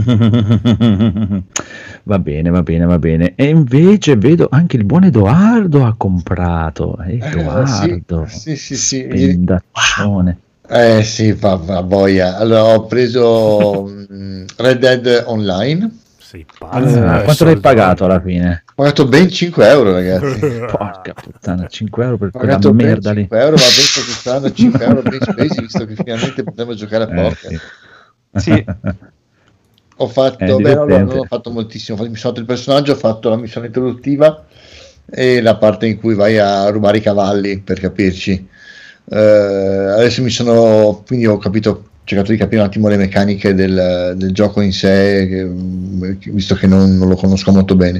Va bene. E invece vedo anche il buon Edoardo ha comprato. Edoardo, sì. spendaccione. Sì, va boia. Allora ho preso Red Dead Online. Sei pazzo. Quanto l'hai pagato alla fine? Ho pagato ben 5 euro, ragazzi. Porca puttana, 5 euro per Ho quella pagato ben merda lì. 5 euro, ma penso che saranno 5 euro ben spesi, visto che finalmente potremo giocare a poker. Sì. Ho fatto, non ho fatto moltissimo, mi sono fatto il personaggio, ho fatto la missione introduttiva e la parte in cui vai a rubare i cavalli, per capirci. Adesso quindi ho cercato di capire un attimo le meccaniche del gioco in sé, visto che non lo conosco molto bene.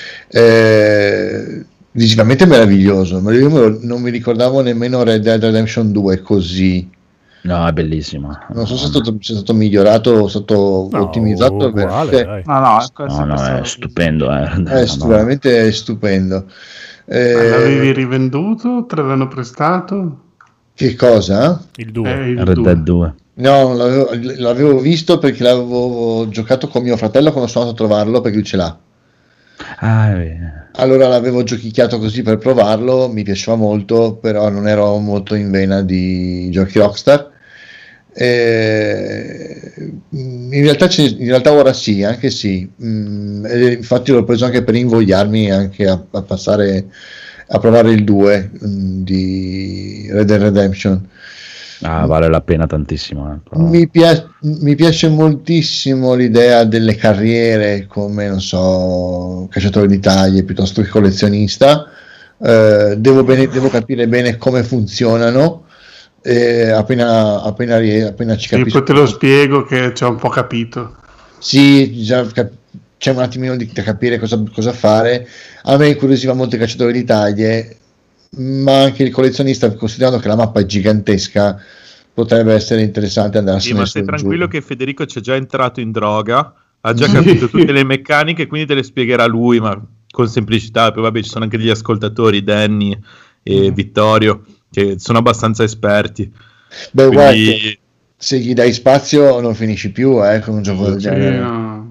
Visivamente meraviglioso, ma io non mi ricordavo nemmeno Red Dead Redemption 2 così. No, è bellissimo. Non so se è stato migliorato o stato ottimizzato. Uguale, no, è stupendo. Veramente stupendo. L'avevi rivenduto? Te l'avevano prestato? Che cosa? Il 2. Red Dead 2. No, l'avevo visto perché l'avevo giocato con mio fratello quando sono andato a trovarlo, perché lui ce l'ha. Allora l'avevo giochicchiato così per provarlo, mi piaceva molto, però non ero molto in vena di giochi Rockstar. In realtà ora sì, anche sì. Infatti l'ho preso anche per invogliarmi anche a passare a provare il 2 di Red Dead Redemption. Vale la pena tantissimo. Mi piace moltissimo l'idea delle carriere come, non so, cacciatore di taglie piuttosto che collezionista. Devo capire bene come funzionano. Appena ci capisco. Poi te lo spiego che ci ho un po' capito. Sì, già c'è un attimino da capire cosa fare. A me incuriosiva molto il cacciatore di taglie, ma anche il collezionista, considerando che la mappa è gigantesca, potrebbe essere interessante andarsene. Sì, ma stai tranquillo che Federico c'è già entrato in droga, ha già capito tutte le meccaniche, quindi te le spiegherà lui, ma con semplicità. Poi vabbè, ci sono anche degli ascoltatori, Danny e Vittorio, che sono abbastanza esperti. Beh, guarda, se gli dai spazio non finisci più con un gioco del genere. No.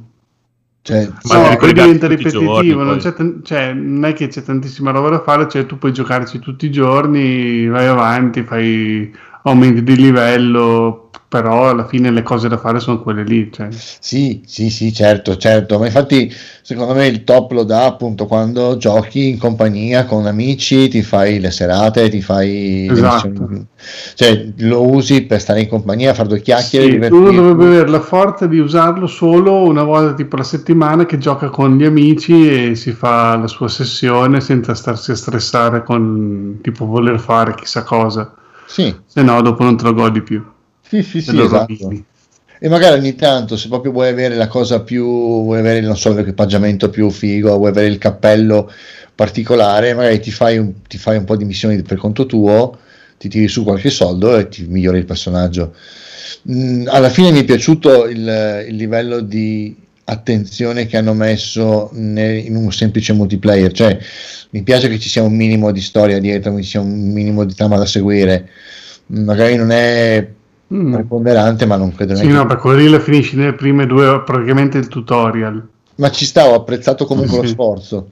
Ma poi diventa ripetitivo, non è che c'è tantissima roba da fare, cioè tu puoi giocarci tutti i giorni, vai avanti, fai aumenti di livello, però alla fine le cose da fare sono quelle lì. Sì, certo, ma infatti secondo me il top lo dà appunto quando giochi in compagnia con amici, ti fai le serate, ti fai le missioni, lo usi per stare in compagnia, fare due chiacchiere. Uno dovrebbe avere la forza di usarlo solo una volta tipo la settimana, che gioca con gli amici e si fa la sua sessione senza starsi a stressare con tipo voler fare chissà cosa. Sì. Se no dopo non te lo godi più. Sì, esatto. E magari ogni tanto, se proprio vuoi avere la cosa vuoi avere, non so, l'equipaggiamento più figo, vuoi avere il cappello particolare, magari ti fai un po' di missioni per conto tuo, ti tiri su qualche soldo e ti migliori il personaggio. Alla fine mi è piaciuto il livello di attenzione che hanno messo in un semplice multiplayer, cioè mi piace che ci sia un minimo di storia dietro, che ci sia un minimo di trama da seguire. Magari non è preponderante, ma non credo neanche. No, per quello lì la finisci nelle prime due, praticamente il tutorial. Ma ci sta, ho apprezzato comunque lo sforzo.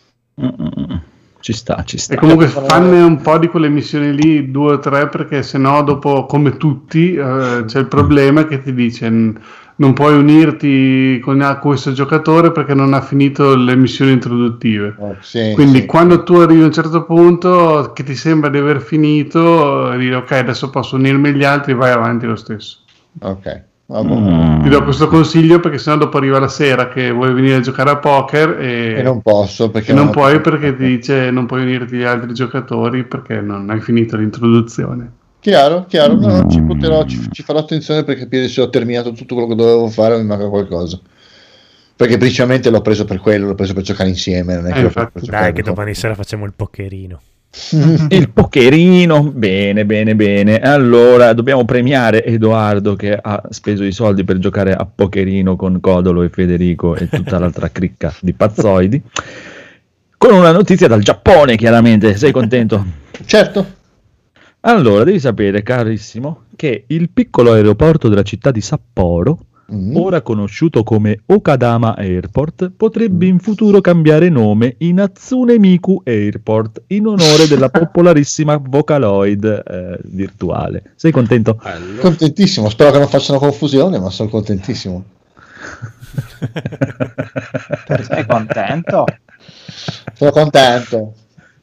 Ci sta. E comunque fanne un po' di quelle missioni lì, 2 o 3, perché sennò dopo, come tutti, c'è il problema che ti dice non puoi unirti con questo giocatore perché non ha finito le missioni introduttive. Quindi quando tu arrivi a un certo punto che ti sembra di aver finito, dire ok, adesso posso unirmi agli altri, vai avanti lo stesso. Ok. Ti do questo consiglio perché sennò dopo arriva la sera che vuoi venire a giocare a poker e non posso perché perché ti dice non puoi unirti agli altri giocatori perché non hai finito l'introduzione. Chiaro, no, ci farò attenzione per capire se ho terminato tutto quello che dovevo fare o mi manca qualcosa. Perché principalmente l'ho preso per quello, l'ho preso per giocare insieme. Non è dai, che domani sera facciamo il pokerino. Il pokerino, bene. Allora dobbiamo premiare Edoardo che ha speso i soldi per giocare a pokerino con Codolo e Federico e tutta l'altra cricca di pazzoidi, con una notizia dal Giappone. Chiaramente sei contento? Certo. Allora devi sapere, carissimo, che il piccolo aeroporto della città di Sapporo, ora conosciuto come Okadama Airport, potrebbe in futuro cambiare nome in Hatsune Miku Airport in onore della popolarissima Vocaloid virtuale. Sei contento? Contentissimo, spero che non facciano confusione, ma sono contentissimo. Sei contento? Sono contento.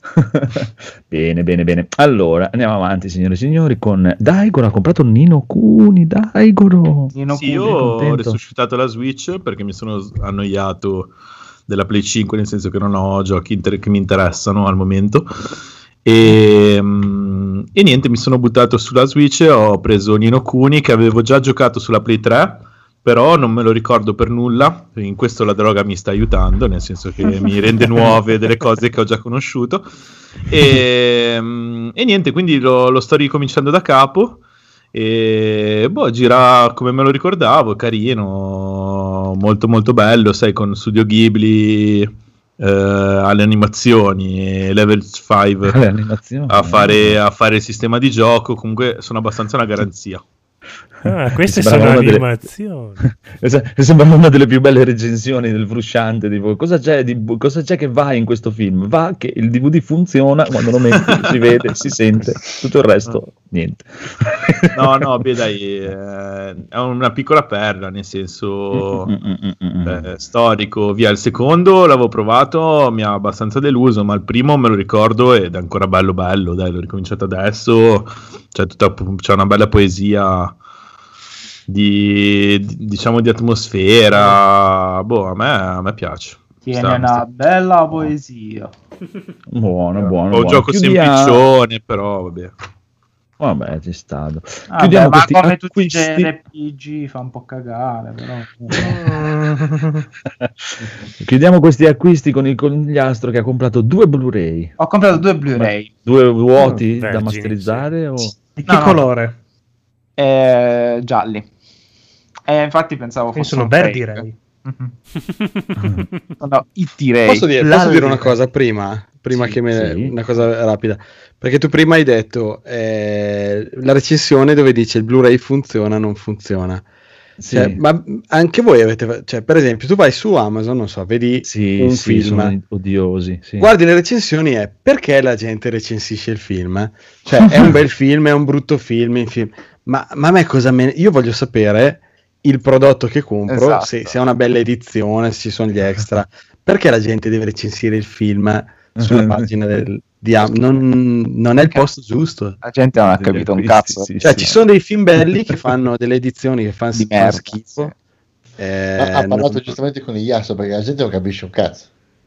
Bene. Allora, andiamo avanti, signore e signori, con Daigoro. Ha comprato Nino Kuni. Daigoro. Io ho resuscitato la Switch perché mi sono annoiato della Play 5, nel senso che non ho giochi che mi interessano al momento. E niente, mi sono buttato sulla Switch, ho preso Nino Kuni che avevo già giocato sulla Play 3, però non me lo ricordo per nulla. In questo la droga mi sta aiutando, nel senso che mi rende nuove delle cose che ho già conosciuto, e niente, quindi lo sto ricominciando da capo e gira come me lo ricordavo, carino, molto molto bello, sai, con Studio Ghibli alle animazioni, level 5 a fare il sistema di gioco. Comunque sono abbastanza una garanzia. Queste sono animazioni. Sembra una delle più belle recensioni del Frusciante, tipo cosa c'è che va in questo film? Va che il DVD funziona, quando lo metti si vede, si sente, tutto il resto niente. No, beh dai, è una piccola perla, nel senso storico, via. Il secondo l'avevo provato, mi ha abbastanza deluso, ma il primo me lo ricordo ed è ancora bello, dai, l'ho ricominciato adesso, c'è una bella poesia diciamo di atmosfera, a me piace. Tiene una bella poesia. Buono. Un gioco semplicione, però vabbè, c'è stato. Ma come tutti i JRPG fa un po' cagare, però. Chiudiamo questi acquisti con il conigliastro che ha comprato 2 Blu-ray. Ho comprato 2 Blu-ray. 2 vuoti da masterizzare? O... Di che colore? Gialli. Infatti pensavo fossero sono verdi Ray. No, IT-Ray. Posso dire una cosa prima che una cosa rapida, perché tu prima hai detto la recensione dove dice il Blu-ray funziona, non funziona. Cioè, ma anche voi avete, cioè, per esempio, tu vai su Amazon, non so, vedi un film, sono odiosi, guardi le recensioni, perché la gente recensisce il film? Cioè, è un bel film, è un brutto film, ma a me io voglio sapere il prodotto che compro, esatto. se è una bella edizione, se ci sono gli extra, perché la gente deve recensire il film sulla pagina di Amazon? Non è il posto giusto. La gente non ha capito un cazzo. Ci sono dei film belli che fanno delle edizioni che fanno schifo. Ha parlato giustamente con Iasso, perché la gente non capisce un cazzo.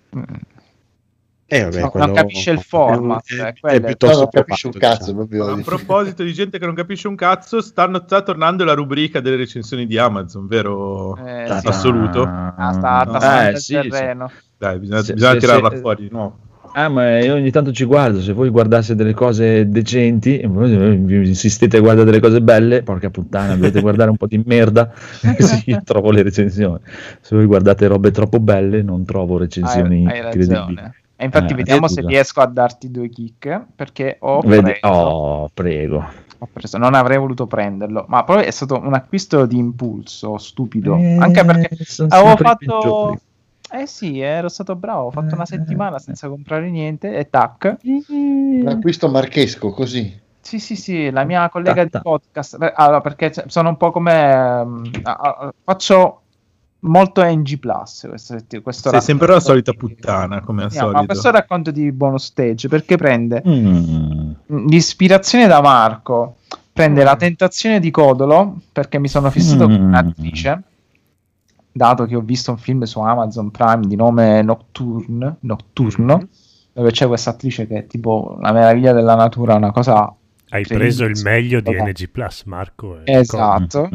Non capisce il format, è piuttosto non capisce un cazzo. A proposito di gente che non capisce un cazzo, sta tornando la rubrica delle recensioni di Amazon, vero? Assoluto. Sta nel terreno. Dai, bisogna tirarla fuori, no? Ma io ogni tanto ci guardo. Se voi guardasse delle cose decenti, vi insistete a guardare delle cose belle, porca puttana, dovete guardare un po' di merda. Sì, io trovo le recensioni. Se voi guardate robe troppo belle, non trovo recensioni credibili. E infatti vediamo se riesco a darti 2 kick, perché ho preso. Prego. Ho preso, non avrei voluto prenderlo, ma poi è stato un acquisto di impulso stupido, anche perché avevo fatto ero stato bravo, ho fatto una settimana senza comprare niente e tac, un acquisto marchesco così. Sì, la mia collega di podcast, allora, perché sono un po' come faccio molto NG Plus questo sei sempre la solita puttana, come al solito. Ma questo racconto di bonus stage, perché prende l'ispirazione da Marco, prende la tentazione di Codolo, perché mi sono fissato con un'attrice, dato che ho visto un film su Amazon Prime di nome Nocturno, dove c'è questa attrice che è tipo la meraviglia della natura, una cosa. Hai preso il meglio di NG Plus, Marco. Esatto.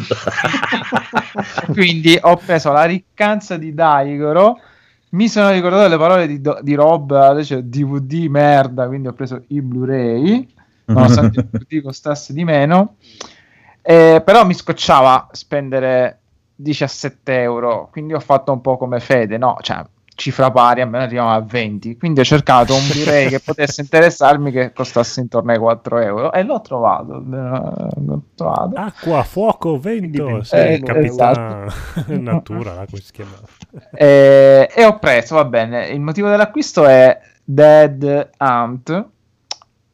Quindi ho preso la riccanza di Daigoro, mi sono ricordato le parole di Rob, dice DVD merda, quindi ho preso i Blu-ray, nonostante il DVD costasse di meno, però mi scocciava spendere 17 euro, quindi ho fatto un po' come Fede, no? Cioè, cifra pari, a me arriviamo a 20, quindi ho cercato un Blu-ray che potesse interessarmi, che costasse intorno ai 4 euro, e l'ho trovato. Acqua, fuoco, vento, capitana natura, come si chiama. E ho preso, va bene, il motivo dell'acquisto è Dead Ant,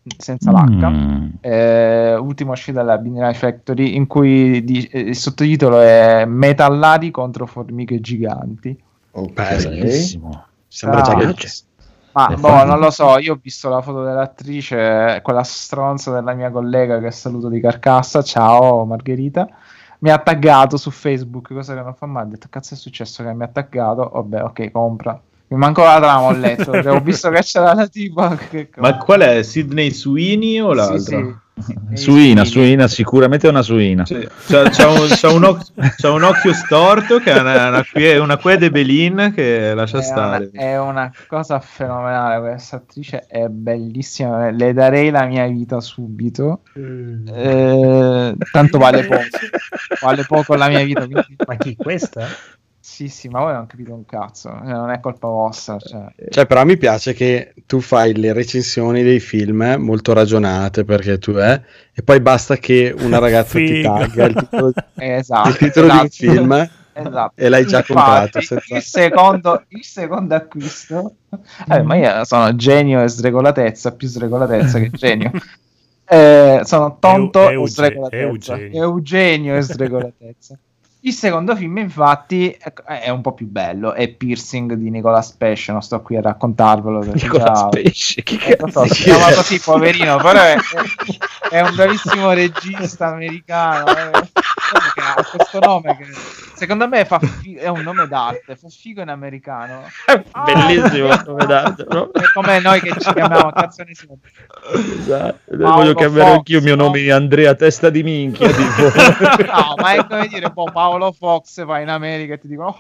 senza l'H, ultima uscita della Binary Factory, in cui il sottotitolo è Metallati contro formiche giganti. Bellissimo. Sembra già ma non lo so, io ho visto la foto dell'attrice, quella stronza della mia collega che saluto di Carcassa, ciao Margherita, mi ha taggato su Facebook, cosa che non fa mai, ho detto cazzo è successo che mi ha taggato, vabbè ok, compra. Mi manco la trama, ho letto, ho visto che c'era la tipa. Ma qual è? Sidney Sweeney o l'altra? Suina, sicuramente è una suina. C'ha un occhio storto che è una quede Belin che lascia stare. È una cosa fenomenale, questa attrice è bellissima, le darei la mia vita subito. Tanto vale poco la mia vita. Quindi... Ma chi, questa? Sì, ma voi non capite un cazzo, non è colpa vostra. Cioè, però mi piace che tu fai le recensioni dei film molto ragionate, perché tu e poi basta che una ragazza ti tagga il titolo, esatto, il titolo di un film e l'hai già comprato. Il secondo acquisto, ma io sono genio e sregolatezza, più sregolatezza che genio. Sono tonto e sregolatezza. Eugenio e sregolatezza. Il secondo film, infatti, è un po' più bello. È Piercing di Nicolas Pesce. Non sto qui a raccontarvelo. Nicolas Pesce, che cazzo si chiama così, poverino. Però è un bravissimo regista americano. Ha questo nome che secondo me è un nome d'arte. Fa figo in americano. Bellissimo il nome d'arte. No? È come noi che ci chiamiamo cazzo ne siamo. Esatto. Voglio cambiare anch'io il mio nome in Andrea Testa di Minchia. No, ma è come dire Paolo Fox va in America e ti dicono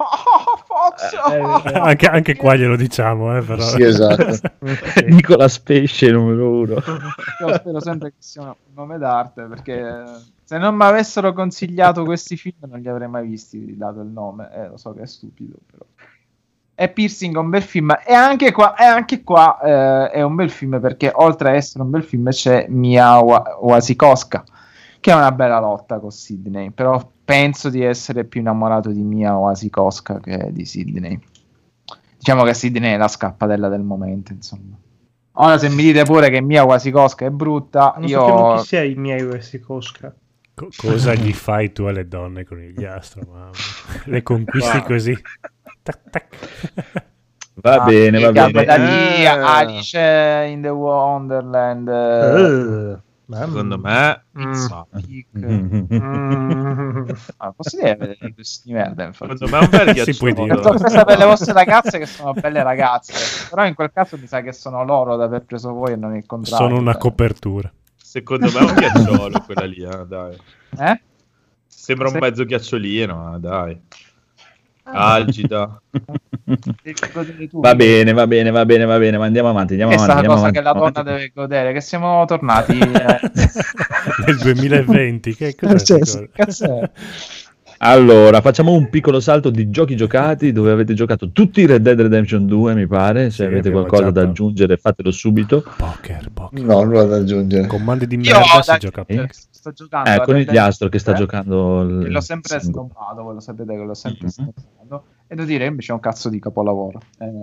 Fox. Anche qua glielo diciamo, però. Sì, esatto. Nicolas Pesce numero 1. Io spero sempre che sia un nome d'arte, perché se non mi avessero consigliato questi film non li avrei mai visti, dato il nome. Lo so che è stupido, però. È Piercing un bel film, e anche qua è un bel film, perché oltre a essere un bel film c'è Mia Wasikowska, che è una bella lotta con Sidney, però penso di essere più innamorato di Mia Wasikowska che di Sidney. Diciamo che Sidney è la scappadella del momento, insomma. Ora se mi dite pure che Mia Wasikowska è brutta, non sappiamo chi sia Mia Wasikowska. Cosa gli fai tu alle donne con gli astro? Le conquisti così? Tac, tac. Va bene. Alice in the Wonderland. Secondo me posso dire questi di merda, infatti. Secondo me è un bel ghiacciolo. Non so se sapete le vostre ragazze che sono belle ragazze, però in quel caso mi sa che sono loro ad aver preso voi e non il contrario. Sono una copertura. Secondo me è un ghiacciolo quella lì, dai. Sembra un mezzo ghiacciolino, dai. Algida. Va bene, ma andiamo avanti. Questa è la cosa che la donna deve godere, che siamo tornati nel 2020. Che cazzo? Allora, facciamo un piccolo salto di giochi giocati, dove avete giocato tutti Red Dead Redemption 2, mi pare. Se avete qualcosa da aggiungere, fatelo subito. Poker. No, nulla da aggiungere. Comandi di merda si gioca. Sto giocando con il Diastro che sta giocando l'ho sempre snobato, voi lo sapete che l'ho sempre snobato, e devo dire invece è un cazzo di capolavoro,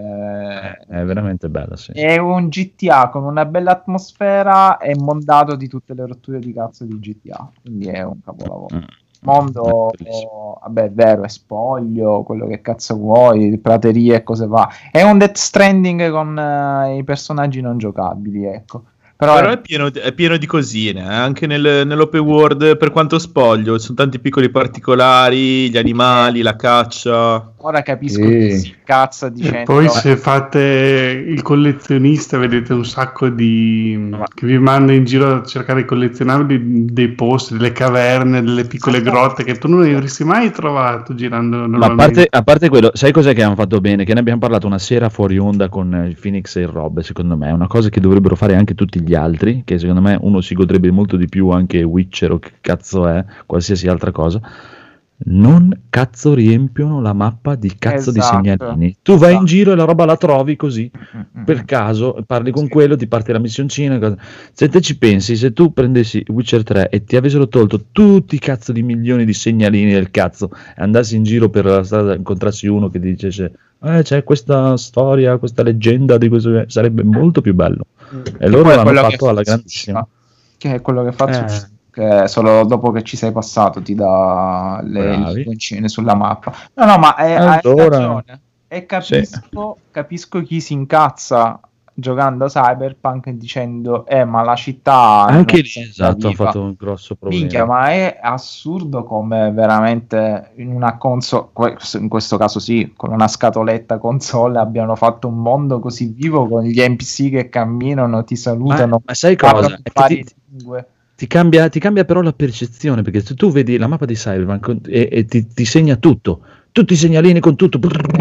è veramente bello, sì. È un GTA con una bella atmosfera e mondato di tutte le rotture di cazzo di GTA, quindi è un capolavoro. Mondo, vabbè, è vero, è spoglio, quello che cazzo vuoi, praterie e cose va. È un Death Stranding con i personaggi non giocabili, ecco. Però è pieno di cosine, anche nell'open world, per quanto spoglio, sono tanti piccoli particolari, gli animali, la caccia. Ora capisco che si cazza dicendo. E poi se fate il collezionista vedete un sacco che vi manda in giro a cercare di collezionabili, dei posti, delle caverne, delle piccole grotte che tu non avresti mai trovato girando normalmente. Ma a parte quello, sai cos'è che hanno fatto bene? Che ne abbiamo parlato una sera fuori onda con il Phoenix e il Rob, secondo me è una cosa che dovrebbero fare anche tutti gli altri, che secondo me uno si godrebbe molto di più anche Witcher o che cazzo è, qualsiasi altra cosa. Non cazzo riempiono la mappa di cazzo di segnalini. Tu vai in giro e la roba la trovi così per caso, parli con quello, ti parte la missioncina, cosa. Se te ci pensi, se tu prendessi Witcher 3 e ti avessero tolto tutti i cazzo di milioni di segnalini del cazzo e andassi in giro per la strada e incontrassi uno che ti dicesse c'è questa storia, questa leggenda di questo, sarebbe molto più bello. E loro l'hanno fatto alla grandissima. Che è quello che fa che solo dopo che ci sei passato ti dà le iconcine sulla mappa. No, ma hai ragione. E capisco chi si incazza giocando a Cyberpunk dicendo ma la città anche lì esatto ha fatto un grosso problema. Minchia, ma è assurdo come veramente in una console, in questo caso sì, con una scatoletta console abbiano fatto un mondo così vivo con gli NPC che camminano, ti salutano, ma sai cosa? Ti cambia però la percezione, perché se tu vedi la mappa di Cyberpunk e ti segna tutto, tutti i segnalini con tutto,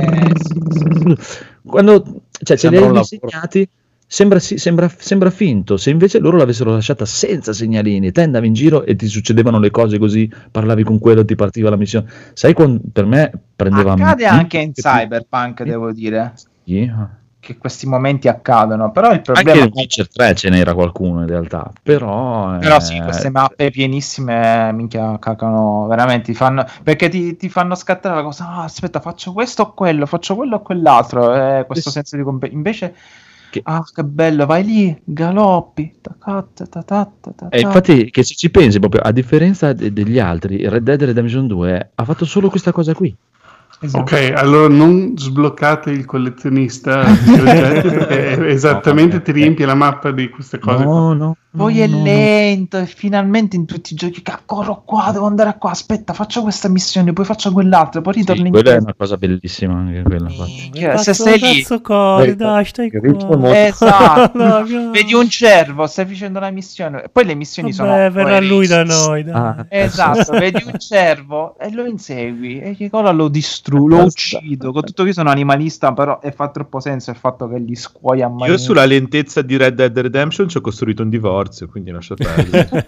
quando ce li hai disegnati sembra finto. Se invece loro l'avessero lasciata senza segnalini, te andavi in giro e ti succedevano le cose così, parlavi con quello, ti partiva la missione. Sai quando per me prendeva accade anche in Cyberpunk, devo dire che questi momenti accadono, però il problema anche in Witcher 3 ce n'era qualcuno in realtà, però sì, queste mappe pienissime minchia cacano veramente, ti fanno, perché ti fanno scattare la cosa, aspetta, faccio questo o quello, faccio quello o quell'altro, questo senso di invece che bello, vai lì, galoppi, e infatti che se ci pensi proprio, a differenza degli altri, Red Dead Redemption 2 ha fatto solo questa cosa qui. Esatto. Ok, allora non sbloccate il collezionista perché esattamente ti riempie la mappa di queste cose. No. Poi è lento e finalmente in tutti i giochi corro qua, devo andare qua, aspetta, faccio questa missione, poi faccio quell'altra, poi ritorno quella è una cosa bellissima anche quella. Se stai lì, dai, stai qua. Esatto. Vedi un cervo, stai facendo una missione, poi le missioni sono verrà lui da noi, dai. Esatto, vedi un cervo e lo insegui e che cosa lo distruggo, lo uccido, con tutto che sono animalista, però fa troppo senso il fatto che gli scuoia a mano. Io sulla lentezza di Red Dead Redemption ci ho costruito un divorzio, quindi lascia perdere.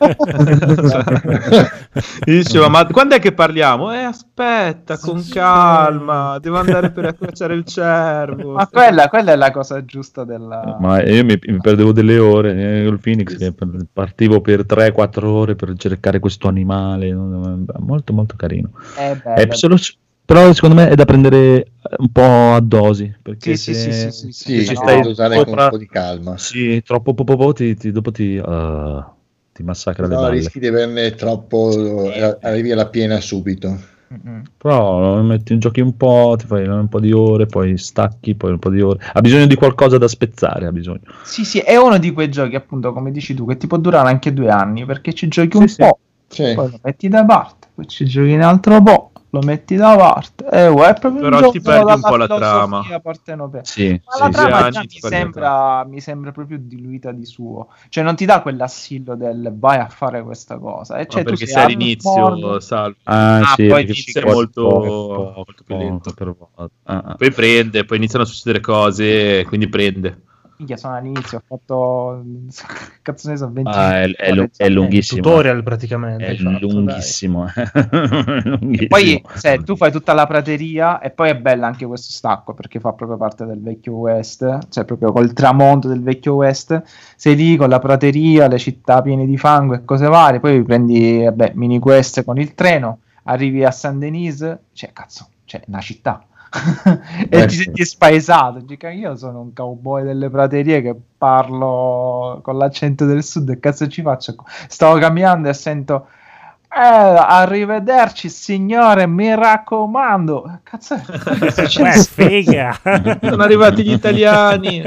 Gli dicevo, ma quando è che parliamo? Aspetta, con calma, devo andare per accorciare il cervo. Ma quella è la cosa giusta della... Ma io mi perdevo delle ore col Phoenix, che partivo per 3-4 ore per cercare questo animale, molto molto carino. Però secondo me è da prendere un po' a dosi, perché sì, ci stai a usare con un po' di calma. Sì, troppo dopo ti massacra le balle. Rischi di averne troppo, arrivi alla piena subito. Però giochi un po', ti fai un po' di ore, poi stacchi, poi un po' di ore. Ha bisogno di qualcosa da spezzare, ha bisogno. Sì, è uno di quei giochi, appunto, come dici tu, che ti può durare anche 2 anni, perché ci giochi un po', poi lo metti da parte, poi ci giochi un altro po', lo metti da parte, è proprio però ti perdi un po' la trama. Sì, ma la trama già mi sembra proprio diluita di suo, cioè non ti dà quell'assillo del vai a fare questa cosa, cioè, perché sei all'inizio, Salvo. Poi è molto più lento. Poi prende, poi iniziano a succedere cose, quindi prende. Minchia, sono all'inizio, ho fatto cazzo ne so 20 è lunghissimo, tutorial praticamente è lunghissimo. E poi tu fai tutta la prateria e poi è bella anche questo stacco perché fa proprio parte del vecchio West, cioè proprio col tramonto del vecchio West, sei lì con la prateria, le città piene di fango e cose varie, poi prendi mini quest con il treno, arrivi a Saint-Denis, c'è una città. E ti senti spaesato. Io sono un cowboy delle praterie che parlo con l'accento del sud, che cazzo ci faccio? Stavo camminando e sento arrivederci signore, mi raccomando. Cazzo è figa. Sono arrivati gli italiani.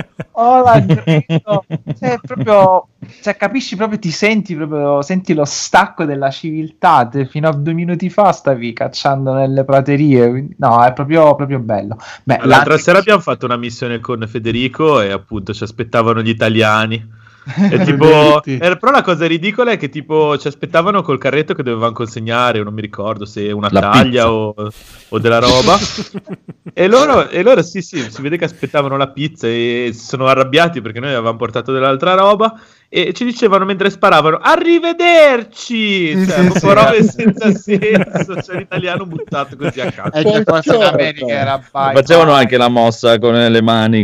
Proprio, capisci proprio, ti senti proprio, senti lo stacco della civiltà. Fino a 2 minuti fa stavi cacciando nelle praterie. No, è proprio bello. L'altra sera abbiamo fatto una missione con Federico e appunto ci aspettavano gli italiani. E tipo, però la cosa ridicola è che tipo ci aspettavano col carretto che dovevano consegnare, non mi ricordo se una taglia o della roba. e loro sì, si vede che aspettavano la pizza e si sono arrabbiati perché noi avevamo portato dell'altra roba e ci dicevano mentre sparavano arrivederci, robe senza senso, cioè l'italiano buttato così a cazzo. E che forse in America era facevano anche la mossa con le mani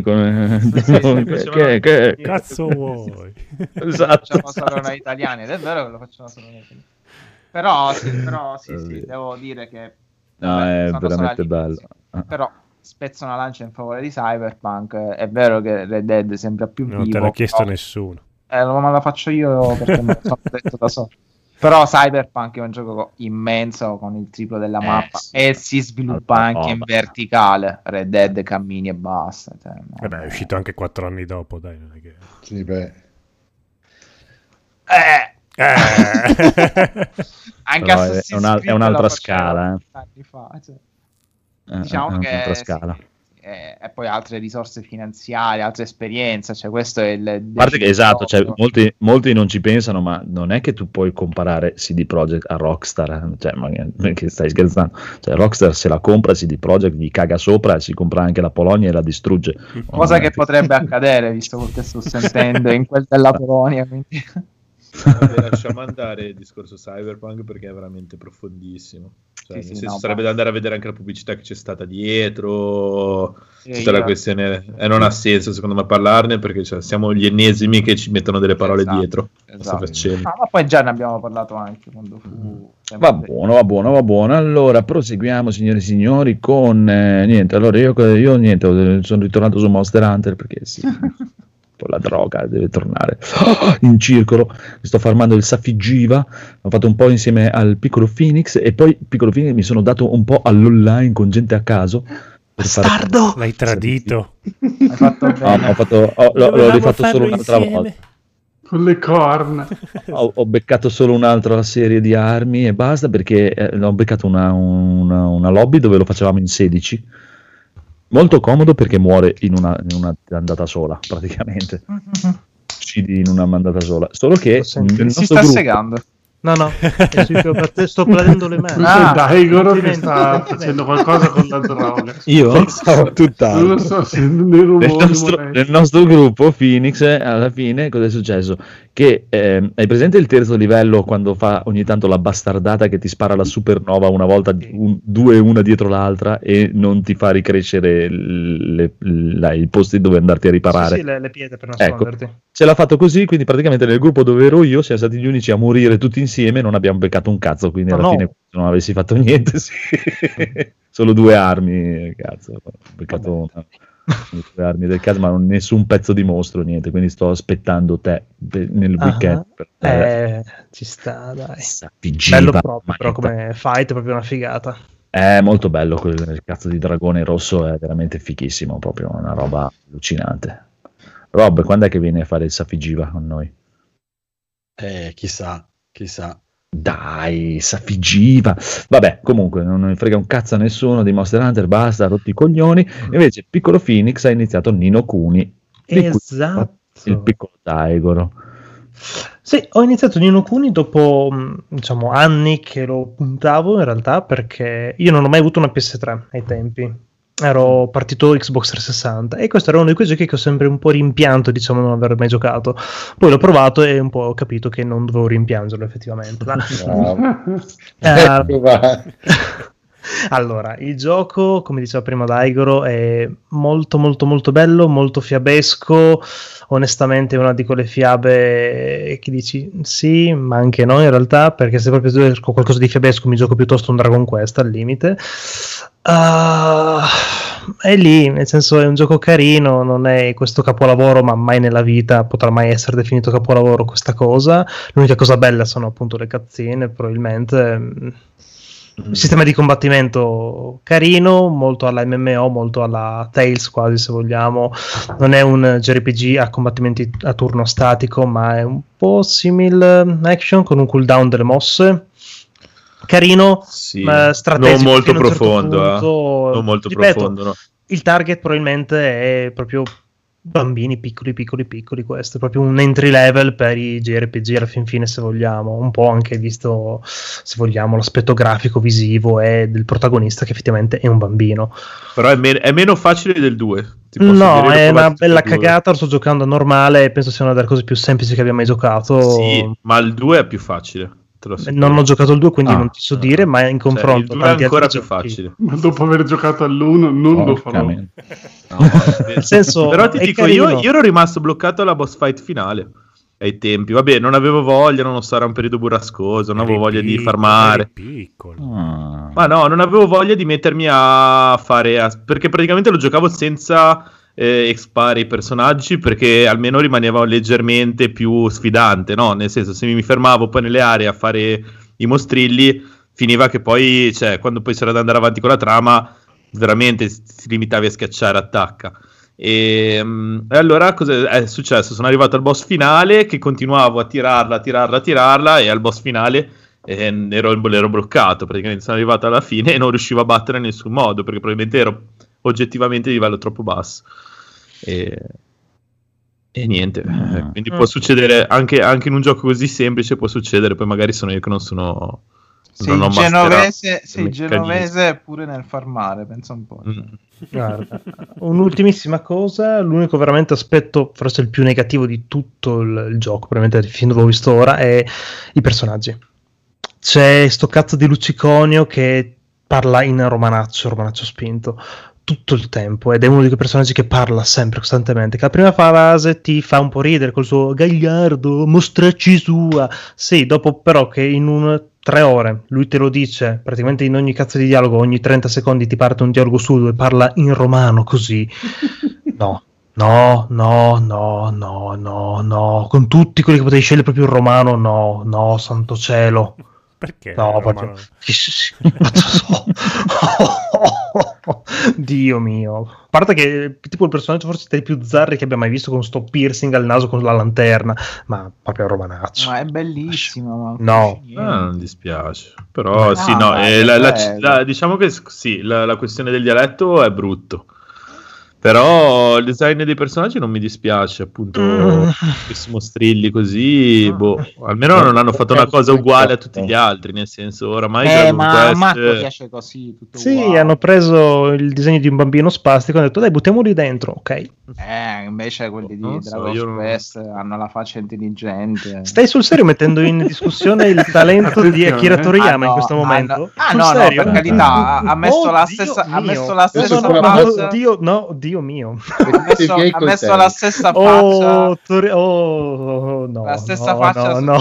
che cazzo vuoi? Esatto, facciamo solo noi italiani, ed è vero che lo facciamo solo noi italiani. Però sì, devo dire che è veramente bello. Però spezzo una lancia in favore di Cyberpunk. È vero che Red Dead sembra più vivo. Non te l'ha chiesto nessuno. Ma la faccio io perché me lo sono detto da solo. Però Cyberpunk è un gioco immenso con il triplo della mappa e si sviluppa anche in verticale. Red Dead cammini e basta. Cioè, Vabbè, è uscito anche 4 anni dopo, dai. Non è che... Sì, beh. Anche Assassin's Creed è un'altra scala. Anni fa, cioè. È Diciamo che un'altra scala. E poi altre risorse finanziarie, altre esperienze, cioè questo è il... A parte che esatto, cioè, molti non ci pensano, ma non è che tu puoi comparare CD Projekt a Rockstar, cioè, ma che stai scherzando? Cioè, Rockstar se la compra, CD Projekt gli caga sopra e si compra anche la Polonia e la distrugge. Cosa che potrebbe accadere, visto quel che sto sentendo in quel della Polonia, quindi... Vabbè, lasciamo andare il discorso Cyberpunk perché è veramente profondissimo. Cioè, Sì, nel sì, senso, no, sarebbe da andare a vedere anche la pubblicità che c'è stata dietro, Sì, tutta la questione, e non ha senso secondo me parlarne perché cioè, siamo gli ennesimi che ci mettono delle parole dietro. Esatto. Ma poi già ne abbiamo parlato anche quando fu... Va buono. Allora proseguiamo, signore e signori, con niente. Allora io niente, sono ritornato su Monster Hunter perché sì. La droga deve tornare in circolo. Mi sto farmando il Safigiva, ho fatto un po' insieme al piccolo Phoenix e poi piccolo Phoenix mi sono dato un po' all'online con gente a caso. Bastardo! L'hai tradito. Hai fatto bene. L'ho rifatto solo un'altra volta con le corna. Ho beccato solo un'altra serie di armi e basta perché ho beccato una lobby dove lo facevamo in 16. Molto comodo perché muore in una andata sola, praticamente. Uccidi in una mandata sola. Solo che si sta segando. No, sto prendendo le mani. Daigoro che sta facendo qualcosa con la droga. Io stavo tutt'altro. Non lo so se nel nostro gruppo Phoenix alla fine cosa è successo? Che hai presente il terzo livello quando fa ogni tanto la bastardata che ti spara la supernova una volta, due una dietro l'altra e non ti fa ricrescere i posti dove andarti a riparare? Sì, le pietre per nasconderti. Ecco, ce l'ha fatto così, quindi praticamente nel gruppo dove ero io siamo stati gli unici a morire tutti insieme, non abbiamo beccato un cazzo, quindi alla fine se non avessi fatto niente solo 2 armi, cazzo, ho beccato due armi del caso, ma non nessun pezzo di mostro, niente, quindi sto aspettando te nel weekend ci sta, dai. Bello proprio, però come fight è proprio una figata. È molto bello quel cazzo di dragone rosso, è veramente fichissimo, proprio una roba allucinante. Rob, quando è che viene a fare il Safigiva con noi? Chissà. Dai, Safigiva. Vabbè, comunque non ne frega un cazzo a nessuno di Monster Hunter, basta, rotti i coglioni. Invece piccolo Phoenix ha iniziato Ni no Kuni. Esatto. Il piccolo Daigoro. Sì, ho iniziato Ni no Kuni dopo, diciamo, anni che lo puntavo in realtà, perché io non ho mai avuto una PS3 ai tempi. Ero partito Xbox 360 e questo era uno di quei giochi che ho sempre un po' rimpianto, diciamo, non aver mai giocato. Poi l'ho provato e un po' ho capito che non dovevo rimpiangerlo effettivamente. Allora, il gioco, come diceva prima Daigoro, è molto molto molto bello, molto fiabesco. Onestamente è una di quelle fiabe che dici sì, ma anche no in realtà, perché se proprio cerco qualcosa di fiabesco mi gioco piuttosto un Dragon Quest al limite. È lì, nel senso è un gioco carino, non è questo capolavoro, ma mai nella vita potrà mai essere definito capolavoro questa cosa. L'unica cosa bella sono appunto le cutscene, probabilmente. Il sistema di combattimento carino, molto alla MMO, molto alla Tales quasi, se vogliamo. Non è un JRPG a combattimenti a turno statico, ma è un po' simile action con un cooldown delle mosse. Carino, sì, strategico, non molto profondo, non molto profondo, no. Il target probabilmente è proprio bambini piccoli, questo è proprio un entry level per i JRPG alla fin fine, se vogliamo, un po' anche visto, se vogliamo, l'aspetto grafico visivo e del protagonista che effettivamente è un bambino. Però è meno facile del 2. No, è una bella cagata, lo sto giocando a normale e penso sia una delle cose più semplici che abbia mai giocato. Sì, ma il 2 è più facile. Non ho giocato il 2, quindi non ti so dire, ma in confronto il 2 è ancora più facile. Ma dopo aver giocato all'1 non lo farò. Nel senso, però ti dico, io ero rimasto bloccato alla boss fight finale. ai tempi. Vabbè, non avevo voglia, non so, era un periodo burrascoso, non avevo voglia di farmare. Ma no, non avevo voglia di mettermi a fare... perché praticamente lo giocavo senza expare i personaggi, perché almeno rimaneva leggermente più sfidante, no? Nel senso, se mi fermavo poi nelle aree a fare i mostrilli, finiva che poi, cioè, quando poi c'era da andare avanti con la trama, veramente si limitavi a schiacciare attacca. E allora cosa è successo? Sono arrivato al boss finale, che continuavo a tirarla, e al boss finale ero bloccato. Praticamente sono arrivato alla fine e non riuscivo a battere in nessun modo, perché probabilmente ero oggettivamente di livello troppo basso. E niente, quindi può succedere anche in un gioco così semplice, può succedere. Poi magari sono io che non sono... Sei genovese pure nel farmare, pensa un po'. Guarda, un'ultimissima cosa, l'unico veramente aspetto, forse il più negativo di tutto il gioco, probabilmente fin dove l'ho visto ora, è i personaggi. C'è sto cazzo di Lucciconio che parla in romanaccio spinto tutto il tempo, ed è uno di quei personaggi che parla sempre, costantemente, che la prima frase ti fa un po' ridere col suo Gagliardo, mostracci sua, sì, dopo però che in 3 ore lui te lo dice praticamente in ogni cazzo di dialogo, ogni 30 secondi ti parte un dialogo su dove parla in romano così. No, con tutti quelli che potevi scegliere proprio il romano, no, santo cielo. Perché? No, proprio... Dio mio. A parte che tipo il personaggio forse tra i più zarri che abbia mai visto, con sto piercing al naso con la lanterna, ma proprio romanaccio. Ma è bellissimo. No, non dispiace. Però sì, no, diciamo che sì, la questione del dialetto è brutto. Però il design dei personaggi non mi dispiace, appunto, questi mostrilli così, almeno non hanno fatto una cosa uguale a tutti gli altri, nel senso, oramai ma a Marco piace così, tutto uguale. Hanno preso il disegno di un bambino spastico e hanno detto dai, buttiamoli dentro, ok. Invece quelli di Dragon Quest hanno la faccia intelligente. Stai sul serio mettendo in discussione il talento di Akira Toriyama in questo momento? No, per carità, ha messo la stessa faccia. Dio mio, ha messo la stessa faccia. No, la stessa faccia. No.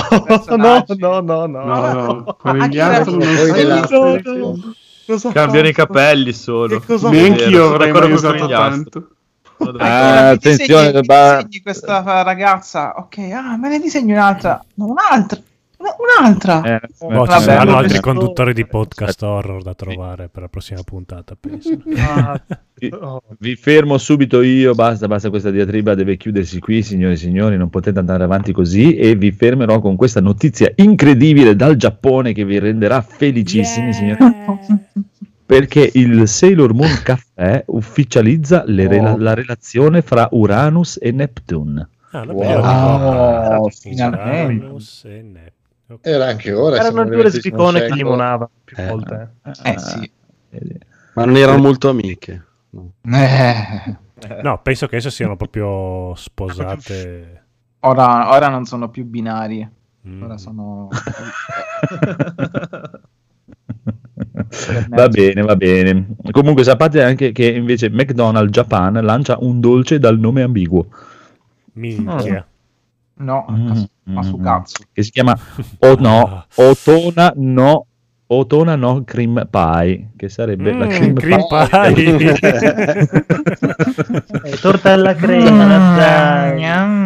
Cambiano i capelli solo. Neanch'io avrei mai usato tanto. Attenzione, disegni questa ragazza. Ok, me ne disegno un'altra. No, un'altra. Ci saranno altri conduttori di podcast horror da trovare per la prossima puntata, penso. Vi fermo subito io, basta questa diatriba deve chiudersi qui, signore e signori, non potete andare avanti così, e vi fermerò con questa notizia incredibile dal Giappone che vi renderà felicissimi, signori, perché il Sailor Moon Café ufficializza la relazione fra Uranus e Neptune. Finalmente. Era anche ora. Erano 2 lesbicone che limonava più volte. Sì. Ma non erano molto amiche. No, penso che esse siano proprio sposate. Ora non sono più binari. Ora sono... Va bene. Comunque sapete anche che invece McDonald's Japan lancia un dolce dal nome ambiguo. Minchia. No, ma su cazzo. Che si chiama Otona no Cream Pie, che sarebbe la cream pie. Torta alla crema.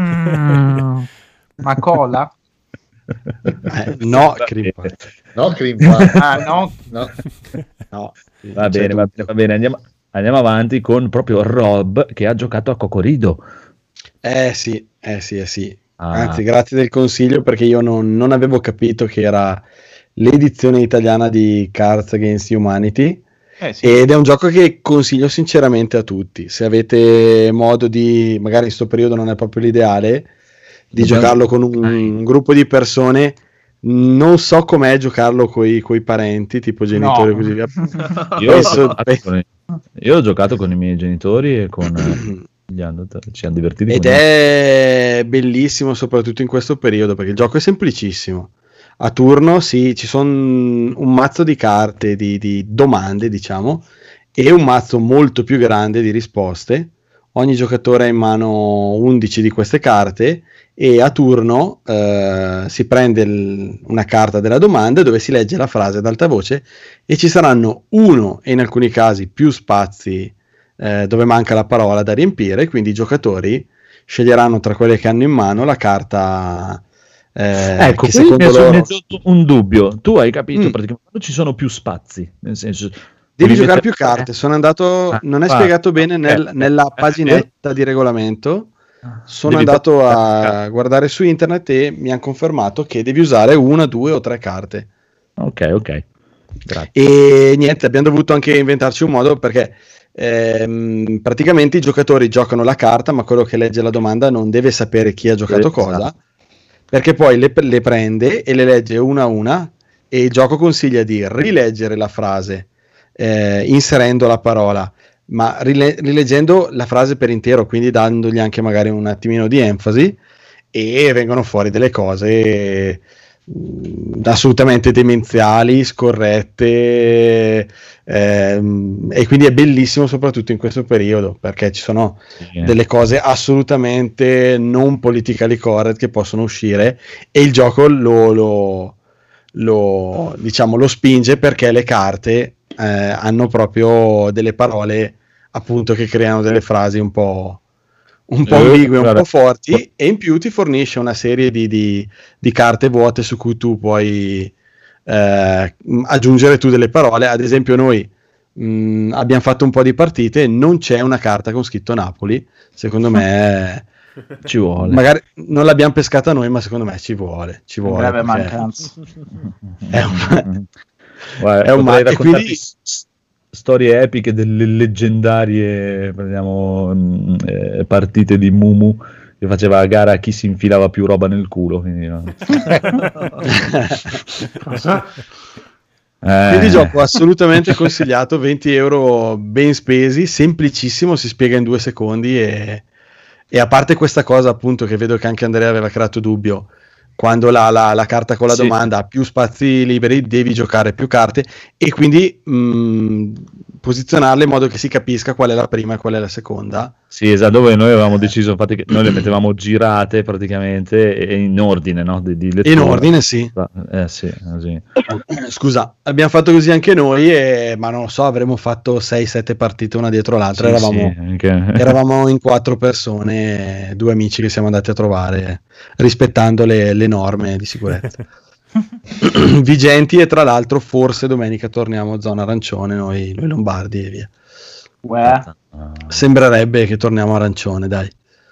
Ma cola? No, cream pie. No, cream pie. No. Va bene. Andiamo avanti con proprio Rob che ha giocato a Cocorido. Sì. Anzi, grazie del consiglio, perché io non avevo capito che era l'edizione italiana di Cards Against Humanity, ed è un gioco che consiglio sinceramente a tutti. Se avete modo di, magari in questo periodo non è proprio l'ideale, di giocarlo con un gruppo di persone. Non so com'è giocarlo coi parenti, tipo genitori, così via. Io ho giocato con i miei genitori e con... ci hanno divertiti, ed è bellissimo soprattutto in questo periodo, perché il gioco è semplicissimo. A turno ci sono un mazzo di carte di domande, diciamo, e un mazzo molto più grande di risposte. ogni giocatore ha in mano 11 di queste carte e a turno si prende una carta della domanda dove si legge la frase ad alta voce e ci saranno uno e in alcuni casi più spazi dove manca la parola da riempire, quindi i giocatori sceglieranno tra quelle che hanno in mano la carta ecco, che secondo loro... un dubbio, tu hai capito praticamente quando ci sono più spazi, nel senso devi giocare più carte, sono andato non è spiegato bene nella paginetta di regolamento. Sono andato a guardare su internet e mi hanno confermato che devi usare 1, 2 o 3 carte. Ok, grazie. E niente, abbiamo dovuto anche inventarci un modo perché praticamente i giocatori giocano la carta, ma quello che legge la domanda non deve sapere chi ha giocato cosa, perché poi le prende e le legge una a una e il gioco consiglia di rileggere la frase inserendo la parola, ma rileggendo la frase per intero, quindi dandogli anche magari un attimino di enfasi, e vengono fuori delle cose assolutamente demenziali, scorrette, e quindi è bellissimo soprattutto in questo periodo perché ci sono delle cose assolutamente non politically correct che possono uscire e il gioco lo spinge perché le carte hanno proprio delle parole appunto che creano delle frasi un po' ambigue, un po' forti, e in più ti fornisce una serie di carte vuote su cui tu puoi aggiungere tu delle parole. Ad esempio noi abbiamo fatto un po' di partite e non c'è una carta con scritto Napoli, secondo me ci vuole, magari non l'abbiamo pescata noi, ma secondo me ci vuole grave mancanza. È un e quindi storie epiche delle leggendarie partite di Mumu che faceva a gara a chi si infilava più roba nel culo, quindi, no? Quindi gioco assolutamente consigliato, 20 euro ben spesi, semplicissimo, si spiega in 2 secondi e a parte questa cosa appunto che vedo che anche Andrea aveva creato dubbio, quando la carta con la domanda ha più spazi liberi devi giocare più carte e quindi posizionarle in modo che si capisca qual è la prima e qual è la seconda. Sì, esatto, dove noi avevamo deciso infatti che noi le mettevamo girate praticamente e in ordine, no? Di lettura. In ordine, sì. Sì. Scusa, abbiamo fatto così anche noi, ma non lo so, avremmo fatto 6-7 partite una dietro l'altra. Eravamo in 4 persone, 2 amici che siamo andati a trovare, rispettando le norme di sicurezza vigenti, e tra l'altro forse domenica torniamo a zona arancione noi lombardi e via. Sembrerebbe che torniamo arancione, dai.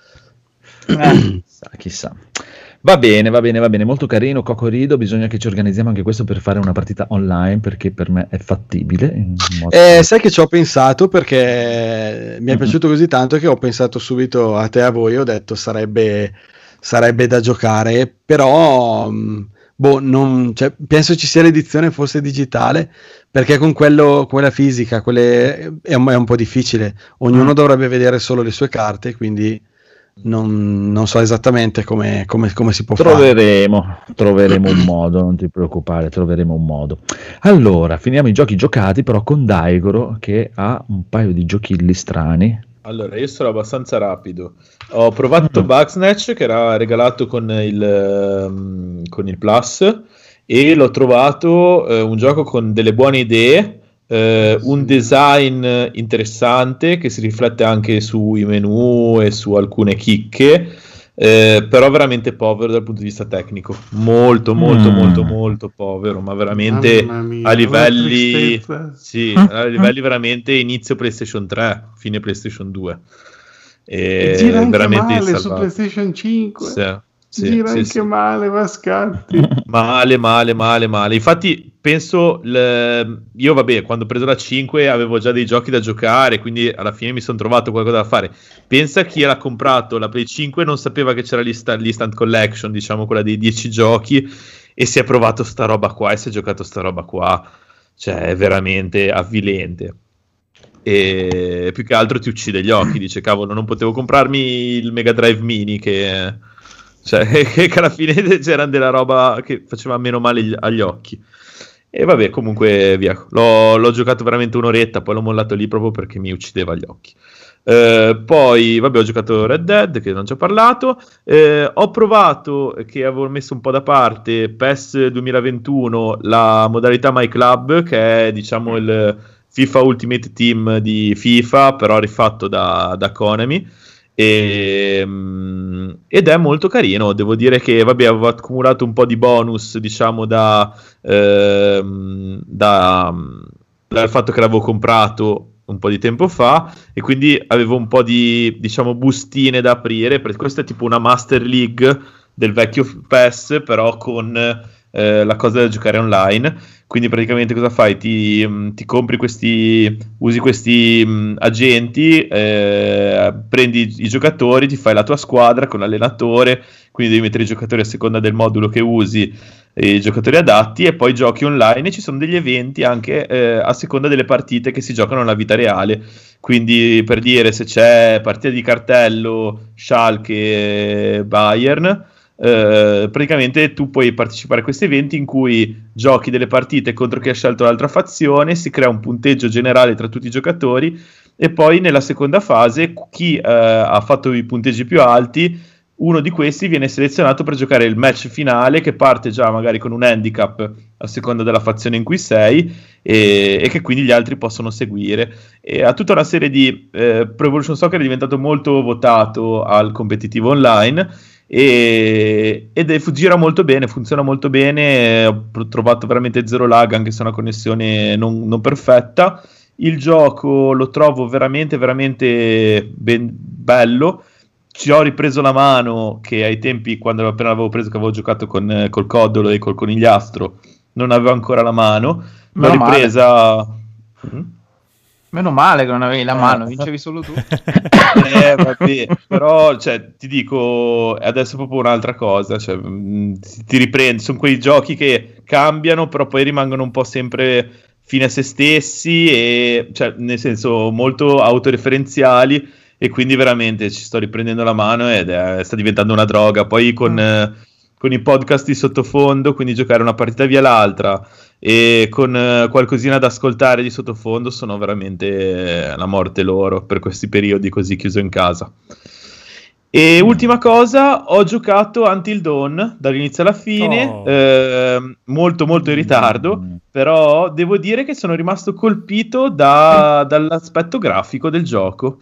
Chissà. Va bene, molto carino, Cocorido, bisogna che ci organizziamo anche questo per fare una partita online, perché per me è fattibile. Sai che ci ho pensato, perché mi è piaciuto così tanto che ho pensato subito a te e a voi, ho detto sarebbe da giocare, però penso ci sia l'edizione forse digitale, perché con quella fisica è un po' difficile, ognuno dovrebbe vedere solo le sue carte, quindi non so esattamente come si può fare. Troveremo un modo, non ti preoccupare, troveremo un modo. Allora, finiamo i giochi giocati però con Daigoro, che ha un paio di giochilli strani. Allora, io sono abbastanza rapido. Ho provato Bugsnatch, che era regalato con il Plus, e l'ho trovato un gioco con delle buone idee, un design interessante che si riflette anche sui menu e su alcune chicche, però veramente povero dal punto di vista tecnico, molto povero, ma veramente a livelli veramente inizio PlayStation 3, fine PlayStation 2, e gira anche veramente male su PlayStation 5. Gira anche male, va scatti. Male. Infatti penso, io quando ho preso la 5 avevo già dei giochi da giocare, quindi alla fine mi sono trovato qualcosa da fare. Pensa chi era comprato la Play 5 non sapeva che c'era l'Instant Collection, diciamo quella dei 10 giochi, e si è provato sta roba qua e si è giocato sta roba qua, cioè è veramente avvilente. E più che altro ti uccide gli occhi, dice cavolo, non potevo comprarmi il Mega Drive Mini che alla fine c'era della roba che faceva meno male agli occhi. E vabbè, comunque via, l'ho giocato veramente un'oretta, poi l'ho mollato lì proprio perché mi uccideva gli occhi. Poi, vabbè, ho giocato Red Dead, che non ci ho parlato. Ho provato, che avevo messo un po' da parte, PES 2021, la modalità My Club, che è, diciamo, il FIFA Ultimate Team di FIFA, però rifatto da Konami. Ed è molto carino. Devo dire che, vabbè, avevo accumulato un po' di bonus, diciamo, dal fatto che l'avevo comprato un po' di tempo fa, e quindi avevo un po' di, diciamo, bustine da aprire, perché questa è tipo una Master League del vecchio PES, però con la cosa da giocare online. Quindi praticamente cosa fai? Ti compri usi questi agenti, prendi i giocatori, ti fai la tua squadra con l'allenatore, quindi devi mettere i giocatori a seconda del modulo che usi, i giocatori adatti, e poi giochi online, e ci sono degli eventi anche a seconda delle partite che si giocano nella vita reale. Quindi, per dire, se c'è partita di cartello Schalke Bayern, praticamente tu puoi partecipare a questi eventi in cui giochi delle partite contro chi ha scelto l'altra fazione, si crea un punteggio generale tra tutti i giocatori, e poi nella seconda fase chi ha fatto i punteggi più alti, uno di questi viene selezionato per giocare il match finale, che parte già magari con un handicap a seconda della fazione in cui sei, e che quindi gli altri possono seguire. E ha tutta una serie di Pro Evolution Soccer è diventato molto votato al competitivo online, ed gira molto bene, funziona molto bene. Ho trovato veramente zero lag, anche se è una connessione non perfetta. Il gioco lo trovo veramente veramente bello. Ci ho ripreso la mano, che ai tempi, quando appena l'avevo preso, che avevo giocato col Codolo e col Conigliastro, non avevo ancora la mano. L'ho ripresa. Meno male che non avevi la mano, vincevi solo tu. Vabbè, però, cioè, ti dico, adesso è proprio un'altra cosa. Cioè, ti riprendi, sono quei giochi che cambiano, però poi rimangono un po' sempre fine a se stessi, e, cioè, nel senso, molto autoreferenziali, e quindi veramente ci sto riprendendo la mano, ed sta diventando una droga. Poi con i podcast di sottofondo, quindi giocare una partita via l'altra, e con qualcosina da ascoltare di sottofondo, sono veramente la morte loro per questi periodi così chiuso in casa. E ultima cosa, ho giocato Until Dawn dall'inizio alla fine, molto molto in ritardo, però devo dire che sono rimasto colpito dall'aspetto grafico del gioco.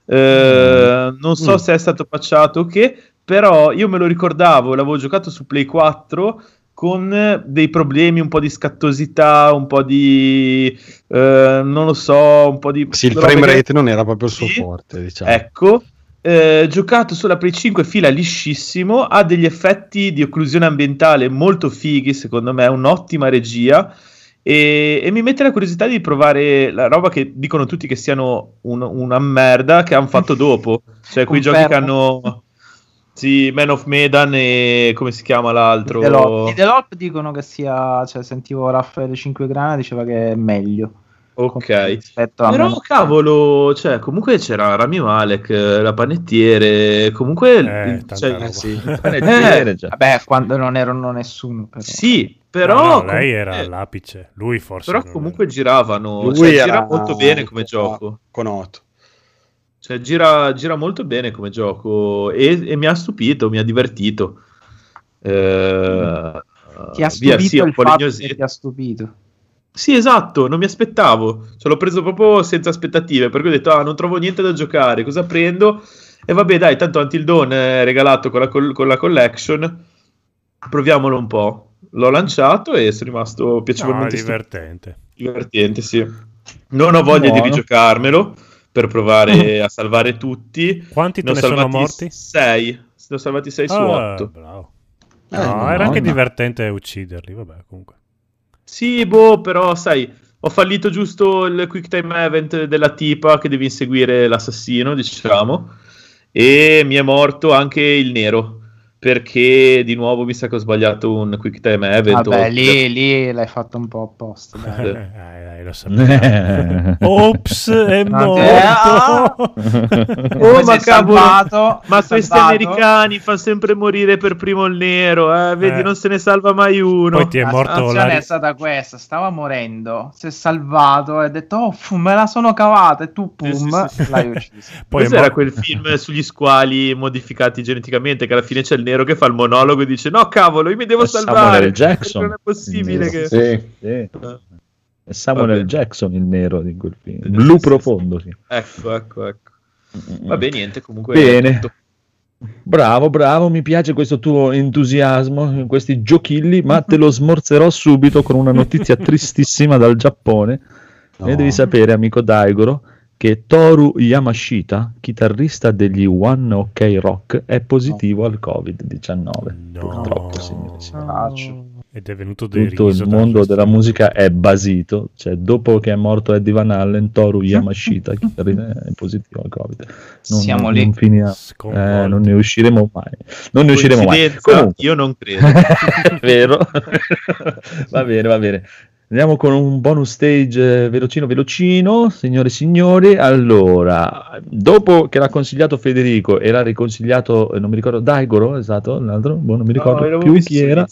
Non so se è stato patchato o che, però io me lo ricordavo, l'avevo giocato su Play 4 con dei problemi, un po' di scattosità, un po' di non lo so, un po' di... Sì, il frame rate non era proprio il suo forte, diciamo. Ecco, giocato sulla Play 5 fila liscissimo, ha degli effetti di occlusione ambientale molto fighi, secondo me, un'ottima regia, e mi mette la curiosità di provare la roba che dicono tutti che siano una merda, che hanno fatto dopo, cioè quei giochi che hanno... Sì, Man of Medan e come si chiama l'altro? I Delop dicono che sia, cioè, sentivo Raffaele 5 Grana diceva che è meglio. Ok, però cavolo, cioè, comunque c'era Rami Malek, la panettiere, comunque panettiere già. Vabbè, quando non erano nessuno, però. Sì, però lei era all'apice, lui forse. Però comunque giravano, cioè, gira molto bene come gioco. Con 8. Cioè, gira molto bene come gioco, e mi ha stupito, mi ha divertito. Ti ha stupito il fatto che ti ha stupito. Sì, esatto, non mi aspettavo. Ce l'ho preso proprio senza aspettative, perché ho detto, non trovo niente da giocare, cosa prendo? E vabbè, dai, tanto Until Dawn è regalato con la collection, proviamolo un po'. L'ho lanciato e sono rimasto piacevolmente divertente, sì. Non ho voglia di rigiocarmelo per provare a salvare tutti. Quanti te ne sono morti? 6. Ne ho salvati 6 su 8. Bravo. Era anche divertente ucciderli, vabbè, comunque. Sì, però sai, ho fallito giusto il quick time event della tipa che devi inseguire l'assassino, diciamo, e mi è morto anche il nero. perché di nuovo mi sa che ho sbagliato un quick time event. Vabbè, lì l'hai fatto un po' apposta. Dai, lo sapevo. Ops, è morto. Ma cavolo, ma questi americani fanno sempre morire per primo il nero, vedi, non se ne salva mai uno. Poi ti è morto. La situazione è stata questa: stava morendo, si è salvato e ha detto me la sono cavata, e tu pum, l'hai ucciso. Poi era quel film sugli squali modificati geneticamente, che alla fine c'è il nero che fa il monologo e dice no cavolo, io mi devo salvare, Samuel Jackson. non è possibile che... Sì. È Samuel Jackson il nero di quel film, blu profondo, sì. Ecco. Vabbè, niente, comunque bene. Bravo, mi piace questo tuo entusiasmo in questi giochilli, ma te lo smorzerò subito con una notizia tristissima dal Giappone. Ne devi sapere, amico Daigoro, che Toru Yamashita, chitarrista degli One Ok Rock, è positivo al Covid-19. Purtroppo, signori. Ed è venuto dei tutto il mondo della musica è basito, cioè dopo che è morto Eddie Van Halen, Toru Yamashita è positivo al Covid. Siamo lì. Non ne usciremo mai. Comunque, io non credo. Vero? Va bene. Andiamo con un bonus stage velocino, signore e signori. Allora, dopo che l'ha consigliato Federico e l'ha riconsigliato, non mi ricordo, Daigoro, è stato l'altro? Non mi ricordo più chi era.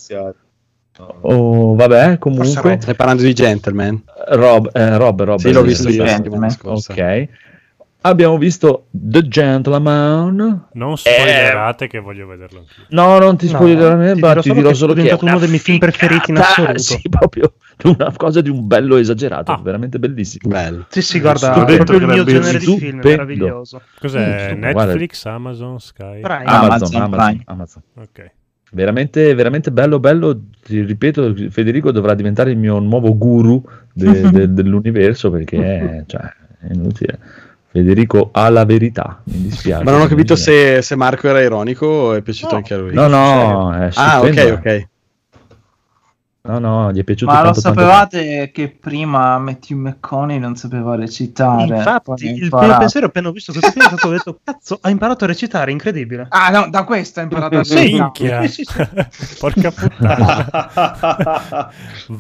Vabbè, comunque. Stai parlando di Gentleman? Rob. Sì, l'ho visto io la settimana scorsa. Ok. Abbiamo visto The Gentleman. Non spoilerate che voglio vederlo anch'io. No, non ti spoilerò, ma ti dirò solo che è uno dei miei film preferiti in assoluto. Sì, proprio una cosa di un bello esagerato, veramente bellissimo. Bello. Sì, guarda, è proprio il mio genere di film, meraviglioso. Cos'è? Netflix, Amazon, Sky? Amazon. Ok. Veramente bello, ti ripeto, Federico dovrà diventare il mio nuovo guru dell'universo, perché è inutile. Federico ha la verità, mi dispiace. Ma non ho capito se Marco era ironico o è piaciuto anche a lui. No, è stupendo. Ok. No, gli è piaciuto ma tanto. Ma lo sapevate che prima Matthew McConaughey non sapeva recitare? Infatti, il primo pensiero appena ho visto questo film è stato detto, cazzo, ha imparato a recitare, incredibile. Ah no, da questo ha imparato a recitare. Sì. Porca puttana.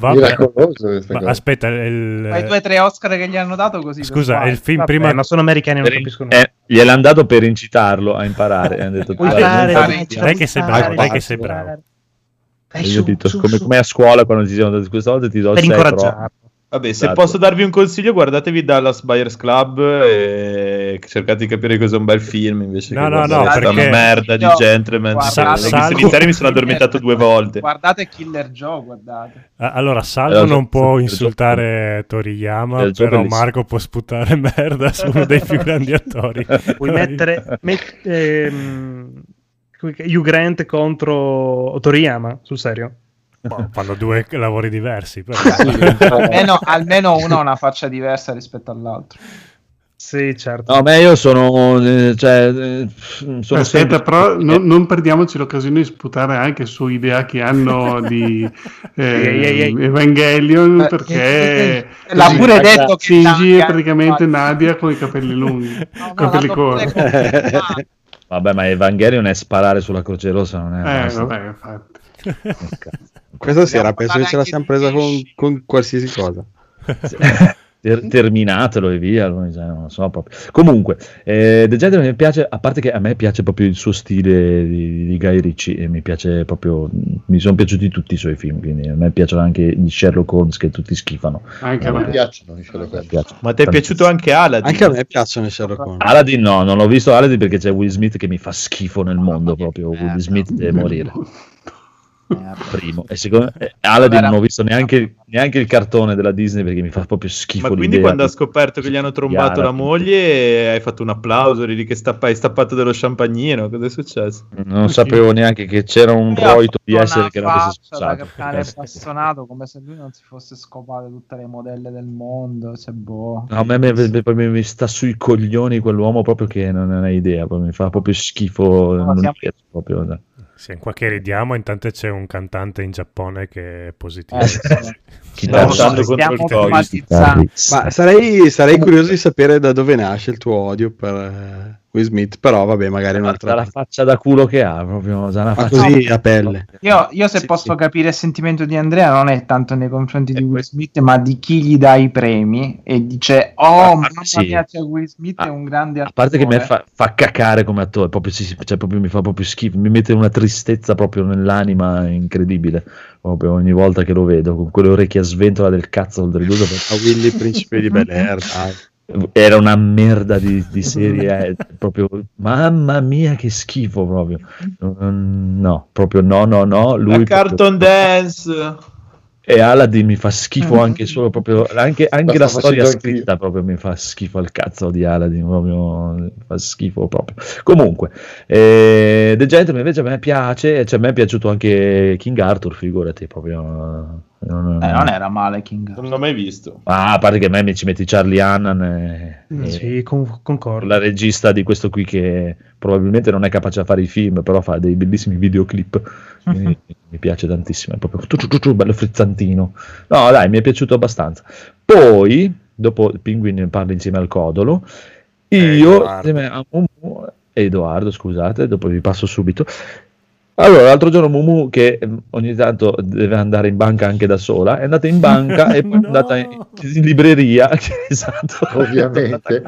Aspetta, i 2 o 3 Oscar che gli hanno dato così. Scusa, il film prima... ma sono americani, non capiscono. Gliel'hanno dato per incitarlo a imparare. Hanno detto, dai che sei bravo. Io dico, come a scuola quando ti dicono questa volta ti do per incoraggiarlo. Vabbè, se posso darvi un consiglio, guardatevi Dallas Buyers Club e cercate di capire cosa è un bel film invece no, perché una merda di Gentleman. Mi sono addormentato 2 volte. Guardate Killer Joe, guardate. Allora, Salvo non può insultare Toriyama, però Marco può sputare merda su uno dei più grandi attori. Puoi mettere Hugh Grant contro Toriyama, sul serio? Fanno 2 lavori diversi, però. almeno uno ha una faccia diversa rispetto all'altro. Sì, certo. No, ma io sono aspetta, però non perdiamoci l'occasione di sputare anche su idea che hanno di Evangelion, perché l'ha pure detto che Shinji è praticamente Nadia con i capelli lunghi, capelli corti. Vabbè, ma Evangelion è sparare sulla Croce Rossa, non è vabbè, infatti. Questa sera penso che ce la siamo presa con qualsiasi cosa. Terminatelo e via, non so proprio. Comunque, The Gentleman mi piace, a parte che a me piace proprio il suo stile di Guy Ritchie, e mi piace proprio, mi sono piaciuti tutti i suoi film, quindi a me piacciono anche gli Sherlock Holmes che tutti schifano. Anche a me piacciono i Sherlock Holmes. Ma ti è piaciuto anche Aladdin? Anche a me piacciono i Sherlock Holmes. Aladdin no, non l'ho visto Aladdin perché c'è Will Smith che mi fa schifo nel mondo, proprio Will Smith deve morire. Primo e secondo Aladdin non ho visto neanche il cartone della Disney perché mi fa proprio schifo. Ma quindi quando ha scoperto che gli hanno trombato la moglie hai fatto un applauso, eri lì che hai stappato dello champagnino, cosa è successo? Non sapevo neanche che c'era un roito di essere che era da cane bassonato, come se lui non si fosse scopato tutte le modelle del mondo, no, a me mi sta sui coglioni quell'uomo proprio che non hai idea, mi fa proprio schifo, non riesco proprio. Sì, qua che ridiamo, intanto c'è un cantante in Giappone che è positivo. Chi sta usando contro il Covid? Ma sarei curioso di sapere da dove nasce il tuo odio per Will Smith, però vabbè, magari un'altra. La faccia da culo che ha, proprio una faccia così a pelle. Io se posso capire il sentimento di Andrea, non è tanto nei confronti di Will Smith, ma di chi gli dà i premi e dice mamma mia, cioè Will Smith è un grande attore. A parte che mi fa cacare come attore, proprio, cioè, proprio mi fa proprio schifo, mi mette una tristezza proprio nell'anima incredibile, proprio ogni volta che lo vedo, con quelle orecchie a sventola del cazzo oltretutto. Willy Principe di Bel-Air, dai. Era una merda di serie, proprio mamma mia che schifo proprio. No, proprio no. Lui la Cartoon Dance e Aladdin mi fa schifo anche solo proprio anche la storia scritta proprio mi fa schifo al cazzo di Aladdin, proprio mi fa schifo proprio. Comunque The Gentleman invece a me piace, cioè a me è piaciuto anche King Arthur, figurati, proprio non era male King Arthur. Non l'ho mai visto. A parte che a me mi ci metti Charlie Hannan sì, concordo, la regista di questo qui che probabilmente non è capace a fare i film, però fa dei bellissimi videoclip. Mi piace tantissimo, è proprio bello frizzantino. No dai, mi è piaciuto abbastanza. Poi dopo Penguin parla insieme al Codolo, io insieme a Mumu, Edoardo, scusate, dopo vi passo subito. Allora, l'altro giorno Mumu, che ogni tanto deve andare in banca anche da sola, è andata in banca e poi è andata in libreria. Esatto, ovviamente.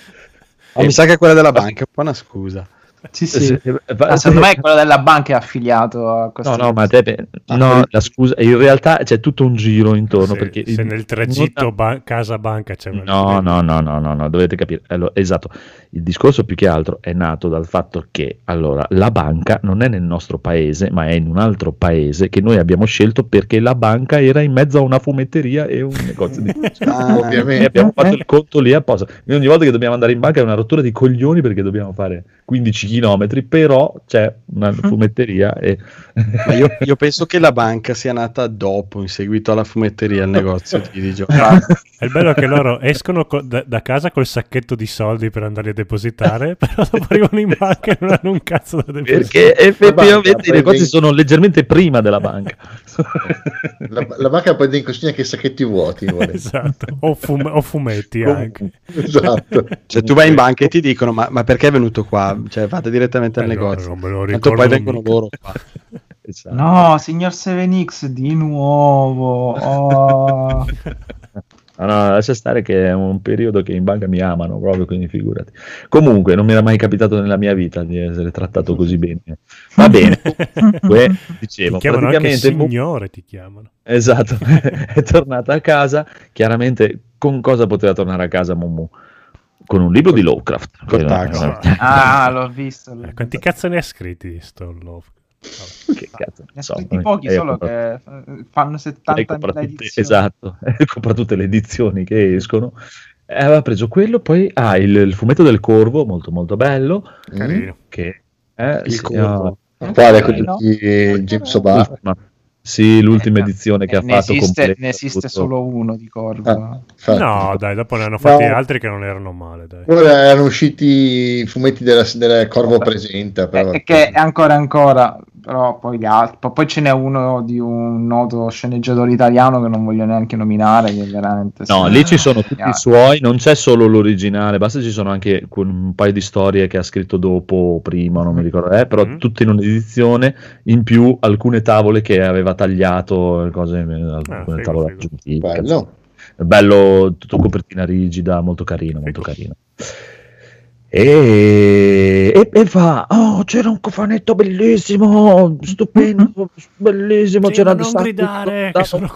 Mi sa che è quella della banca, è un po' una scusa. Sì. Secondo me quello della banca è affiliato a questo. No, ma la scusa, in realtà c'è tutto un giro intorno, perché se nel tragitto casa banca c'è una no, dovete capire. Allora, esatto, il discorso più che altro è nato dal fatto che allora la banca non è nel nostro paese, ma è in un altro paese che noi abbiamo scelto perché la banca era in mezzo a una fumetteria e un negozio di ovviamente. E abbiamo fatto il conto lì apposta. Quindi ogni volta che dobbiamo andare in banca è una rottura di coglioni perché dobbiamo fare 15 chilometri, però c'è una fumetteria ma io penso che la banca sia nata dopo, in seguito alla fumetteria, il negozio di giochi. È il bello che loro escono da casa col sacchetto di soldi per andare a depositare, però dopo arrivano in banca e non hanno un cazzo da depositare. Perché effettivamente i negozi sono leggermente prima della banca. La banca prende in consegna che i sacchetti vuoti. Esatto, o fumetti anche. Esatto. Cioè tu vai in banca e ti dicono ma perché è venuto qua? Cioè vada direttamente al negozio. Tanto poi vengono loro qua. Esatto. No, signor 7X di nuovo. Oh. No, lascia stare che è un periodo che in banca mi amano proprio, quindi figurati. Comunque non mi era mai capitato nella mia vita di essere trattato così bene. Va bene. Dicevo, ti chiamano praticamente anche signore, ti chiamano. Esatto. È tornata a casa, chiaramente con cosa poteva tornare a casa Mumu? Con un libro di Lovecraft. L'ho visto. Quanti cazzo ne ha scritti sto Lovecraft? Che cazzo, ne ha scritti pochi, solo che fanno 70.000 edizioni. Esatto, compra tutte le edizioni che escono. Aveva preso quello, poi il fumetto del Corvo, molto molto bello. Carino. Che il Corvo. Quale? Quello di James O'Barr? Sì, l'ultima edizione che ha fatto. Ne esiste solo uno di Corvo. No, dai, dopo ne hanno fatti altri che non erano male. Dai. Ora erano usciti i fumetti della Corvo Presenta. Però. Che ancora, però poi gli altri. Poi ce n'è uno di un noto sceneggiatore italiano che non voglio neanche nominare. Che veramente lì ci sono tutti i suoi, non c'è solo l'originale, basta ci sono anche un paio di storie che ha scritto dopo o prima, non mi ricordo, però tutte in un'edizione, in più alcune tavole che aveva tagliato, cose, alcune tavole aggiuntive. Bello, tutto copertina rigida, molto carino, molto carino. E fa c'era un cofanetto bellissimo, stupendo, bellissimo, c'era non gridare che sono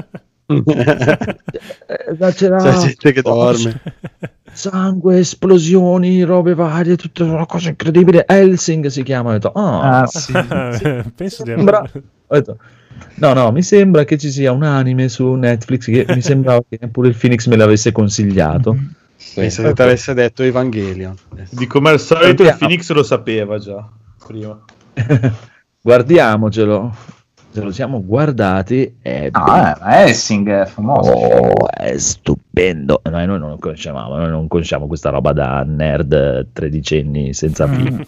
c'era gente che dorme, sangue, esplosioni, robe varie, tutta una cosa incredibile. Helsing si chiama. Ho detto, sì. Penso di no, mi sembra che ci sia un anime su Netflix che mi sembrava che pure il Phoenix me l'avesse consigliato. Pensa che ti avesse detto Evangelion. Di come al solito il Phoenix lo sapeva già prima. Guardiamocelo. Ce lo siamo guardati. Helsing è famoso. È stupendo. Noi non lo conoscevamo, noi non conosciamo questa roba da nerd tredicenni senza fine.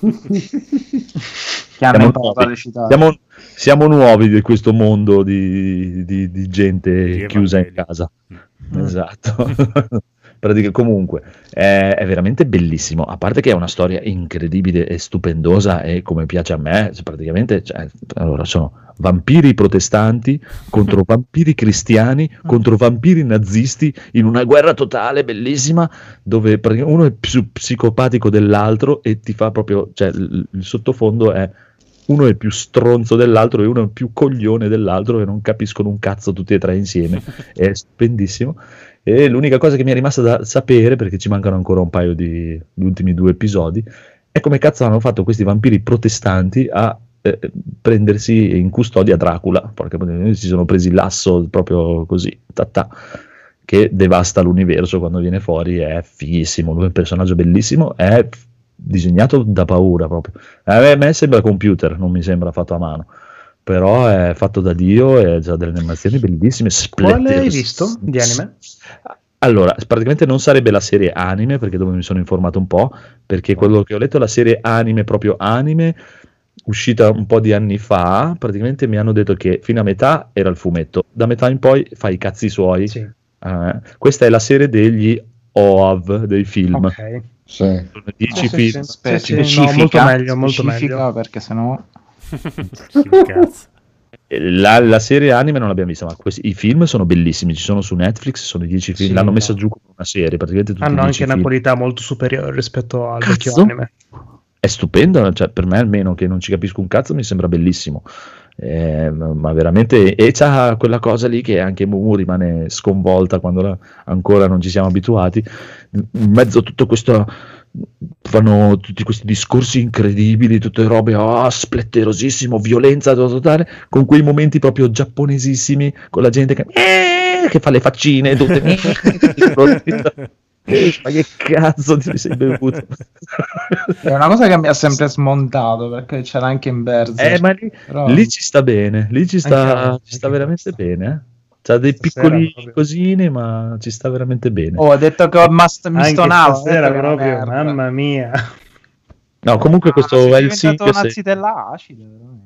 Siamo nuovi di questo mondo di gente chiusa in casa. Esatto. Comunque è veramente bellissimo, a parte che è una storia incredibile e stupendosa, e come piace a me, praticamente, allora sono vampiri protestanti contro vampiri cristiani contro vampiri nazisti in una guerra totale bellissima, dove uno è più psicopatico dell'altro e ti fa proprio, cioè il sottofondo è uno è più stronzo dell'altro e uno è più coglione dell'altro e non capiscono un cazzo tutti e tre insieme. È stupendissimo. E l'unica cosa che mi è rimasta da sapere, perché ci mancano ancora un paio di gli ultimi 2 episodi, è come cazzo hanno fatto questi vampiri protestanti a prendersi in custodia Dracula, perché si sono presi l'asso proprio così, che devasta l'universo quando viene fuori. È fighissimo, lui è un personaggio bellissimo, è disegnato da paura proprio. A me sembra computer, non mi sembra fatto a mano, però è fatto da Dio e ha già delle animazioni bellissime. Quale hai visto di anime? Allora, praticamente non sarebbe la serie anime, perché dopo mi sono informato un po', perché quello che ho letto è la serie anime, proprio anime, uscita un po' di anni fa. Praticamente mi hanno detto che fino a metà era il fumetto, da metà in poi fa i cazzi suoi. Sì. Questa è la serie degli OAV, dei film. Ok. Sì. Sono 10 film. Specifica, no, molto meglio. Perché sennò la serie anime non l'abbiamo vista, ma i film sono bellissimi, ci sono su Netflix, sono 10 film, l'hanno messa giù come una serie, praticamente tutti. Hanno anche una qualità molto superiore rispetto al vecchio anime. È stupendo, cioè, per me almeno, che non ci capisco un cazzo, mi sembra bellissimo. Ma veramente, e c'ha quella cosa lì che anche Mumu rimane sconvolta quando ancora non ci siamo abituati, in mezzo a tutto questo fanno tutti questi discorsi incredibili, tutte robe spletterosissimo, violenza totale, con quei momenti proprio giapponesissimi, con la gente che fa le faccine tutte ma che cazzo ti sei bevuto? È una cosa che mi ha sempre smontato, perché c'era anche in Berserk, ma lì ci sta bene, lì ci sta veramente bene, C'ha dei piccoli cosini, ma ci sta veramente bene. Ho detto che mi stonavo stasera proprio, mamma mia. No, comunque questo è il diventato una zitella acida.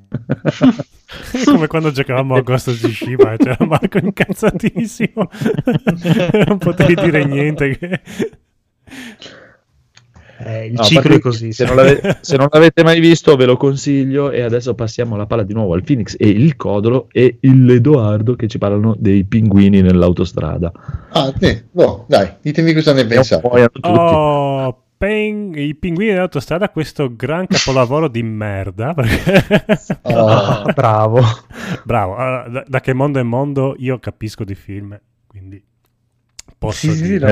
Come quando giocavamo a Ghost of Tsushima, c'era Marco incazzatissimo. Non potevi dire niente. Il ciclo è così. Se non l'avete mai visto, ve lo consiglio. E adesso passiamo la palla di nuovo al Phoenix e il Codolo e il Edoardo, che ci parlano dei pinguini nell'autostrada. Dai, ditemi cosa ne pensate. I pinguini dell'autostrada, questo gran capolavoro di merda. Bravo. Allora, da che mondo è mondo io capisco di film, quindi posso dire.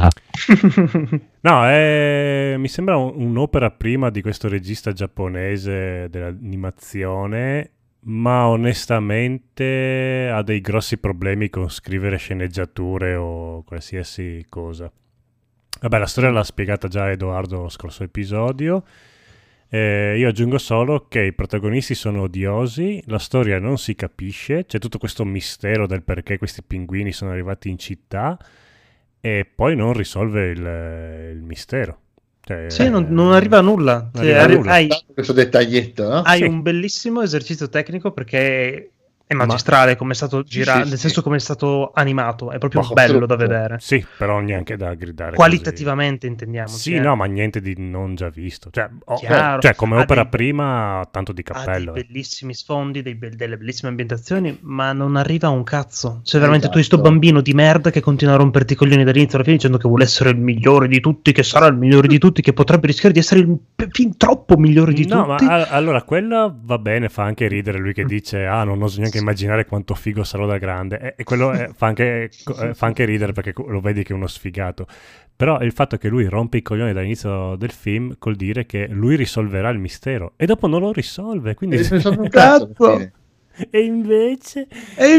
No, mi sembra un'opera prima di questo regista giapponese dell'animazione, ma onestamente ha dei grossi problemi con scrivere sceneggiature o qualsiasi cosa. Vabbè, la storia l'ha spiegata già Edoardo lo scorso episodio. Io aggiungo solo che i protagonisti sono odiosi, la storia non si capisce, c'è tutto questo mistero del perché questi pinguini sono arrivati in città e poi non risolve il mistero. Cioè, non arriva a nulla. Hai questo dettaglietto, no? Hai un bellissimo esercizio tecnico, perché è magistrale come è stato girato, nel senso come è stato animato, è proprio bello da vedere. Sì, però neanche da gridare qualitativamente, così. Intendiamo. Sì, no, ma niente di non già visto. Cioè come opera prima, tanto di cappello. Ha dei bellissimi sfondi, delle bellissime ambientazioni, ma non arriva a un cazzo. Cioè veramente tu hai sto bambino di merda che continua a romperti i coglioni dall'inizio alla fine dicendo che vuole essere il migliore di tutti, che sarà il migliore di tutti, che potrebbe rischiare di essere fin troppo migliore di tutti. No, ma allora quello va bene, fa anche ridere lui che dice non oso neanche immaginare quanto figo sarò da grande, e quello fa anche ridere, perché lo vedi che è uno sfigato. Però il fatto che lui rompe i coglioni dall'inizio del film col dire che lui risolverà il mistero e dopo non lo risolve, quindi un cazzo. E invece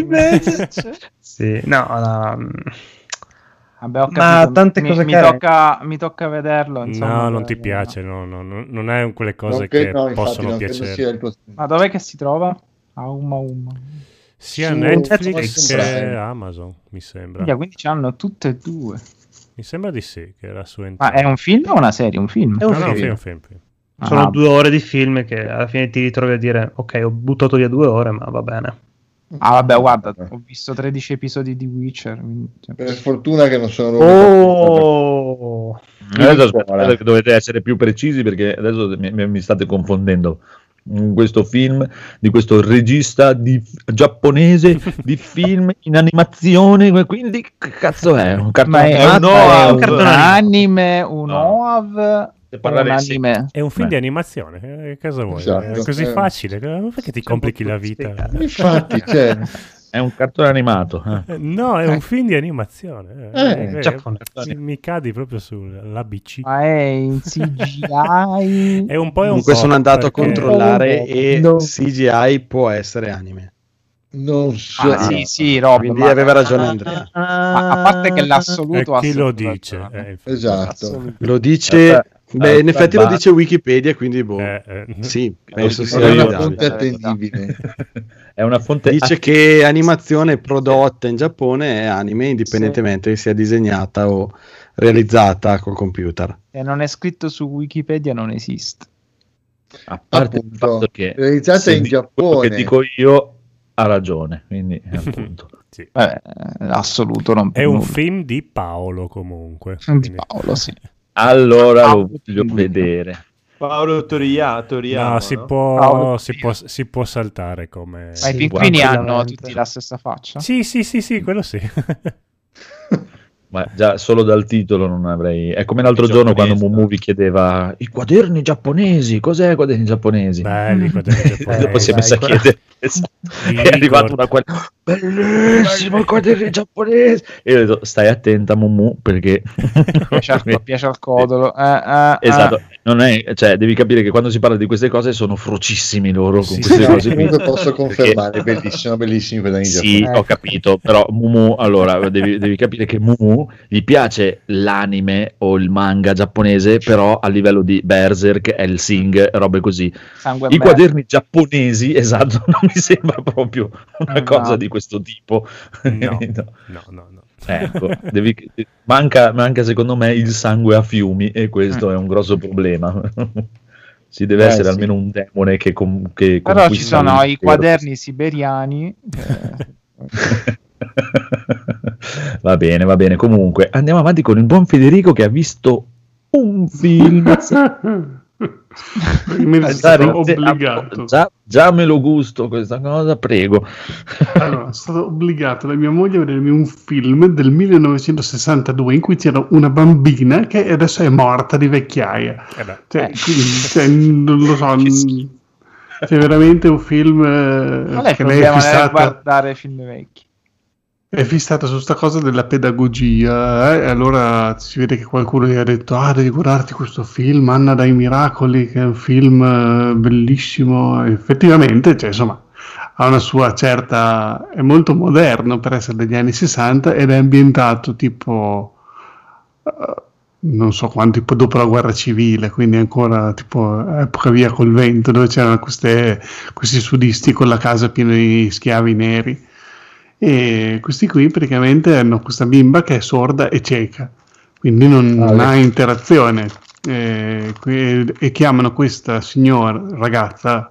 sì, no. Vabbè, ho capito. Ma tante cose mi tocca vederlo, insomma. No, non ti piace, no, non è quelle cose che possono piacere. Ma dov'è che si trova? Sia Netflix che Amazon, mi sembra. Quindi c'hanno tutte e due. Mi sembra di sì, che era su Ma è un film o una serie? Un film? È un film. Sono 2 ore di film che alla fine ti ritrovi a dire ok, ho buttato via 2 ore, ma va bene. Ah, vabbè, guarda, ho visto 13 episodi di Witcher. Per fortuna che non sono adesso che dovete essere più precisi, perché adesso mi state confondendo. Questo film di questo regista giapponese di film in animazione, quindi che cazzo è? Un cartone animato? Un anime, un OAV. Un anime. È un film di animazione, che cosa vuoi? Esatto. È così facile, perché ti complichi la vita? Infatti, è un cartone animato. No, è un film di animazione. Mi cadi proprio sull'ABC. Ma è in CGI. È un po'. Comunque sono andato a controllare e CGI può essere anime. Non so. Sì, Rob, quindi aveva ragione Andrea. A parte che l'assoluto chi lo dice? Esatto. Lo dice. Beh, in effetti lo dice Wikipedia, quindi sì, penso sia una fonte attendibile. È una fonte. Dice che animazione prodotta in Giappone è anime, indipendentemente che sia disegnata o realizzata col computer. E non è scritto su Wikipedia, non esiste. A parte il fatto che realizzata in Giappone, che dico io ha ragione, quindi appunto. Sì. Assoluto non è un film di Paolo comunque. Di Paolo, sì. Allora lo voglio vedere. Paolo Toriano. No, si può saltare come. Ma i pinguini hanno tutti la stessa faccia? Sì, quello sì. Ma già solo dal titolo non avrei. È come l'altro giorno quando Mumu vi chiedeva i quaderni giapponesi. Cos'è i quaderni giapponesi? Belli i quaderni giapponesi. Dopo si è messa a chiedere. È arrivato una bellissimo quaderni giapponesi. E io ho detto stai attenta Mumu, perché piace al codolo. Esatto. Non è, cioè, devi capire che quando si parla di queste cose sono frocissimi loro con queste cose. Comunque posso confermare, bellissimi quaderni giapponesi. Sì, ho capito, però Mumu, allora devi capire che Mumu gli piace l'anime o il manga giapponese, però a livello di Berserk, Hellsing, robe così. Sangue I quaderni giapponesi, esatto, non mi sembra proprio una cosa di questo tipo. No. Ecco, manca secondo me il sangue a fiumi, e questo è un grosso problema. Ci deve essere almeno un demone che però ci sono i quaderni siberiani. Va bene. Comunque andiamo avanti con il buon Federico, che ha visto un film. Obbligato. Già me lo gusto questa cosa, prego. Allora, sono stato obbligato da mia moglie a vedermi un film del 1962 in cui c'era una bambina che adesso è morta di vecchiaia. Non lo so. C'è veramente un film che lei è fissata. Guardare film vecchi. È fissata su sta cosa della pedagogia, e allora si vede che qualcuno gli ha detto devi guardarti questo film Anna dai Miracoli, che è un film bellissimo. E effettivamente, cioè, insomma, ha una sua certa, è molto moderno per essere degli anni 60 ed è ambientato tipo non so quanto, tipo dopo la guerra civile, quindi ancora tipo epoca via col vento, dove c'erano questi sudisti con la casa piena di schiavi neri. E questi qui praticamente hanno questa bimba che è sorda e cieca, quindi non ha interazione, e chiamano questa ragazza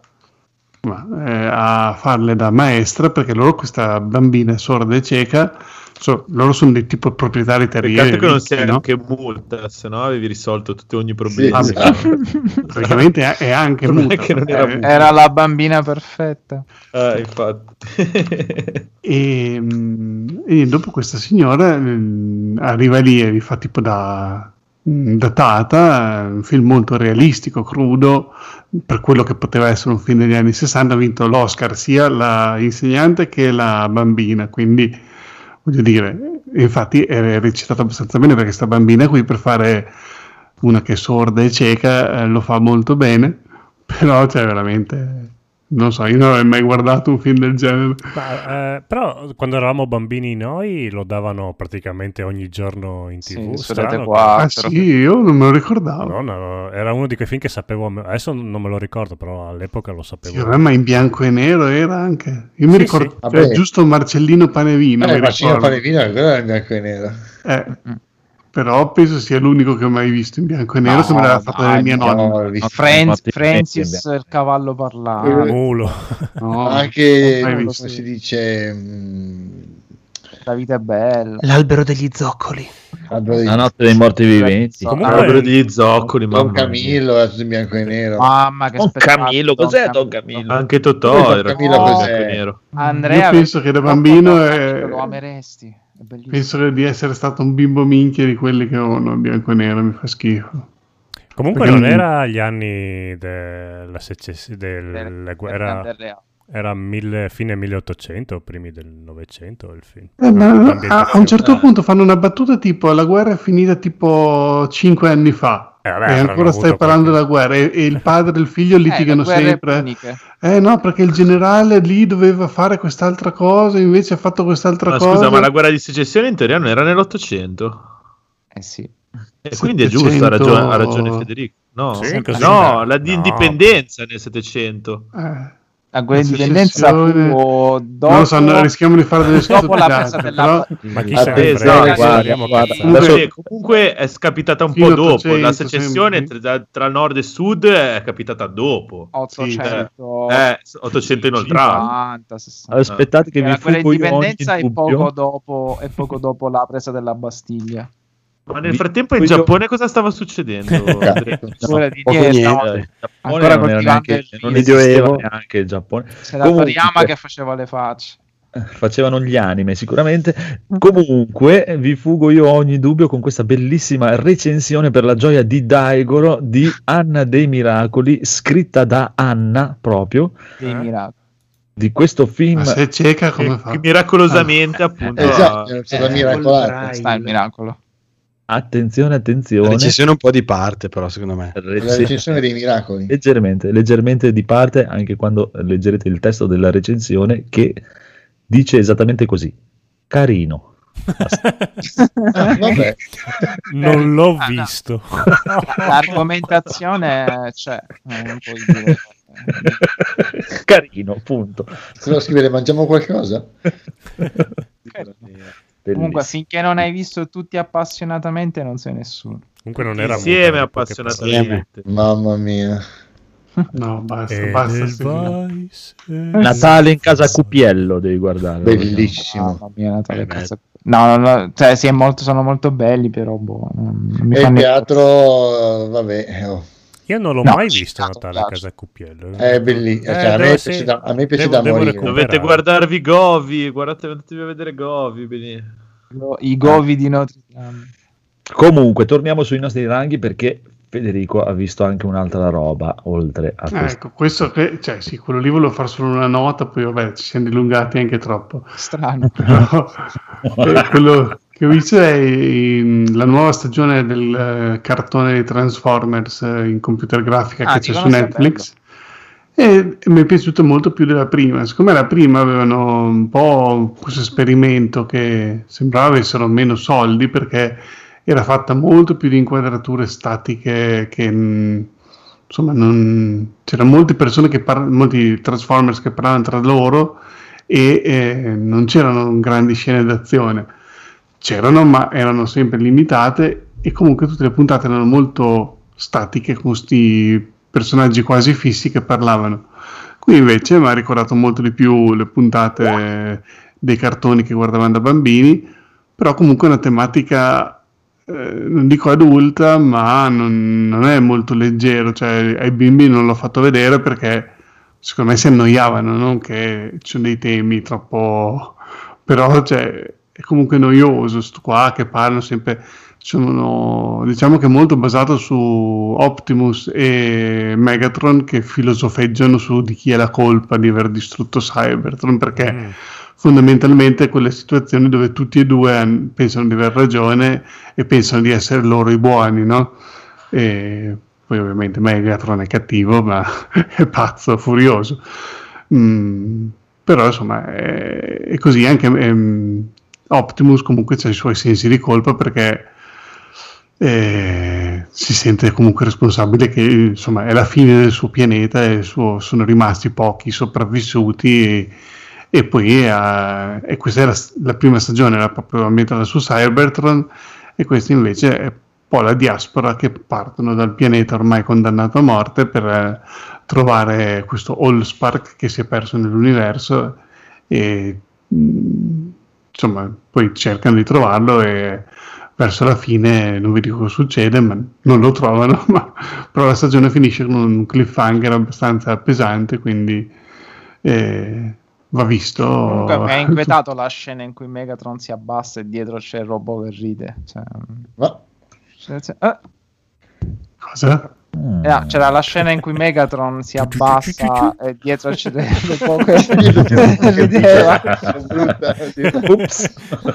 a farle da maestra, perché questa bambina è sorda e cieca, loro sono dei tipo proprietari terrieri. Peccato che non sia anche multa, se no avevi risolto ogni problema. Sì. Praticamente è anche multa. Era la bambina perfetta. Infatti. E dopo questa signora arriva lì e vi fa tipo da tata, un film molto realistico, crudo, per quello che poteva essere un film degli anni 60. Ha vinto l'Oscar sia la insegnante che la bambina, quindi voglio dire, infatti è recitato abbastanza bene, perché sta bambina qui, per fare una che è sorda e cieca, lo fa molto bene, però c'è veramente, non so, io non avrei mai guardato un film del genere. Però quando eravamo bambini noi lo davano praticamente ogni giorno in TV. Sì, sì, io non me lo ricordavo. No, era uno di quei film che sapevo, adesso non me lo ricordo, però all'epoca lo sapevo. Sì, ma in bianco e nero era anche. Io mi ricordo, giusto Marcellino Panevino. Marcellino Panevino era in bianco e nero. però penso sia l'unico che ho mai visto in bianco e nero, che me l'aveva fatto la mia nonna. Francis, il cavallo parlante. Mulo. No, anche, come si dice... La vita è bella. L'albero degli zoccoli. La notte dei morti viventi. L'albero degli zoccoli. Don Camillo è tutto in bianco e nero. Mamma che Don Camillo, cos'è Don Camillo? Anche Totò era Camillo cos'è? nero. Andrea, io penso che da bambino lo ameresti. È bellissimo. penso di essere stato un bimbo minchia di quelli che ho in bianco e nero, mi fa schifo. Comunque Perché non era gli anni della guerra, era fine 1800, primi del Novecento il film. A un certo punto fanno una battuta tipo la guerra è finita tipo 5 anni fa. Vabbè, e ancora stai parlando della guerra e il padre e il figlio litigano sempre. No, perché il generale lì doveva fare quest'altra cosa, invece ha fatto quest'altra cosa. Scusa, ma la guerra di secessione in teoria non era nell'800? Sì. E quindi è giusto, ha ragione Federico. No, sì, no, la di indipendenza nel 700. La guerra di indipendenza fu dopo, non lo so, rischiamo di fare delle dopo la presa della ma chi comunque è capitata un po' dopo. La secessione tra nord e sud è capitata dopo 800 inoltrato. Aspettate che vi la guerra di fugo indipendenza è poco dopo la presa della Bastiglia. Ma nel frattempo in Giappone cosa stava succedendo? Ancora coltivando non medioevo neanche il Giappone. C'era Toriyama che faceva le facce. Facevano gli anime sicuramente. Comunque vi fugo io ogni dubbio con questa bellissima recensione per la gioia di Daigoro di Anna dei Miracoli, scritta da Anna proprio dei miracoli di questo film. Ma se è cieca come fa? Miracolosamente appunto esatto, sta miracolato. Sta il miracolo. Attenzione. La recensione un po' di parte, però, secondo me. La recensione dei miracoli. Leggermente di parte, anche quando leggerete il testo della recensione, che dice esattamente così. Carino. Vabbè. Non l'ho visto. L'argomentazione c'è. Non puoi dire. Carino, punto. Se lo scrivere mangiamo qualcosa? Comunque, finché non hai visto tutti appassionatamente, non sei nessuno. Comunque non era insieme appassionatamente. Mamma mia. No, basta. Natale in casa Cupiello devi guardare. Bellissimo. Mamma mia, Natale in casa. No, cioè sì, sono molto belli, però non e il teatro, vabbè. Io non l'ho mai visto Natale a casa Cupiello. È bellissimo. A me piace da morire. Dovete guardarvi Govi. Guardatevi a vedere Govi. I Govi di Notre Dame. Comunque, torniamo sui nostri ranghi perché Federico ha visto anche un'altra roba oltre a questo. Ecco, questo sì, quello lì volevo fare solo una nota, poi vabbè, ci siamo dilungati anche troppo. Strano. Però, quello che ho visto è la nuova stagione del cartone di Transformers in computer grafica che c'è su Netflix e mi è piaciuto molto più della prima. Secondo me la prima avevano un po' questo esperimento che sembrava avessero meno soldi perché era fatta molto più di inquadrature statiche che insomma c'erano molte persone molti Transformers che parlavano tra loro e non c'erano grandi scene d'azione. C'erano, ma erano sempre limitate e comunque tutte le puntate erano molto statiche con questi personaggi quasi fissi che parlavano. Qui invece mi ha ricordato molto di più le puntate dei cartoni che guardavamo da bambini, però comunque una tematica non dico adulta, ma non è molto leggero, cioè ai bimbi non l'ho fatto vedere perché secondo me si annoiavano, non che ci sono dei temi troppo, però è comunque noioso sto qua che parlano sempre, diciamo che è molto basato su Optimus e Megatron che filosofeggiano su di chi è la colpa di aver distrutto Cybertron, perché fondamentalmente quelle situazioni dove tutti e due pensano di aver ragione e pensano di essere loro i buoni, no? E poi ovviamente Megatron è cattivo, ma è pazzo, furioso. Però insomma è così. Anche Optimus comunque ha i suoi sensi di colpa perché si sente comunque responsabile che insomma è la fine del suo pianeta e sono rimasti pochi sopravvissuti e poi e questa era la prima stagione, era proprio ambientata su Cybertron e questi invece è un po' la diaspora che partono dal pianeta ormai condannato a morte per trovare questo Allspark che si è perso nell'universo e insomma poi cercano di trovarlo e verso la fine non vi dico cosa succede, ma non lo trovano, però la stagione finisce con un cliffhanger abbastanza pesante, quindi va visto. Comunque mi ha inquietato la scena in cui Megatron si abbassa e dietro c'è il robot che ride. Cosa? C'era la scena in cui Megatron si abbassa e dietro c'è il robot che rideva. Ups.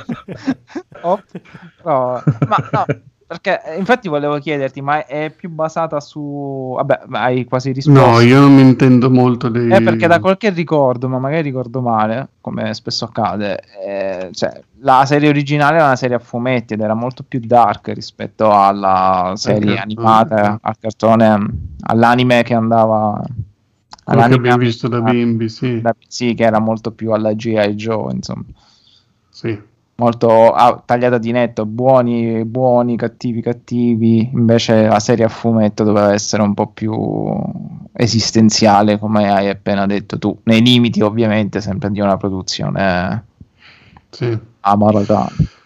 Ma no, perché infatti volevo chiederti, ma è più basata su... Vabbè, hai quasi risposto. No, io non mi intendo molto dei... perché da quel che ricordo, ma magari ricordo male, come spesso accade, cioè, la serie originale era una serie a fumetti ed era molto più dark rispetto alla serie animata, al cartone, all'anime che andava... Quello che abbiamo visto da bimbi, sì. Sì, che era molto più alla G.I. Joe, insomma. Sì. Molto tagliata di netto, buoni, cattivi, invece la serie a fumetto doveva essere un po' più esistenziale, come hai appena detto tu, nei limiti ovviamente sempre di una produzione americana.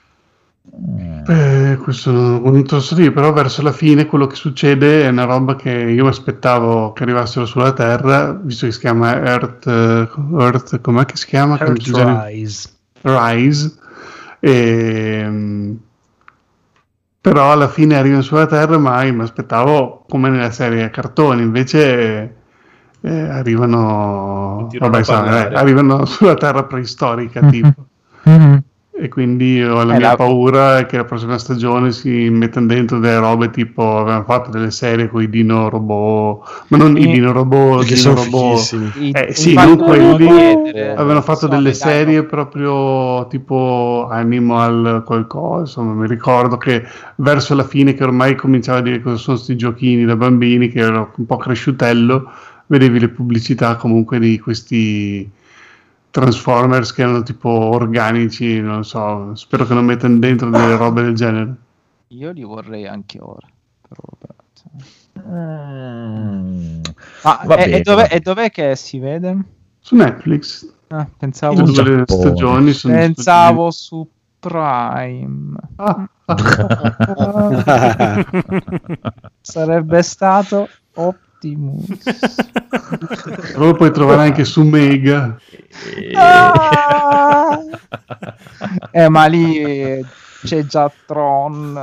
Questo non te lo so dire, però verso la fine quello che succede è una roba che io mi aspettavo che arrivassero sulla Terra, visto che si chiama Earth com'è che si chiama? Rise. Però alla fine arrivano sulla Terra, ma io mi aspettavo come nella serie a cartoni, invece arrivano sulla Terra preistorica tipo. E quindi la mia paura è che la prossima stagione si mettano dentro delle robe tipo avevano fatto delle serie con i dino robot, ma non i dino robot che sono fighissimi. Non quelli, avevano fatto delle serie proprio tipo Animal qualcosa, insomma mi ricordo che verso la fine, che ormai cominciava a dire cosa sono sti giochini da bambini, che ero un po' cresciutello, vedevi le pubblicità comunque di questi Transformers che erano tipo organici, non so, spero che non mettano dentro delle robe del genere. Io li vorrei anche ora. E dov'è che si vede? Su Netflix. Pensavo le stagioni pensavo su Prime. Sarebbe stato lo puoi trovare anche su Mega. Ma lì c'è già Tron.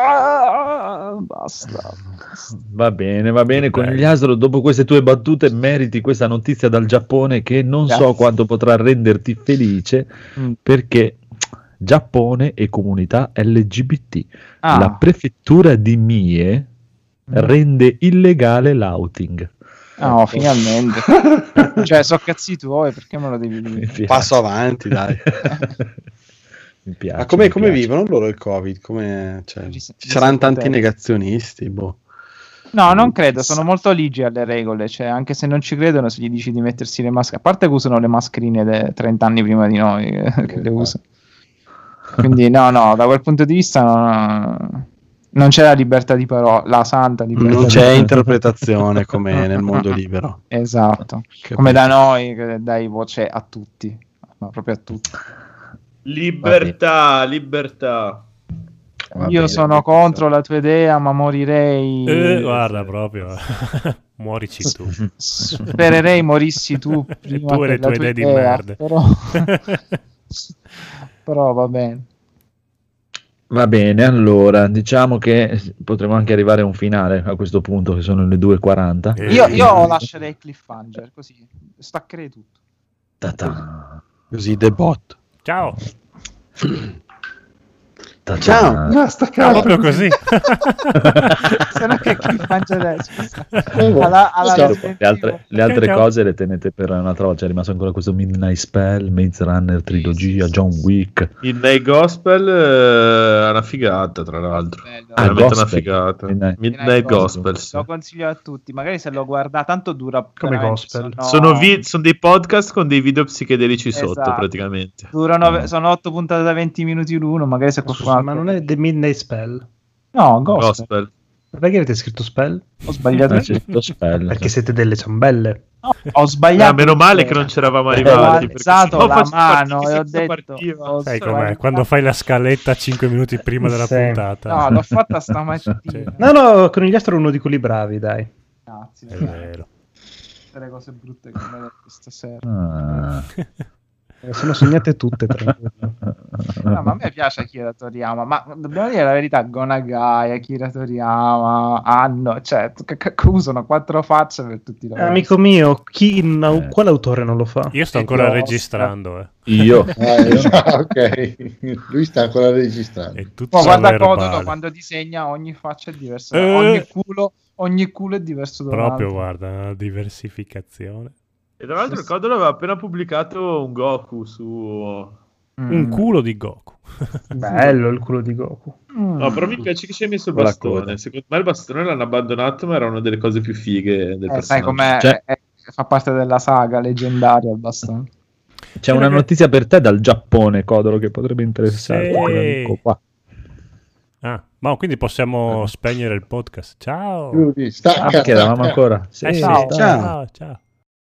Basta. Va bene. Conigliastro, dopo queste tue battute meriti questa notizia dal Giappone che non so quanto potrà renderti felice, perché Giappone e comunità LGBT. La prefettura di Mie rende illegale l'outing. No, finalmente. Cioè, so cazzi tuoi, perché me lo devi dire? Passo avanti, dai. Mi piace. Ma come vivono loro il Covid? Ci saranno tanti negazionisti, boh. No, non credo, sono molto ligi alle regole, cioè anche se non ci credono, se gli dici di mettersi le maschere, a parte che usano le mascherine 30 anni prima di noi che le usano. Quindi no, da quel punto di vista non c'è la libertà di parola, la santa libertà. Non c'è interpretazione come nel mondo libero. Esatto, come da noi che dai voce a tutti, ma proprio a tutti. Libertà. Io sono contro la tua idea, ma morirei. Guarda proprio. Muorici tu. Spererei morissi tu prima tu e le tue idee di merda. Però va bene. Va bene, allora diciamo che potremo anche arrivare a un finale a questo punto, che sono le 2:40. Io lascerei cliffhanger, così staccherei tutto. Così The Bot. Ciao. Ciao. No, staccato proprio così. Se no che cliffhanger le altre cose le tenete per un'altra volta. C'è rimasto ancora questo Midnight Spell, Maze Runner trilogia, John Wick. Midnight Gospel è una figata, tra l'altro. Veramente una figata. Midnight Gospel. Sì. Lo consiglio a tutti, magari se lo guarda, tanto dura come Gospel. Sono dei podcast con dei video psichedelici sotto, praticamente. Durano, sono 8 puntate da 20 minuti l'uno, magari se qualcuno ma non è The Midnight Spell? No, Gospel. Perché avete scritto Spell? Ho sbagliato. Spell. Perché siete delle ciambelle. No, ho sbagliato. Meno male che non c'eravamo arrivati. Ho alzato la mano e ho detto... Sai com'è? Quando fai la scaletta 5 minuti prima della puntata. No, l'ho fatta stamattina. No, Conigliastro è uno di quelli bravi, dai. Grazie. È vero. Le cose brutte che mi hai detto stasera. Sono sognate tutte. No, ma a me piace Akira Toriyama, ma dobbiamo dire la verità, Gonagai, Akira Toriyama hanno, cioè, usano 4 facce per tutti i lavori. Amico mio, quale autore non lo fa? Io sto ancora registrando. Io. Ok, lui sta ancora registrando. Guarda Codolo, quando disegna ogni faccia è diversa, ogni culo è diverso da proprio, guarda, diversificazione. E tra l'altro Codolo aveva appena pubblicato un Goku su... Un culo di Goku. Bello il culo di Goku. No, però mi piace che ci hai messo il bastone. Secondo me il bastone l'hanno abbandonato, ma era una delle cose più fighe del personaggio. Sai com'è? Fa parte della saga leggendaria il bastone. C'è una notizia per te dal Giappone, Codolo, che potrebbe interessarti. Ecco qua. Ma quindi possiamo spegnere il podcast. Ciao. Stacca, eravamo ancora. Ciao.